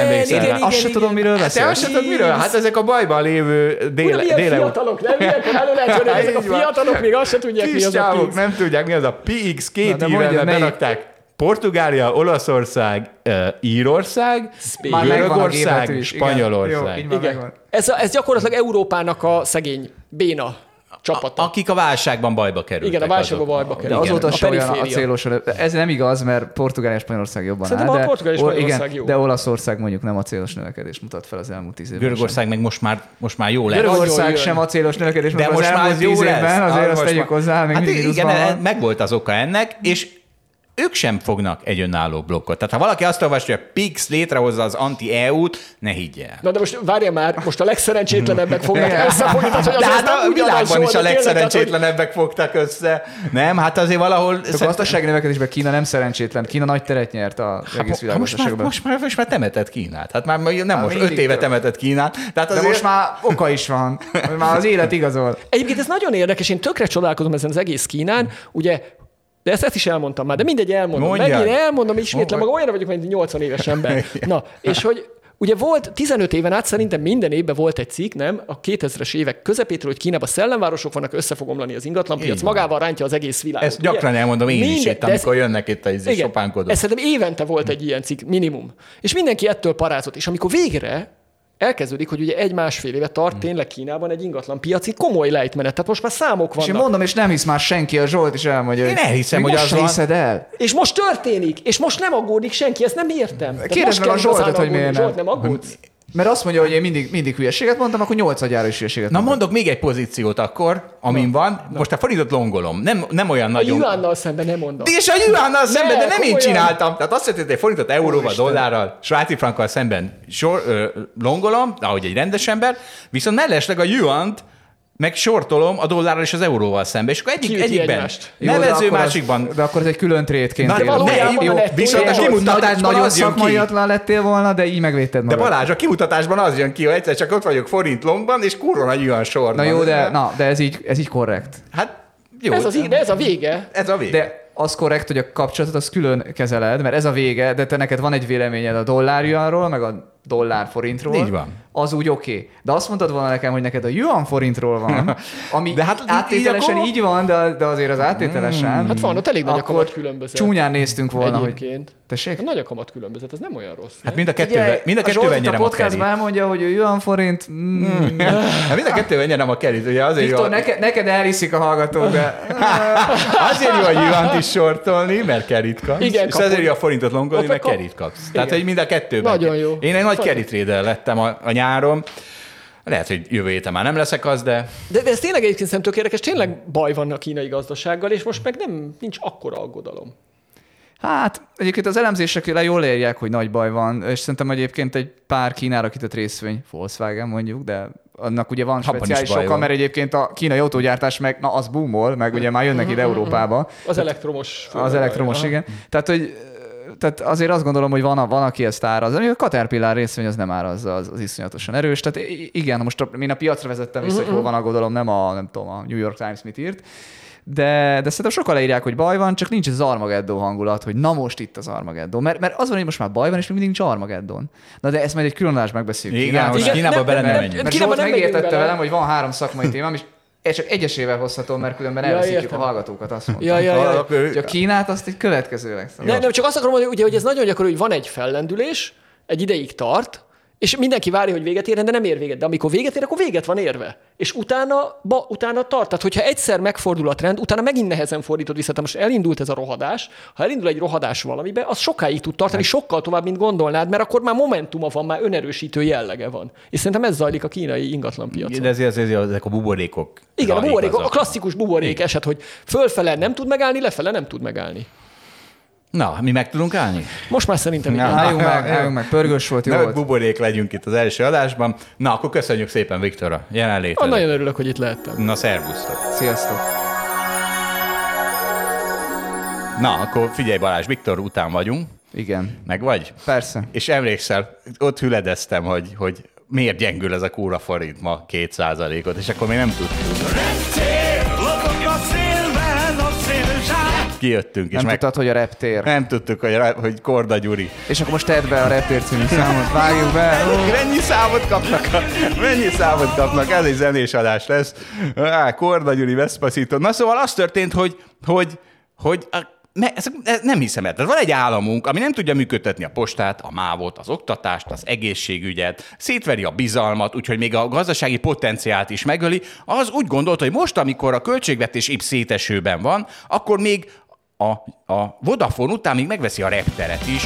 Azt se tudom, miről beszélsz. Te azt se tudod, miről? Hát ezek a bajban lévő fiatalok, nem? Ilyenkor elő lehet jönni, ezek a fiatalok még azt se tudják, mi az a PIX. Nem tudják, mi az a PIX. 2 éve berakták. Portugália, Olaszország, Írország, Görögország, Spanyolország. Igen. Ez gyakorlatilag Európának a szegény béna csapata. Akik a válságban bajba kerültek. Igen, a válságban bajba kerültek. De azóta sem olyan a célos. Ez nem igaz, mert Portugália és Spanyolország jobban szerintem áll. A Portugália és Spanyolország jó. De Olaszország mondjuk nem a célos növekedést mutat fel az elmúlt 10 évben. Görögország meg most már jó lesz. Görögország sem a célos növekedést mutat az elmúlt 10 évben, azért azt tegyük hozzá. Hát igen, megvolt az oka ennek, és ők sem fognak egy önálló blokkot. Tehát ha valaki azt olvasja, hogy a PIX létrehozza az anti-EU-t, ne higgye. Na de most várja már, most a legszerencsétlenebbek fognak összefogni. De hát a világban is a legszerencsétlenebbek fogtak össze. Nem, hát azért valahol... A gazdasági növekedésben Kína nem szerencsétlen. Kína nagy teret nyert az egész világgazdaságban. Most már temetett Kínát. Hát már nem most 5 éve temetett Kínát. Tehát de most már oka is van. Már az élet igazol. Egyébként ez nagyon érdekes, én tökre csodálkozom ezen az egész Kínán. Ugye de ezt is elmondtam már, de mindegy, elmondom. Megint elmondom, ismétlem magam, olyanra vagyok, mint egy 80 éves ember. Na, és hogy ugye volt 15 éven át, szerintem minden évben volt egy cikk, nem? A 2000-es évek közepétről, hogy Kínában szellemvárosok vannak, össze fog omlani az ingatlanpiac, magával rántja az egész világot. Ezt gyakran elmondom én is itt, amikor jönnek itt a sopánkodók. Ez szerintem évente volt egy ilyen cikk, minimum. És mindenki ettől parázott. És amikor végre elkezdődik, hogy ugye 1-1,5 éve tart tényleg Kínában egy ingatlan piaci komoly lejtmenet. Tehát most már számok vannak. És én mondom, és nem hisz már senki, a Zsolt is elmondja. Én elhiszem, hogy az hiszed el. És most történik, és most nem aggódik senki, ezt nem értem. Kérdezd meg a Zsoltot, hogy miért Zsolt, nem aggódsz? Mert azt mondja, hogy én mindig hülyeséget mondtam, akkor 8-adjára is hülyeséget mondtam. Na mondok még egy pozíciót akkor, amin van. Most a forintot longolom. Nem olyan nagyon... A yuannal szemben nem mondom. És a yuannal szemben, de nem én csináltam. Tehát azt jelenti, hogy forintot euróval, dollárral, svájci frankkal szemben longolom, ahogy egy rendes ember, viszont mellesleg a yuant meg sortolom a dollárral és az euróval szembe. És akkor egyikben nevező, másikban... De akkor ez egy külön trédként viszont a kimutatásban nagyon az jön ki. szakmaiatlan lettél volna, de így megvédted magad. De Balázs, a kimutatásban az jön ki, hogy egyszer csak ott vagyok forint longban, és kurva nagy yuan sorban. Na jó, de ez így korrekt. Hát jó. De ez a vége. Ez a vége. De az korrekt, hogy a kapcsolatot az külön kezeled, mert ez a vége, de te neked van egy véleményed a dollárjuanról, meg a dollár forintról, így van. Az úgy oké. De azt mondtad volna nekem, hogy neked a yuan forintról van, ami de hát áttételesen így van, de azért az áttételesen. Hát van, ott elég nagy a kamat különbözet. Csúnyán néztünk volna, egyébként. Hogy... Tessék? A nagy a kamat különbözet, ez nem olyan rossz. Hát mind a kettőben nyerem a podcastban elmondja, hogy a yuan forint... Hát mind a kettőben nyerem a kerit. Ugye azért Viktor, neked elhiszik a hallgatók, de... Azért jó a yuant is sortolni, mert kerit kapsz. Igen, és azért jó a forintot longolni, mert kerit kapsz. Tehát, hogy mind a kettőben. Nagyon jó. Én egy nagy kerit trader lettem a nyáron. Lehet, hogy jövő héten már nem leszek az, de ez tényleg egyébként szerintem tök érdekes, tényleg baj van a kínai gazdasággal, és most meg nincs akkora aggodalom. Hát egyébként az elemzésekre jól érják, hogy nagy baj van, és szerintem egyébként egy pár Kínára kitett részvény, Volkswagen mondjuk, de annak ugye van speciális oka, mert egyébként a kínai autógyártás meg, az boomol, meg ugye már jönnek ide Európába. Az elektromos. Az elektromos, igen. Tehát azért azt gondolom, hogy van aki ezt áraz. A Caterpillar részvény az nem áraz, az iszonyatosan erős. Tehát igen, most én a piacra vezettem vissza, hogy hol van aggodalom, nem a New York Times mit írt. De szerintem sokan leírják, hogy baj van, csak nincs az Armageddon hangulat, hogy na most itt az Armageddon. Mert az van, hogy most már baj van, és még mindig nincs Armageddon. Na de ezt majd egy külön adásban megbeszéljük. Igen, most Kínába bele nem menjünk. Mert Zsolt megértette velem, hogy van 3 szakmai témám, és csak egyesével hozhatom, mert különben elveszítjük a hallgatókat, azt mondtam. Hogy a Kínát azt egy következőleg. Nem, csak azt akarom mondani, hogy ez nagyon gyakori, hogy van egy fellendülés, egy ideig tart, és mindenki várja, hogy véget érjen, de nem ér véget. De amikor véget ér, akkor véget van érve. És utána tart. Tehát, hogyha egyszer megfordul a trend, utána megint nehezen fordítod vissza. Tehát most elindult ez a rohadás. Ha elindul egy rohadás valamibe, az sokáig tud tartani, sokkal tovább, mint gondolnád, mert akkor már momentuma van, már önerősítő jellege van. És szerintem ez zajlik a kínai ingatlanpiacon. De ezért ezek a buborékok. Igen, a buborék, a klasszikus buborék eset, hogy fölfele nem tud megállni, lefele nem tud megállni. Na, mi meg tudunk állni? Most már szerintem igen. Álljunk meg, pörgős volt, jó volt. Buborék legyünk itt az első adásban. Na, akkor köszönjük szépen, Viktor, a jelenlétet. Nagyon örülök, hogy itt lehettem. Na, szervusztok. Sziasztok. Na, akkor figyelj Balázs, Viktor után vagyunk. Igen. Meg vagy? Persze. És emlékszel, ott hüledeztem, hogy miért gyengül ez a kúra forint ma 2%-ot, és akkor még nem tudtuk. Kijöttünk. Nem tudtad, hogy a reptér. Nem tudtuk, hogy Korda Gyuri. És akkor most tedd be a reptér című számot, vágjuk be. Mennyi számot kapnak? Ez egy zenés adás lesz. Korda Gyuri, Veszpacito. Na szóval az történt, hogy nem hiszem el. Tehát van egy államunk, ami nem tudja működtetni a postát, a mávot, az oktatást, az egészségügyet, szétveri a bizalmat, úgyhogy még a gazdasági potenciált is megöli. Az úgy gondolta, hogy most, amikor a költségvetés épp szétesőben van, akkor még a Vodafone után még megveszi a repteret is.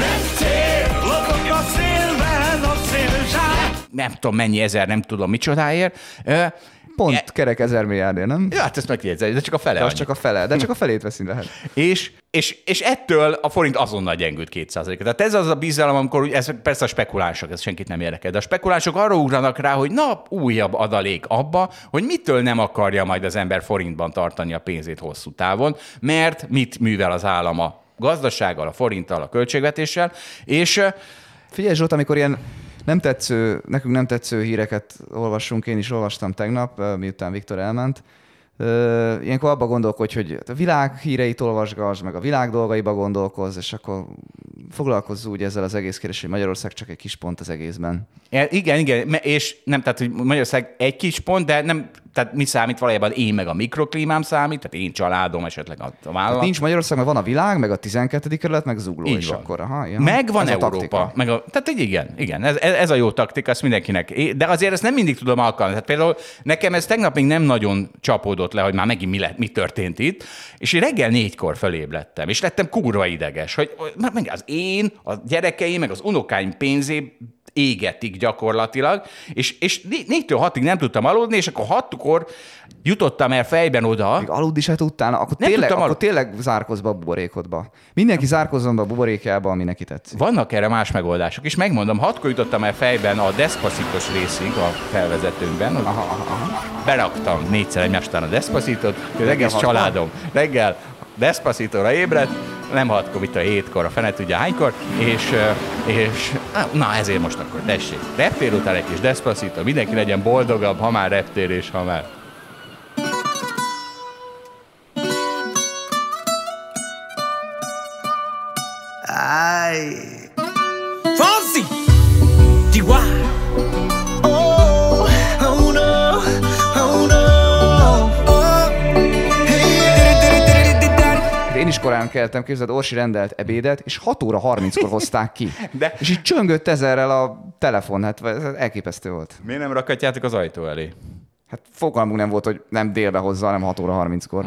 Nem tudom mennyi ezer, nem tudom micsodáért. Pont kerek 1000 milliárdért, nem? Ja, hát ezt megjegyzeli, de csak a fele. De csak a fele, de csak a felét veszünk lehet. És ettől a forint azonnal gyengült 2%-et. Tehát ez az a bizalom, amikor ez persze a spekulánsok, ez senkit nem érdekel, de a spekulánsok arra ugranak rá, hogy újabb adalék abba, hogy mitől nem akarja majd az ember forintban tartani a pénzét hosszú távon, mert mit művel az állam a gazdasággal, a forinttal, a költségvetéssel, és... Figyelj Zsolt, amikor ilyen nekünk nem tetsző híreket olvassunk, én is olvastam tegnap, miután Viktor elment. Ilyenkor abba gondolkodj, hogy a világ híreit olvasgass, meg a világ dolgaiba gondolkozz, és akkor foglalkozz úgy ezzel az egész kérdés, hogy Magyarország csak egy kis pont az egészben. Igen, és nem, tehát hogy Magyarország egy kis pont, de nem, tehát mi számít valójában én meg a mikroklímám számít, tehát én családom, esetleg a vállalat. Tehát nincs Magyarország, mert van a világ, meg a 12. kerület, meg Zugló, így és van. akkor ja, megvan Európa. Tehát igen, ez a jó taktika, ez mindenkinek. De azért ezt nem mindig tudom alkalmazni. Tehát például nekem ez tegnap még nem nagyon csapódott le, hogy már megint mi történt itt, és én reggel 4-kor fölébredtem, és lettem kurva ideges, hogy az én, a gyerekeim, meg az unokáim pénzé égetik gyakorlatilag, és 4-től 6-ig nem tudtam aludni, és akkor 6-kor jutottam el fejben oda. Még aludni se tudtál, akkor tényleg zárkozz be a buborékodba. Mindenki zárkozzon be a buborékjába, ami neki tetszik. Vannak erre más megoldások, és megmondom, 6-kor jutottam el fejben a Despacitos részig a felvezetőnkben. Beraktam 4-szer egymás után a Despacitot, az egész családom reggel Despacitóra ébredt, nem 6-kor, itt a 7-kor, a fene tudja hánykor, és na ezért most akkor tessék. Reptér után egy kis Despacito, mindenki legyen boldogabb, ha már reptér és ha már. Ay. Fonsi! is korán keltem, képzeld, Orsi rendelt ebédet, és 6 óra 30-kor hozták ki. De... És így csöngött ezerrel a telefon, hát elképesztő volt. Miért nem rakatjátok az ajtó elé? Hát fogalmunk nem volt, hogy nem délbe hozza, hanem 6 óra 30-kor.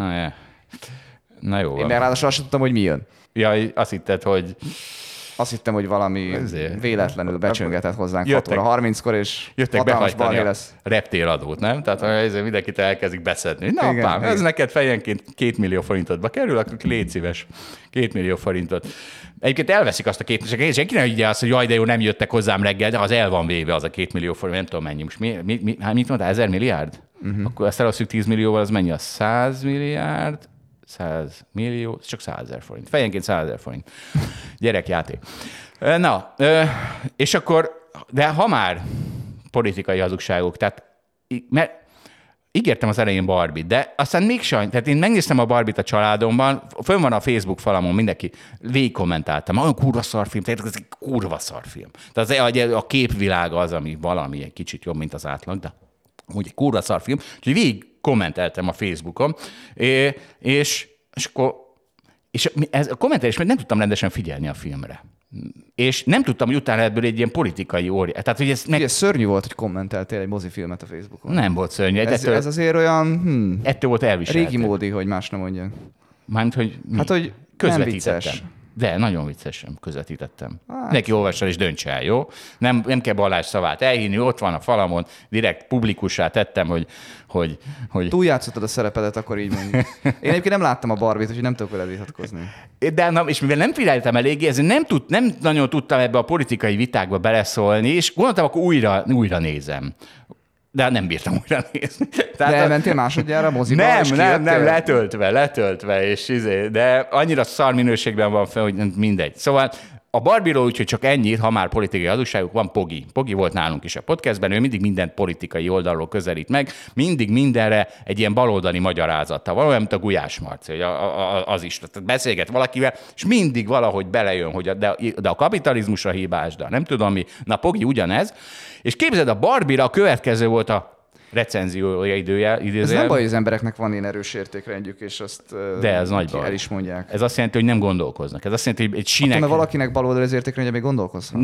Na jó. Én ráadásul azt tudtam, hogy mi jön. Ja, azt hitted, hogy... Azt hittem, hogy valami véletlenül becsöngetett hozzánk 6 óra 30-kor, és hatalmas balhé lesz. Reptéradót, nem? Tehát mindenkit elkezdik beszedni. Na apám, ez neked fejenként 2 millió forintotba kerül, akkor légy szíves. 2 millió forintot. Egyébként elveszik azt a 2 millió, senki nem ugye azt, hogy jaj, de jó, nem jöttek hozzám reggel, de az el van véve az a 2 millió forint, nem tudom mennyi. Most mit mondtál, 1000 milliárd? Akkor ezt elosztjuk 10 millióval, az mennyi? Az 100 milliárd? 100 millió, csak 100 000 forint. Fejenként 100 000 forint. Gyerekjáték. Na, és akkor, de ha már politikai hazugságok, tehát, mert ígértem az elején Barbie-t, de aztán még sajnos, tehát én megnéztem a Barbie-t a családomban, fönn van a Facebook falamon, mindenki végigkommentáltam, olyan kurva szarfilm, tehát ez egy kurva szarfilm. Tehát a képvilága az, ami valami egy kicsit jobb, mint az átlag, de úgy egy kurva szarfilm, úgyhogy végig kommenteltem a Facebookon, és akkor ez a kommentelés, mert nem tudtam rendesen figyelni a filmre. És nem tudtam, hogy utána ebből egy ilyen politikai óriás. Tehát, hogy ez szörnyű volt, hogy kommenteltél egy mozifilmet a Facebookon. Nem volt szörnyű. Ez azért olyan... Ettől volt elviselhető. Régi módi, hogy más nem mondjak. Mármint, hogy hát, hogy nem vicces. De nagyon viccesen közvetítettem. Neki olvassa és döntse el, jó? Nem kell Balázs szavát elhinni, ott van a falamon, direkt publikussá tettem, hogy... Túljátszottad a szerepedet, akkor így mondjuk. Én egyébként nem láttam a Barbie-t, úgyhogy nem tudok veled vitatkozni. De és mivel nem figyeltem eléggé, ezért nem nagyon tudtam ebbe a politikai vitákba beleszólni, és gondoltam, akkor újra nézem. De nem bírtam újra nézni. Tehát de elmentél másodjára moziba? Nem, letöltve, és de annyira szar minőségben van fel, hogy mindegy. Szóval a Barbie-ról úgyhogy csak ennyit, ha már politikai hazugságok, van Pogi. Pogi volt nálunk is a podcastben, ő mindig mindent politikai oldalról közelít meg, mindig mindenre egy ilyen baloldali magyarázattal. Valójában, mint a Gulyás Marci, hogy az is. Tehát beszélget valakivel, és mindig valahogy belejön, hogy de a kapitalizmusra hibás, de nem tudom mi. Na, Pogi ugyanez. És képzeld, a Barbie-ra a következő volt a recenziója idézőjel. Ez nem baj, hogy az embereknek van ilyen erős értékrendjük, és azt de ez nagy baj. El is mondják. Ez azt jelenti, hogy nem gondolkoznak. Ez azt jelenti, hogy egy sinek... Mert valakinek baloldali az értékrendje, még gondolkozhat?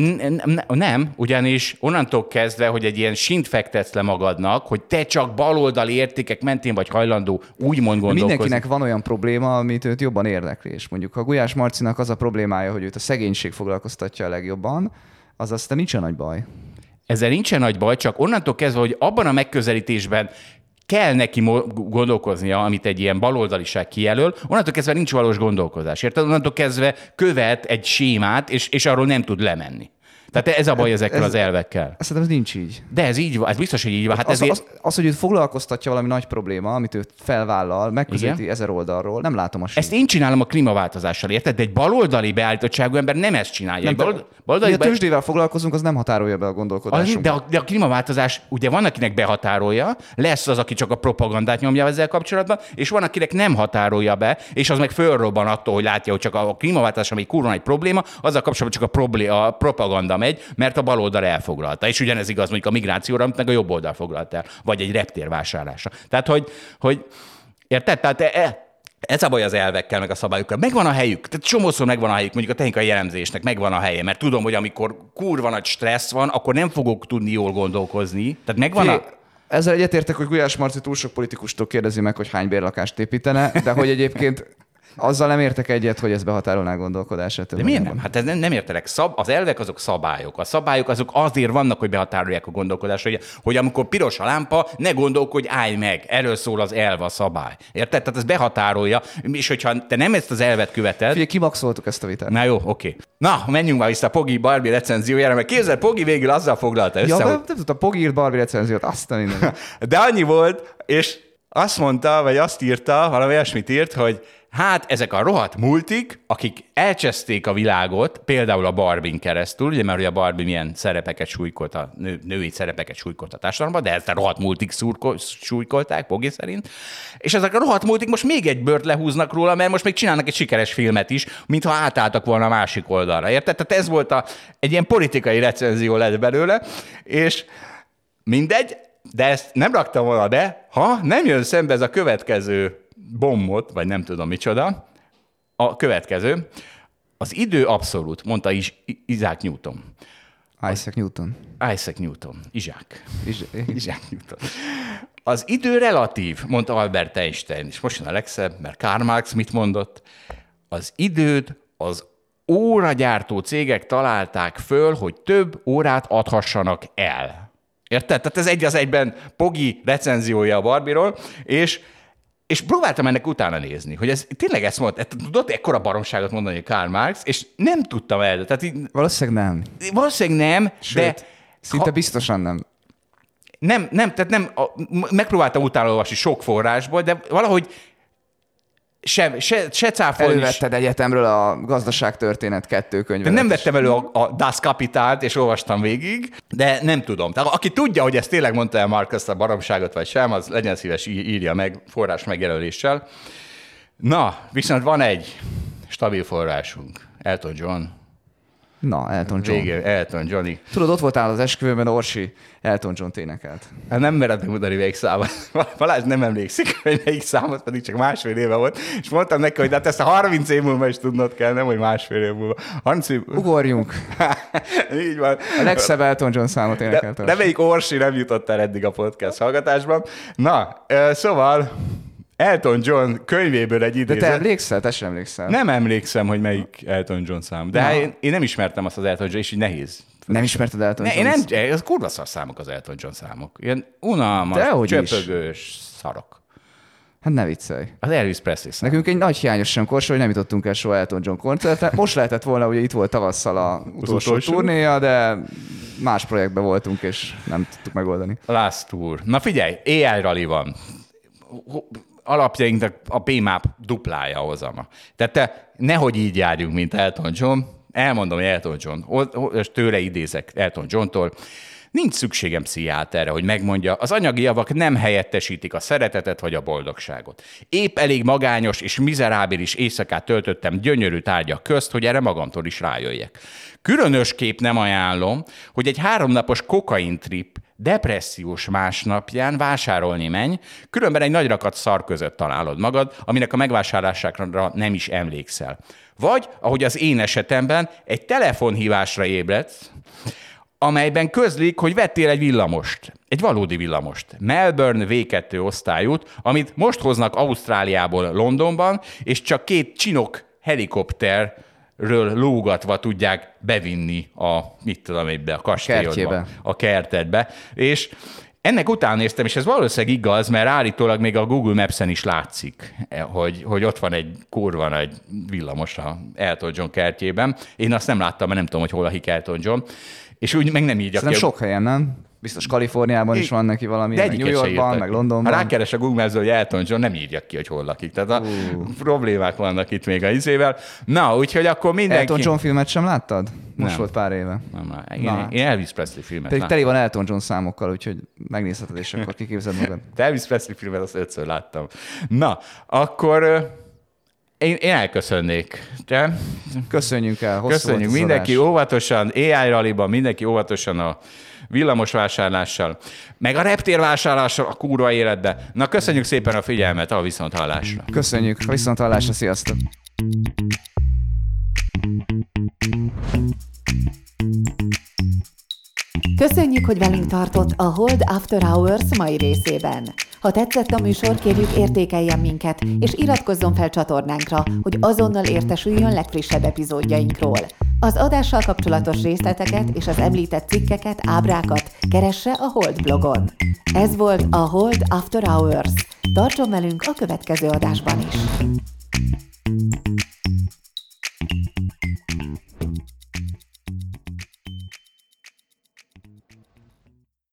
Nem, ugyanis onnantól kezdve, hogy egy ilyen sint fektetsz le magadnak, hogy te csak baloldali értékek mentén vagy hajlandó úgymond gondolkozni. Mindenkinek van olyan probléma, amit őt jobban érdekli. És mondjuk a Gulyás Marcinak az a problémája, hogy őt a szegénység foglalkoztatja a legjobban, az aztán nincsen nagy baj. Ezzel nincsen nagy baj, csak onnantól kezdve, hogy abban a megközelítésben kell neki gondolkoznia, amit egy ilyen baloldaliság kijelöl, onnantól kezdve nincs valós gondolkozás. Érted? Onnantól kezdve követ egy sémát, és arról nem tud lemenni. Tehát ez a baj ezekkel az elvekkel. Szerintem ez nincs így. De ez így van, ez biztos, hogy így van. Hát az, hogy őt foglalkoztatja valami nagy probléma, amit ő felvállal, megközelíti 1000 oldalról, nem látom a sét. Ezt én csinálom a klímaváltozással, érted? De egy baloldali beállítottságú ember nem ezt csinálja. Mi a tőzsdével foglalkozunk, az nem határolja be a gondolkodásunkat. De a klímaváltozás, ugye van, akinek behatárolja, lesz az, aki csak a propagandát nyomja ezzel kapcsolatban, és van, akinek nem határolja be, és az meg fölrobban attól, hogy látja, hogy csak a klímaváltozás, ami kurva egy probléma, azzal kapcsolatban csak a propaganda megy, mert a baloldal elfoglalta. És ugyanez igaz mondjuk a migrációra, amit meg a jobb oldal foglalt el, vagy egy reptérvásárlásra. Tehát, hogy érted? Tehát ez a baj az elvekkel, meg a szabályokkal. Megvan a helyük. Tehát csomószor megvan a helyük, mondjuk a technikai jellemzésnek megvan a helye, mert tudom, hogy amikor kurva nagy stressz van, akkor nem fogok tudni jól gondolkozni. Tehát megvan Ezzel egyetértek, hogy Gulyás Marci túl sok politikustól kérdezi meg, hogy hány bérlakást építene, de hogy egyébként azzal nem értek egyet, hogy ez behatárolná a gondolkodását. De miért nem? Hát ez nem értelek. Az elvek azok szabályok. A szabályok azok azért vannak, hogy behatárolják a gondolkodást, hogy amikor piros a lámpa, ne gondolkodj, állj meg. Erről szól az elv, a szabály. Érted? Tehát ez behatárolja, és hogyha te nem ezt az elvet követed... Figyelj, kimaxoltuk ezt a vitát. Na jó, oké. Na, menjünk már vissza a Pogi Barbie recenziójára, mert képzeld, Pogi végül azzal foglalta össze, ja, nem tudtam, Pogi írt Barbie recenziót, azt a minden. De annyi volt, és azt mondta, vagy azt írta, valami olyasmit írt, hogy hát ezek a rohadt multik, akik elcseszték a világot, például a Barbie-n keresztül, ugye, mert a Barbie milyen szerepeket súlykolt, női szerepeket súlykolt a társadalomban, de ezt a rohadt multik súlykolták, Pogi szerint. És ezek a rohadt multik most még egy bört lehúznak róla, mert most még csinálnak egy sikeres filmet is, mintha átálltak volna a másik oldalra. Érted? Tehát ez volt egy ilyen politikai recenzió lett belőle, és mindegy, de ezt nem raktam volna be, ha nem jön szembe ez a következő bombot, vagy nem tudom micsoda, a következő. Az idő abszolút, mondta Isaac Newton. Isaac Newton. Isaac Newton. Az idő relatív, mondta Albert Einstein, és most jön a legszebb, mert Karl Marx mit mondott? Az időt az óragyártó cégek találták föl, hogy több órát adhassanak el. Érted? Tehát ez egy az egyben Pogi recenziója a Barbie-ról, és próbáltam ennek utána nézni, hogy ez tényleg ezt mondta, tudod ekkora baromságot mondani Karl Marx, és nem tudtam el. Tehát valószínűleg nem. Valószínűleg nem, sőt, de... Szinte biztosan nem. Nem, megpróbáltam utána olvasni sok forrásból, de valahogy se cáfolni. Elővetted egyetemről a Gazdaságtörténet 2 könyvet. De nem vettem elő a Das Kapitalt, és olvastam végig, de nem tudom. Tehát aki tudja, hogy ezt tényleg mondta el Marx ezt a baromságot, vagy sem, az legyen szíves, írja meg forrás megjelöléssel. Na, viszont van egy stabil forrásunk. Elton John. Na, Elton John. Végül, Elton Johnny. Tudod, ott voltál az esküvőben, Orsi Elton John-t énekelt. Hát nem mered megmondani melyik számot. Balázs nem emlékszik, hogy melyik számot, pedig csak másfél éve volt. És mondtam neki, hogy hát ezt a 30 év múlva is tudnod kell, nem, hogy másfél év múlva. Ugorjunk. Így van. A legszebb Elton John számot énekelt. De melyik Orsi nem jutott el eddig a podcast hallgatásban. Na, szóval... Elton John könyvéből egy idézet. De te emlékszel? Te sem emlékszel. Nem emlékszem, hogy melyik Elton John szám. De én nem ismertem azt az Elton John, és így nehéz. Nem ismerted Elton John? Ez kurva szar számok az Elton John számok. Ilyen unalmas, csöpögős szarok. Hát ne viccelj. Az Elvis Presley szám. Nekünk egy nagy hiányosság Korsa, hogy nem jutottunk el soha Elton John koncertre. Most lehetett volna, ugye itt volt tavasszal a utolsó turnéja, de más projektben voltunk, és nem tudtuk megoldani. Last tour. Na figyelj, AI rally van. Alapjainknak a PMAP duplája hozama. Tehát te nehogy így járjunk, mint Elton John. Elmondom, hogy Elton John, tőle idézek Elton Johntól. Nincs szükségem pszichiáterre, hogy megmondja, az anyagi javak nem helyettesítik a szeretetet vagy a boldogságot. Épp elég magányos és mizerábilis éjszakát töltöttem gyönyörű tárgyak közt, hogy erre magamtól is rájöjjek. Különösképp nem ajánlom, hogy egy 3 napos kokaintrip depressziós másnapján vásárolni menj, különben egy nagy rakat szar között találod magad, aminek a megvásárlására nem is emlékszel. Vagy, ahogy az én esetemben, egy telefonhívásra ébredsz, amelyben közlik, hogy vettél egy villamost, egy valódi villamost, Melbourne V2 osztályút, amit most hoznak Ausztráliából Londonban, és csak 2 csinok helikopterről lógatva tudják bevinni a kastélyodba, a kertedbe. És ennek után néztem, és ez valószínűleg igaz, mert állítólag még a Google Maps-en is látszik, hogy ott van egy kurva nagy villamos a Elton John kertjében. Én azt nem láttam, mert nem tudom, hogy hol lakik Elton John. És úgy meg nem írja ki. Sok helyen, nem? Biztos Kaliforniában is van neki valami, meg New Yorkban, meg Londonban. Ha rákeres a Google Maps-ből, hogy Elton John, nem írja ki, hogy hol lakik. Tehát a problémák vannak itt még a izével. Na, úgyhogy akkor mindenki... Elton John filmet sem láttad? Most nem. Volt pár éve. Én Elvis Presley filmet pedig teli van Elton John számokkal, úgyhogy megnézheted, és akkor kiképzeld magad. De Elvis Presley filmet azt 5-ször láttam. Na, akkor... Én elköszönnék. Te? Köszönjük el. Köszönjük. Mindenki óvatosan, AI rallyban, mindenki óvatosan a villamos vásárlással, meg a reptérvásárlással a kurva életbe. Na, köszönjük szépen a figyelmet, a viszonthallásra. Köszönjük. A viszonthallásra, sziasztok. Köszönjük, hogy velünk tartott a Hold After Hours mai részében. Ha tetszett a műsor, kérjük értékeljen minket, és iratkozzon fel csatornánkra, hogy azonnal értesüljön legfrissebb epizódjainkról. Az adással kapcsolatos részleteket és az említett cikkeket, ábrákat keresse a Hold blogon. Ez volt a Hold After Hours. Tartson velünk a következő adásban is!